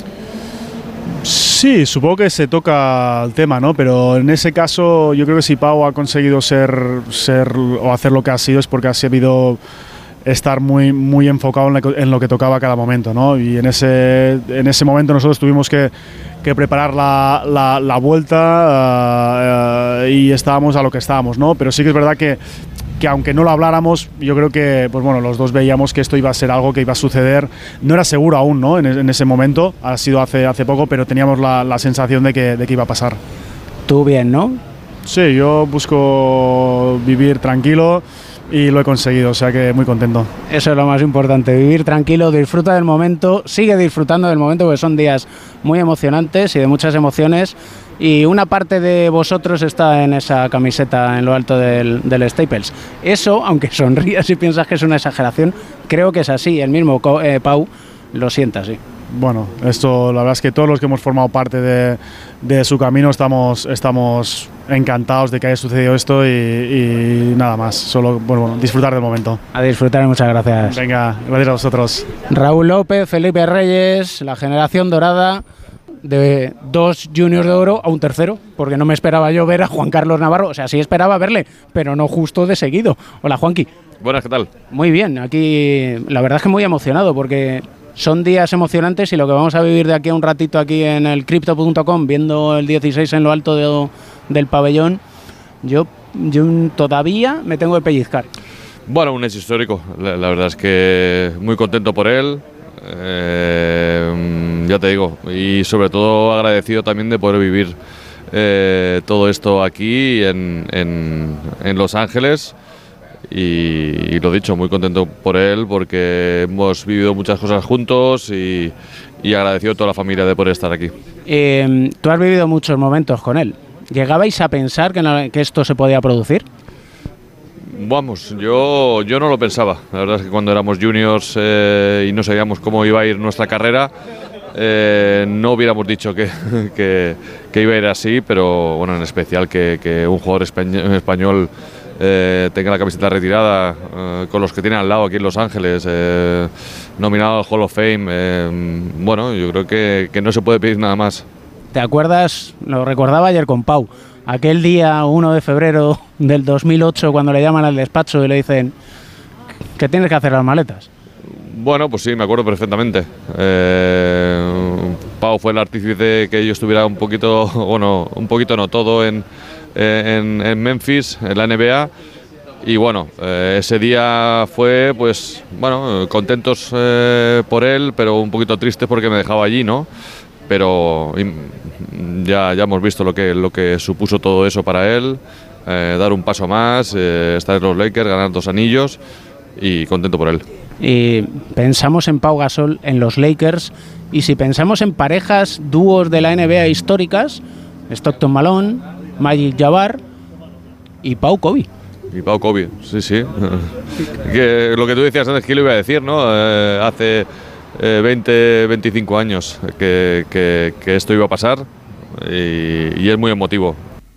Sí, supongo que se toca el tema, ¿no? Pero en ese caso yo creo que si Pau ha conseguido ser, ser o hacer lo que ha sido es porque ha sabido estar muy, muy enfocado en lo, que, en lo que tocaba a cada momento, ¿no? Y en ese, en ese momento nosotros tuvimos que, que preparar la, la, la vuelta uh, uh, y estábamos a lo que estábamos, ¿no? Pero sí que es verdad que que aunque no lo habláramos, yo creo que pues bueno, los dos veíamos que esto iba a ser algo que iba a suceder. No era seguro aún, ¿no? En, en ese momento, ha sido hace, hace poco, pero teníamos la, la sensación de que, de que iba a pasar. Tú bien, ¿no? Sí, yo busco vivir tranquilo y lo he conseguido, o sea que muy contento. Eso es lo más importante, vivir tranquilo, disfruta del momento, sigue disfrutando del momento porque son días muy emocionantes y de muchas emociones, y una parte de vosotros está en esa camiseta en lo alto del, del Staples. Eso, aunque sonrías y piensas que es una exageración, creo que es así, el mismo eh, Pau lo sienta así. Bueno, esto la verdad es que todos los que hemos formado parte de, de su camino estamos, estamos encantados de que haya sucedido esto y, y nada más, solo bueno, bueno, disfrutar del momento. A disfrutar, muchas gracias. Venga, gracias a vosotros. Raúl López, Felipe Reyes, la generación dorada de dos juniors de oro a un tercero, porque no me esperaba yo ver a Juan Carlos Navarro, o sea, sí esperaba verle, pero no justo de seguido. Hola, Juanqui. Buenas, ¿qué tal? Muy bien, aquí la verdad es que muy emocionado porque son días emocionantes y lo que vamos a vivir de aquí a un ratito aquí en el crypto punto com, viendo el dieciséis en lo alto de, del pabellón, yo, yo todavía me tengo que pellizcar. Bueno, un hecho histórico, la, la verdad es que muy contento por él, eh, ya te digo, y sobre todo agradecido también de poder vivir eh, todo esto aquí en, en, en Los Ángeles. Y, y lo dicho, muy contento por él porque hemos vivido muchas cosas juntos y, y agradecido a toda la familia de poder estar aquí. Eh, tú has vivido muchos momentos con él. ¿Llegabais a pensar que, no, que esto se podía producir? Vamos, yo, yo no lo pensaba. La verdad es que cuando éramos juniors eh, y no sabíamos cómo iba a ir nuestra carrera, eh, no hubiéramos dicho que, que, que iba a ir así, pero bueno, en especial que, que un jugador español, español Eh, tenga la camiseta retirada eh, con los que tiene al lado aquí en Los Ángeles, eh, nominado al Hall of Fame. Eh, bueno, yo creo que, que no se puede pedir nada más. ¿Te acuerdas? Lo recordaba ayer con Pau. Aquel día uno de febrero del dos mil ocho, cuando le llaman al despacho y le dicen que tienes que hacer las maletas. Bueno, pues sí, me acuerdo perfectamente. Eh, Pau fue el artífice que yo estuviera un poquito, bueno, un poquito no todo en En, en Memphis, en la N B A, y bueno, eh, ese día fue, pues, bueno, contentos eh, por él, pero un poquito tristes porque me dejaba allí, ¿no? Pero ya, ya hemos visto lo que, lo que supuso todo eso para él, eh, dar un paso más, eh, estar en los Lakers, ganar dos anillos, y contento por él. Y pensamos en Pau Gasol, en los Lakers, y si pensamos en parejas, dúos de la N B A históricas, Stockton Malone, Magic Jabbar y Pau Kobe. Y Pau Kobe, sí, sí. que, lo que tú decías antes, que lo iba a decir, ¿no? Eh, hace eh, veinte, veinticinco años que, que, que esto iba a pasar y, y es muy emotivo.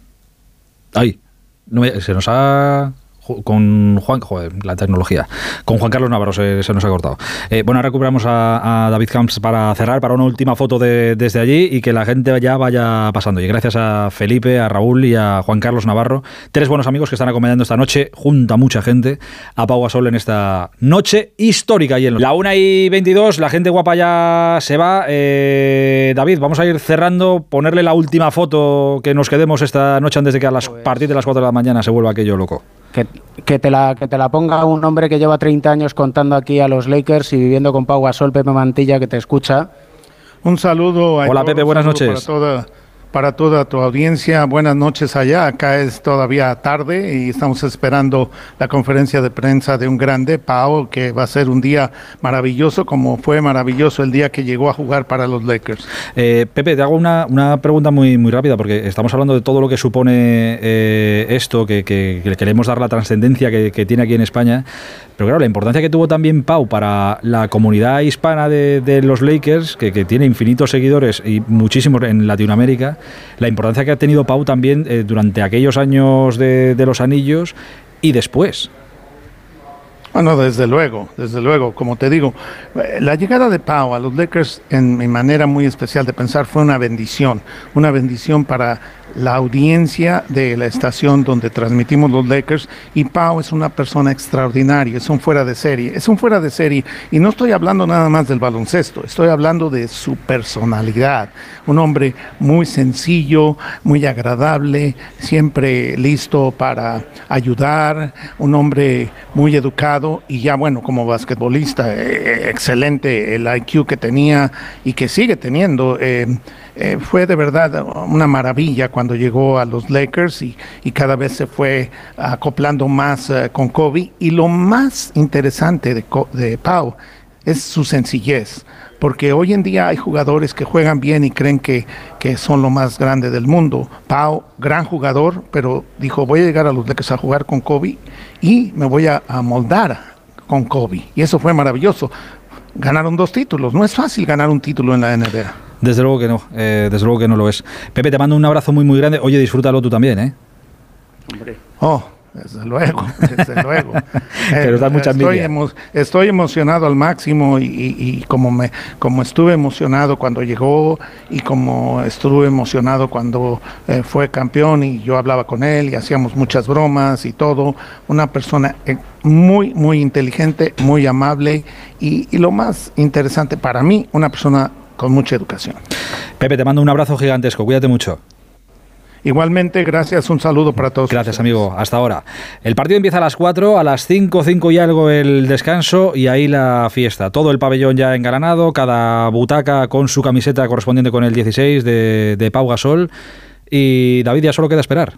Ay, no me, se nos ha... Con Juan, joder, la tecnología. Con Juan Carlos Navarro se, se nos ha cortado. Eh, bueno, recuperamos a, a David Camps para cerrar, para una última foto de, desde allí y que la gente ya vaya pasando. Y gracias a Felipe, a Raúl y a Juan Carlos Navarro, tres buenos amigos que están acompañando esta noche, junto a mucha gente, a Pau Gasol en esta noche histórica. Y en la una y veintidós, la gente guapa ya se va. Eh, David, vamos a ir cerrando, ponerle la última foto que nos quedemos esta noche antes de que a las, partir de las cuatro de la mañana se vuelva aquello loco. Que, que, te la, que te la ponga un hombre que lleva treinta años contando aquí a los Lakers y viviendo con Pau Gasol, Pepe Mantilla, que te escucha. Un saludo a Hola Pepe, buenas noches. Para toda, para toda tu audiencia, buenas noches allá. Acá es todavía tarde y estamos esperando la conferencia de prensa de un grande, Pau, que va a ser un día maravilloso, como fue maravilloso el día que llegó a jugar para los Lakers. Eh, Pepe, te hago una, una pregunta muy, muy rápida, porque estamos hablando de todo lo que supone eh, esto, que, que, que le queremos dar la trascendencia que, que tiene aquí en España. Pero claro, la importancia que tuvo también Pau para la comunidad hispana de, de los Lakers, que, que tiene infinitos seguidores y muchísimos en Latinoamérica, la importancia que ha tenido Pau también eh, durante aquellos años de, de los anillos y después. Bueno, desde luego, desde luego, como te digo, la llegada de Pau a los Lakers, en mi manera muy especial de pensar, fue una bendición, una bendición para la audiencia de la estación donde transmitimos los Lakers, y Pau es una persona extraordinaria, es un fuera de serie, es un fuera de serie, y no estoy hablando nada más del baloncesto, estoy hablando de su personalidad, un hombre muy sencillo, muy agradable, siempre listo para ayudar, un hombre muy educado, y ya bueno, como basquetbolista, eh, excelente el I Q que tenía y que sigue teniendo. eh, Eh, fue de verdad una maravilla cuando llegó a los Lakers y, y cada vez se fue acoplando más uh, con Kobe. Y lo más interesante de, de Pau es su sencillez, porque hoy en día hay jugadores que juegan bien y creen que, que son lo más grande del mundo. Pau, gran jugador, pero dijo, voy a llegar a los Lakers a jugar con Kobe y me voy a, a moldar con Kobe. Y eso fue maravilloso. Ganaron dos títulos, no es fácil ganar un título en la N B A. Desde luego que no, eh, desde luego que no lo es. Pepe, te mando un abrazo muy muy grande. Oye, disfrútalo tú también, ¿eh? Hombre. Oh, desde luego, desde luego. Pero da mucha envidia. Estoy, emo estoy emocionado al máximo y, y, y como, me, como estuve emocionado cuando llegó y como estuve emocionado cuando eh, fue campeón y yo hablaba con él y hacíamos muchas bromas y todo. Una persona eh, muy, muy inteligente, muy amable y, y lo más interesante para mí, una persona con mucha educación. Pepe, te mando un abrazo gigantesco, cuídate mucho. Igualmente, gracias, un saludo para todos. Gracias, amigo, hasta ahora. El partido empieza a las cuatro, a las cinco, cinco y algo el descanso y ahí la fiesta. Todo el pabellón ya engalanado, cada butaca con su camiseta correspondiente con el dieciséis de, de Pau Gasol. Y David, ya solo queda esperar.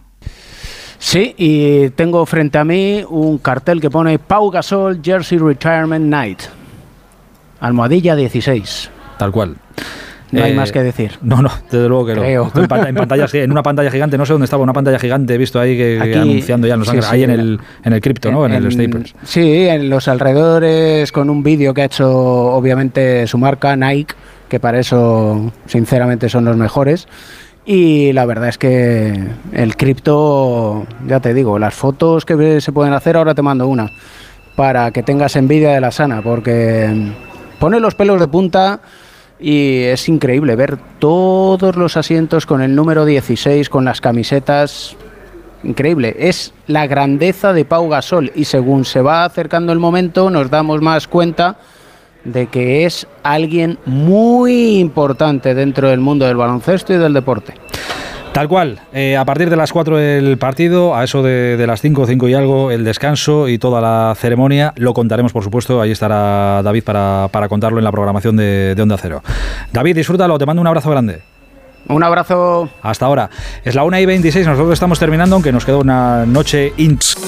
Sí, y tengo frente a mí un cartel que pone Pau Gasol Jersey Retirement Night. Almohadilla dieciséis. Tal cual. No hay eh, más que decir. No, no, desde luego que Creo. no. En, pantalla, en, pantalla, en una pantalla gigante, no sé dónde estaba, una pantalla gigante, he visto ahí que, Aquí, anunciando ya en Los Ángeles, sí, sí, ahí en el, en el cripto, ¿no? En, en el Staples. Sí, en los alrededores, con un vídeo que ha hecho, obviamente, su marca, Nike, que para eso, sinceramente, son los mejores. Y la verdad es que el cripto, ya te digo, las fotos que se pueden hacer, ahora te mando una, para que tengas envidia de la sana, porque pone los pelos de punta. Y es increíble ver todos los asientos con el número dieciséis, con las camisetas. Increíble, es la grandeza de Pau Gasol y según se va acercando el momento nos damos más cuenta de que es alguien muy importante dentro del mundo del baloncesto y del deporte. Tal cual, eh, a partir de las cuatro el partido, a eso de, de las cinco, cinco y algo, el descanso y toda la ceremonia, lo contaremos por supuesto, ahí estará David para, para contarlo en la programación de, de Onda Cero. David, disfrútalo, te mando un abrazo grande. Un abrazo. Hasta ahora. Es la una y veintiséis, nosotros estamos terminando, aunque nos queda una noche int.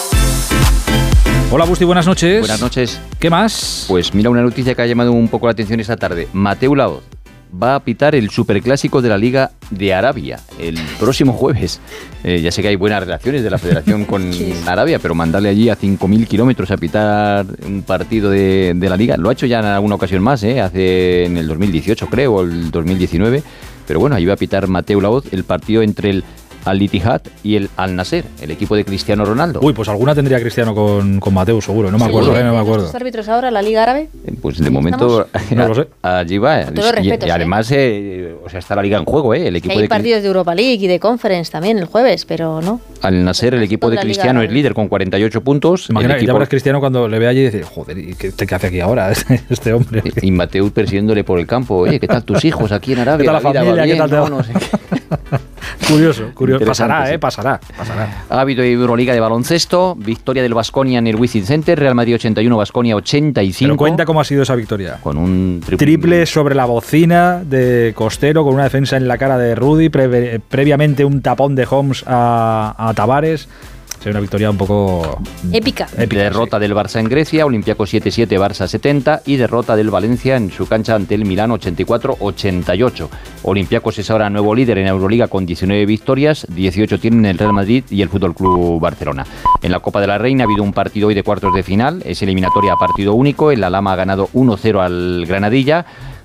Hola Busti, buenas noches. Buenas noches. ¿Qué más? Pues mira, una noticia que ha llamado un poco la atención esta tarde. Mateu Laoz va a pitar el Superclásico de la Liga de Arabia el próximo jueves. Eh, ya sé que hay buenas relaciones de la Federación con Arabia, pero mandarle allí a cinco mil kilómetros a pitar un partido de, de la Liga, lo ha hecho ya en alguna ocasión más, ¿eh? Hace en el dos mil dieciocho creo, o el dos mil diecinueve, pero bueno, ahí va a pitar Mateu Laoz el partido entre el Al-Ittihad y el Al-Nasser, el equipo de Cristiano Ronaldo. Uy, pues alguna tendría Cristiano con, con Mateu, seguro. No me acuerdo, ¿Sí? eh, no me acuerdo. ¿Los árbitros ahora, la Liga Árabe? Pues de momento no lo sé. Allí va. Con todos los respetos, y, y además, eh. Eh, o sea, está la Liga en juego, ¿eh? El equipo hay de partidos de Europa League y de Conference también el jueves, pero no. Al-Nasser, el equipo de Cristiano, es líder con cuarenta y ocho puntos. Imagina, el equipo... ya verás Cristiano cuando le ve allí y dice, joder, ¿y qué, qué hace aquí ahora este, este hombre? Y Mateu persiguiéndole por el campo, oye, ¿qué tal tus hijos aquí en Arabia? ¿Qué tal la, la familia? Bien, ¿qué tal te va? No, no sé Curioso, curioso. Pasará, sí. eh, pasará, pasará. Ha habido Euroliga de baloncesto, victoria del Baskonia en el Wizzing Center, Real Madrid ochenta y uno, Baskonia ochenta y cinco. Pero cuenta cómo ha sido esa victoria. Con un triple, triple sobre la bocina de Costero, con una defensa en la cara de Rudy, pre previamente un tapón de Holmes a, a Tavares. Sí, una victoria un poco épica. épica derrota sí. del Barça en Grecia, Olympiacos siete siete, Barça setenta, y derrota del Valencia en su cancha ante el Milán ochenta y cuatro ochenta y ocho. Olympiacos es ahora nuevo líder en Euroliga con diecinueve victorias, dieciocho tienen el Real Madrid y el Fútbol Club Barcelona. En la Copa de la Reina ha habido un partido hoy de cuartos de final, es eliminatoria a partido único, el Alhama ha ganado uno cero al Granadilla.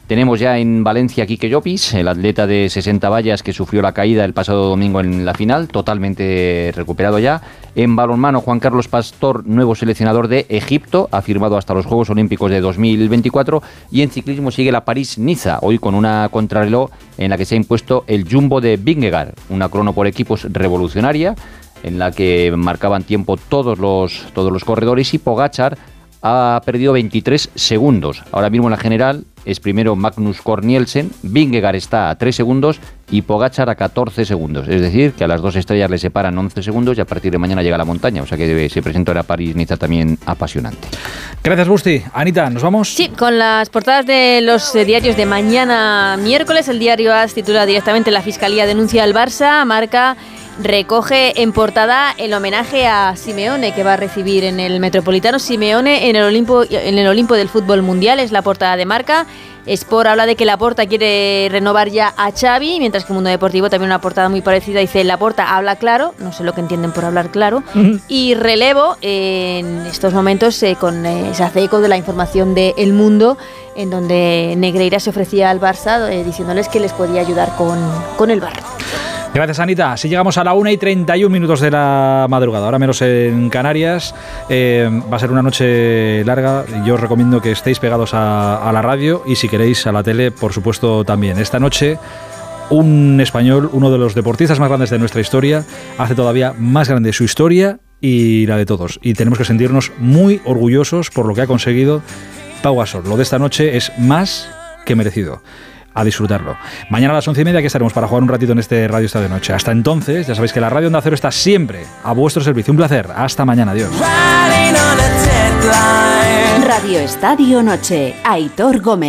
Tenemos ya en Valencia a Quique Llopis, el atleta de sesenta vallas que sufrió la caída el pasado domingo en la final, totalmente recuperado ya. En balonmano, Juan Carlos Pastor, nuevo seleccionador de Egipto, ha firmado hasta los Juegos Olímpicos de dos mil veinticuatro. Y en ciclismo sigue la París-Niza, hoy con una contrarreloj en la que se ha impuesto el Jumbo de Vingegaard, una crono por equipos revolucionaria, en la que marcaban tiempo todos los, todos los corredores, y Pogačar ha perdido veintitrés segundos. Ahora mismo en la general es primero Magnus Cort Nielsen, Vingegaard está a tres segundos y Pogačar a catorce segundos. Es decir, que a las dos estrellas le separan once segundos y a partir de mañana llega la montaña. O sea que se presenta ahora París-Niza también apasionante. Gracias, Busti. Anita, ¿nos vamos? Sí, con las portadas de los eh, diarios de mañana miércoles. El diario A S titula directamente: la Fiscalía denuncia al Barça. Marca recoge en portada el homenaje a Simeone que va a recibir en el Metropolitano. Simeone en el Olimpo, en el Olimpo del fútbol mundial, es la portada de Marca. Sport habla de que Laporta quiere renovar ya a Xavi, mientras que el Mundo Deportivo, también una portada muy parecida, dice: Laporta habla claro, no sé lo que entienden por hablar claro. Uh-huh. Y Relevo, eh, en estos momentos eh, con, eh, se hace eco de la información de El Mundo, en donde Negreira se ofrecía al Barça eh, diciéndoles que les podía ayudar con, con el Barça. Gracias, Anita. Así llegamos a la una y treinta y un minutos de la madrugada, ahora menos en Canarias. Eh, va a ser una noche larga. Yo os recomiendo que estéis pegados a, a la radio y, si queréis, a la tele, por supuesto, también. Esta noche, un español, uno de los deportistas más grandes de nuestra historia, hace todavía más grande su historia y la de todos. Y tenemos que sentirnos muy orgullosos por lo que ha conseguido Pau Gasol. Lo de esta noche es más que merecido. A disfrutarlo. Mañana a las once y media aquí estaremos para jugar un ratito en este Radio Estadio Noche. Hasta entonces, ya sabéis que la Radio Onda Cero está siempre a vuestro servicio. Un placer. Hasta mañana. Adiós. Radio Estadio Noche. Aitor Gómez.